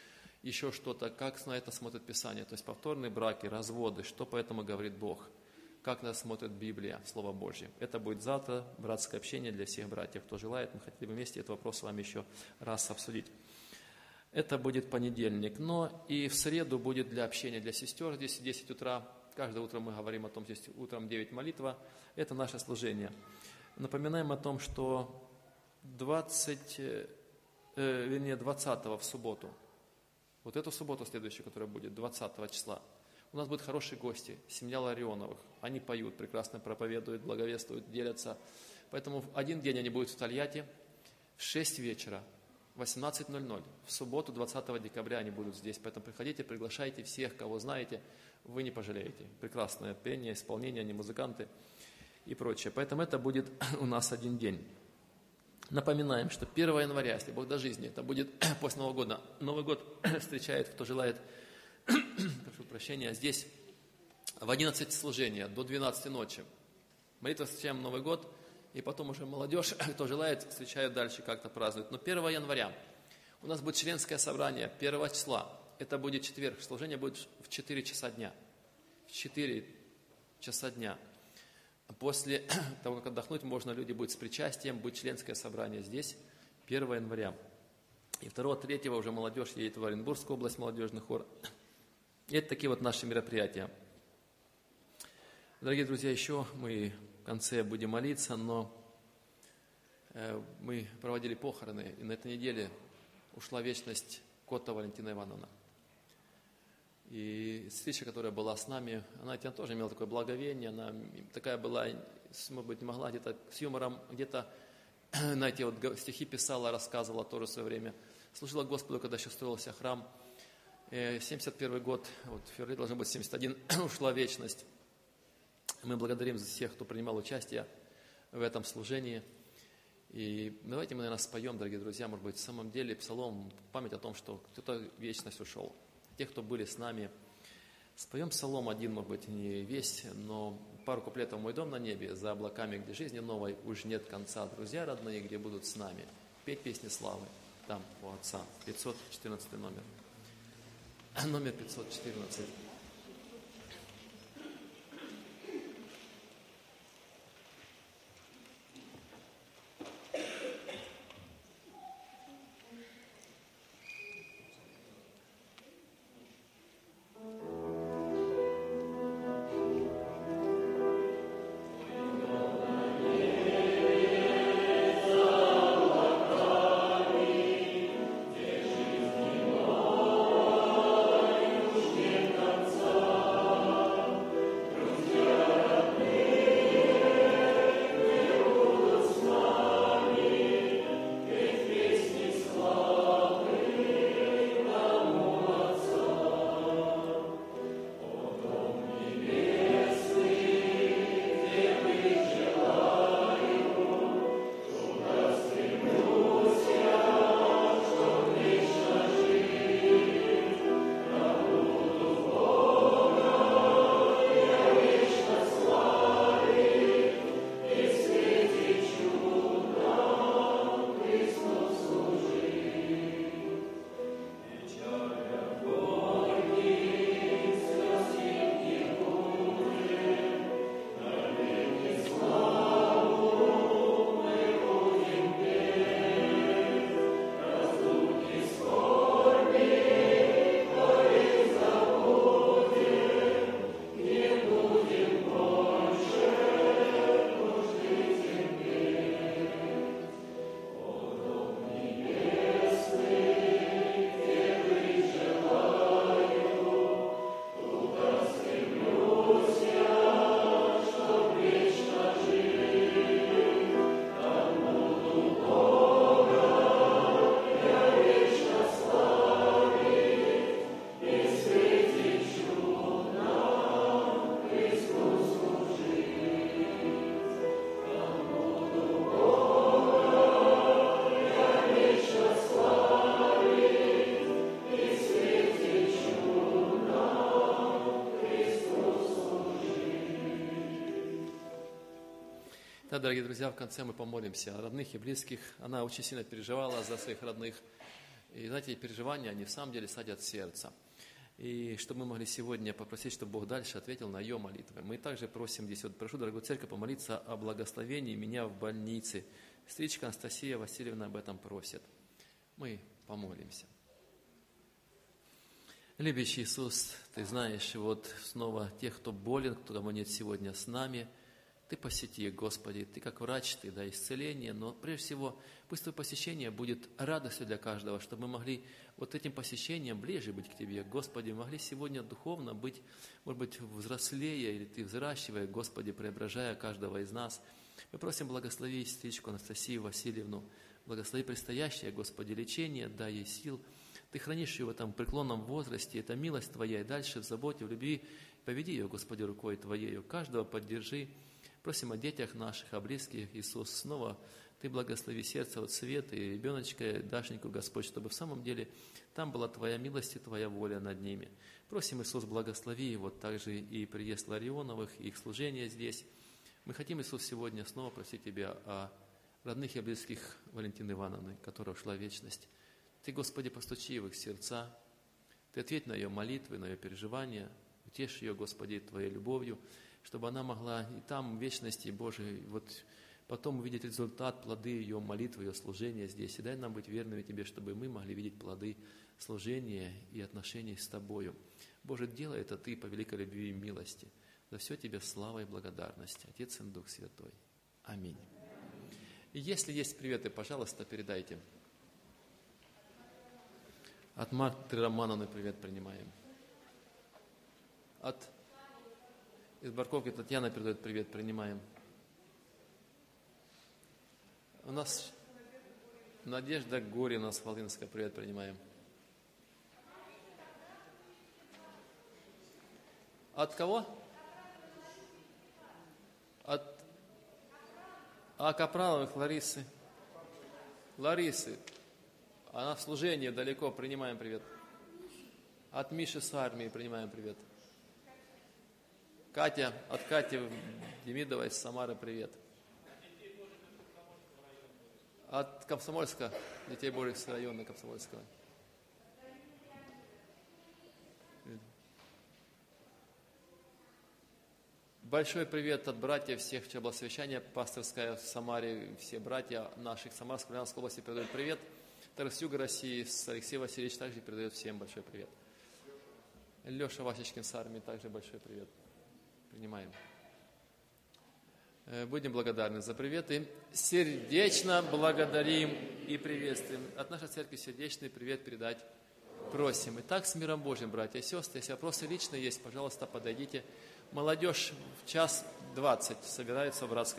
Speaker 1: еще что-то, как на это смотрит Писание, то есть повторные браки, разводы, что по этому говорит Бог, как на это смотрит Библия, Слово Божье. Это будет завтра, братское общение для всех братьев, кто желает, мы хотели бы вместе этот вопрос с вами еще раз обсудить. Это будет понедельник, но и в среду будет для общения для сестер, здесь в десять утра, каждое утро мы говорим о том, здесь утром девять молитва, это наше служение. Напоминаем о том, что двадцать, э, вернее, двадцатого в субботу, вот эту субботу следующую, которая будет, двадцатого числа, у нас будут хорошие гости, семья Ларионовых. Они поют, прекрасно проповедуют, благовествуют, делятся. Поэтому в один день они будут в Тольятти, в шесть вечера, восемнадцать ноль ноль. В субботу, двадцатого декабря они будут здесь. Поэтому приходите, приглашайте всех, кого знаете, вы не пожалеете. Прекрасное пение, исполнение, они музыканты и прочее. Поэтому это будет у нас один день. Напоминаем, что первого января, если Бог даст жизни, это будет после Нового года. Новый год встречает, кто желает, прошу прощения, здесь в одиннадцать служения до двенадцати ночи. Молитва встречаем Новый год, и потом уже молодежь, кто желает, встречают дальше, как-то празднуют. Но первого января у нас будет членское собрание первого числа. Это будет четверг. Служение будет в четыре часа дня. В четыре часа дня. После того, как отдохнуть можно, люди будут с причастием, будет членское собрание здесь первого января. И второго-третьего уже молодежь едет в Оренбургскую область, молодежный хор. И это такие вот наши мероприятия. Дорогие друзья, еще мы в конце будем молиться, но мы проводили похороны, и на этой неделе ушла в вечность Кота Валентина Ивановна. И встреча, которая была с нами, она, она тоже имела такое благовение, она такая была, может быть, не могла где-то с юмором, где-то, знаете, вот стихи писала, рассказывала тоже в свое время. Служила Господу, когда еще строился храм. семьдесят первый год, вот в феврале должен быть семьдесят один, ушла в вечность. Мы благодарим за всех, кто принимал участие в этом служении. И давайте мы, наверное, споем, дорогие друзья, может быть, в самом деле псалом, память о том, что кто-то в вечность ушел. Те, кто были с нами, споем псалом один, может быть, не весь, но пару куплетов «Мой дом на небе, за облаками, где жизни новой уж нет конца, друзья родные, где будут с нами». Петь песни славы, там, у Отца, пятьсот четырнадцатый номер. Номер пятьсот четырнадцать. Да, дорогие друзья, в конце мы помолимся о родных и близких. Она очень сильно переживала за своих родных. И знаете, эти переживания, они в самом деле садят сердце. И чтобы мы могли сегодня попросить, чтобы Бог дальше ответил на ее молитвы. Мы также просим здесь, вот прошу, дорогую церковь, помолиться о благословении меня в больнице. Сестричка Анастасия Васильевна об этом просит. Мы помолимся. Любящий Иисус, Ты знаешь, вот снова тех, кто болен, кого нет сегодня с нами, Ты посети, Господи, Ты как врач, Ты дай исцеление, но прежде всего пусть Твое посещение будет радостью для каждого, чтобы мы могли вот этим посещением ближе быть к Тебе, Господи, могли сегодня духовно быть, может быть, взрослее, или Ты взращивая, Господи, преображая каждого из нас. Мы просим благослови сестричку Анастасию Васильевну, благослови предстоящее, Господи, лечение, дай ей сил. Ты хранишь ее в этом преклонном возрасте, это милость Твоя, и дальше в заботе, в любви поведи ее, Господи, рукой Твоею, каждого поддержи. Просим о детях наших, о близких, Иисус, снова Ты благослови сердце от Светы и ребеночка, Дашеньку, Господь, чтобы в самом деле там была Твоя милость и Твоя воля над ними. Просим, Иисус, благослови вот также и приезд Ларионовых, и их служение здесь. Мы хотим, Иисус, сегодня снова просить Тебя о родных и близких Валентины Ивановны, которая ушла в вечность. Ты, Господи, постучи в их сердца, Ты ответь на ее молитвы, на ее переживания, утешь ее, Господи, Твоей любовью, чтобы она могла и там, в вечности Божией, вот потом увидеть результат, плоды ее молитвы, ее служения здесь. И дай нам быть верными Тебе, чтобы мы могли видеть плоды служения и отношений с Тобою. Боже, делай это Ты по великой любви и милости. За все Тебе слава и благодарность, Отец и Дух Святой. Аминь. И если есть приветы, пожалуйста, передайте. От Марты Романовны привет принимаем. От из Барковки Татьяна передает привет, принимаем. У нас Надежда Горина с Волынска, привет принимаем. От кого? От а, Капраловых Ларисы. Ларисы. Она в служении далеко, принимаем привет. От Миши с армии принимаем привет. Катя, от Кати Демидовой из Самары привет. От Комсомольска, Детей Божьих с района Комсомольского. Большой привет от братьев всех, чье благословение пасторское в Самаре, все братья наших в Самарской Ульяновской области передают привет. Также с юга России, Алексей Васильевич также передает всем большой привет. Леша Васечкин с армии также большой привет. Принимаем. Будем благодарны за приветы. Сердечно благодарим и приветствуем. От нашей церкви сердечный привет передать просим. Итак, с миром Божьим, братья и сестры, если вопросы личные есть, пожалуйста, подойдите. Молодежь в час двадцать собирается в братской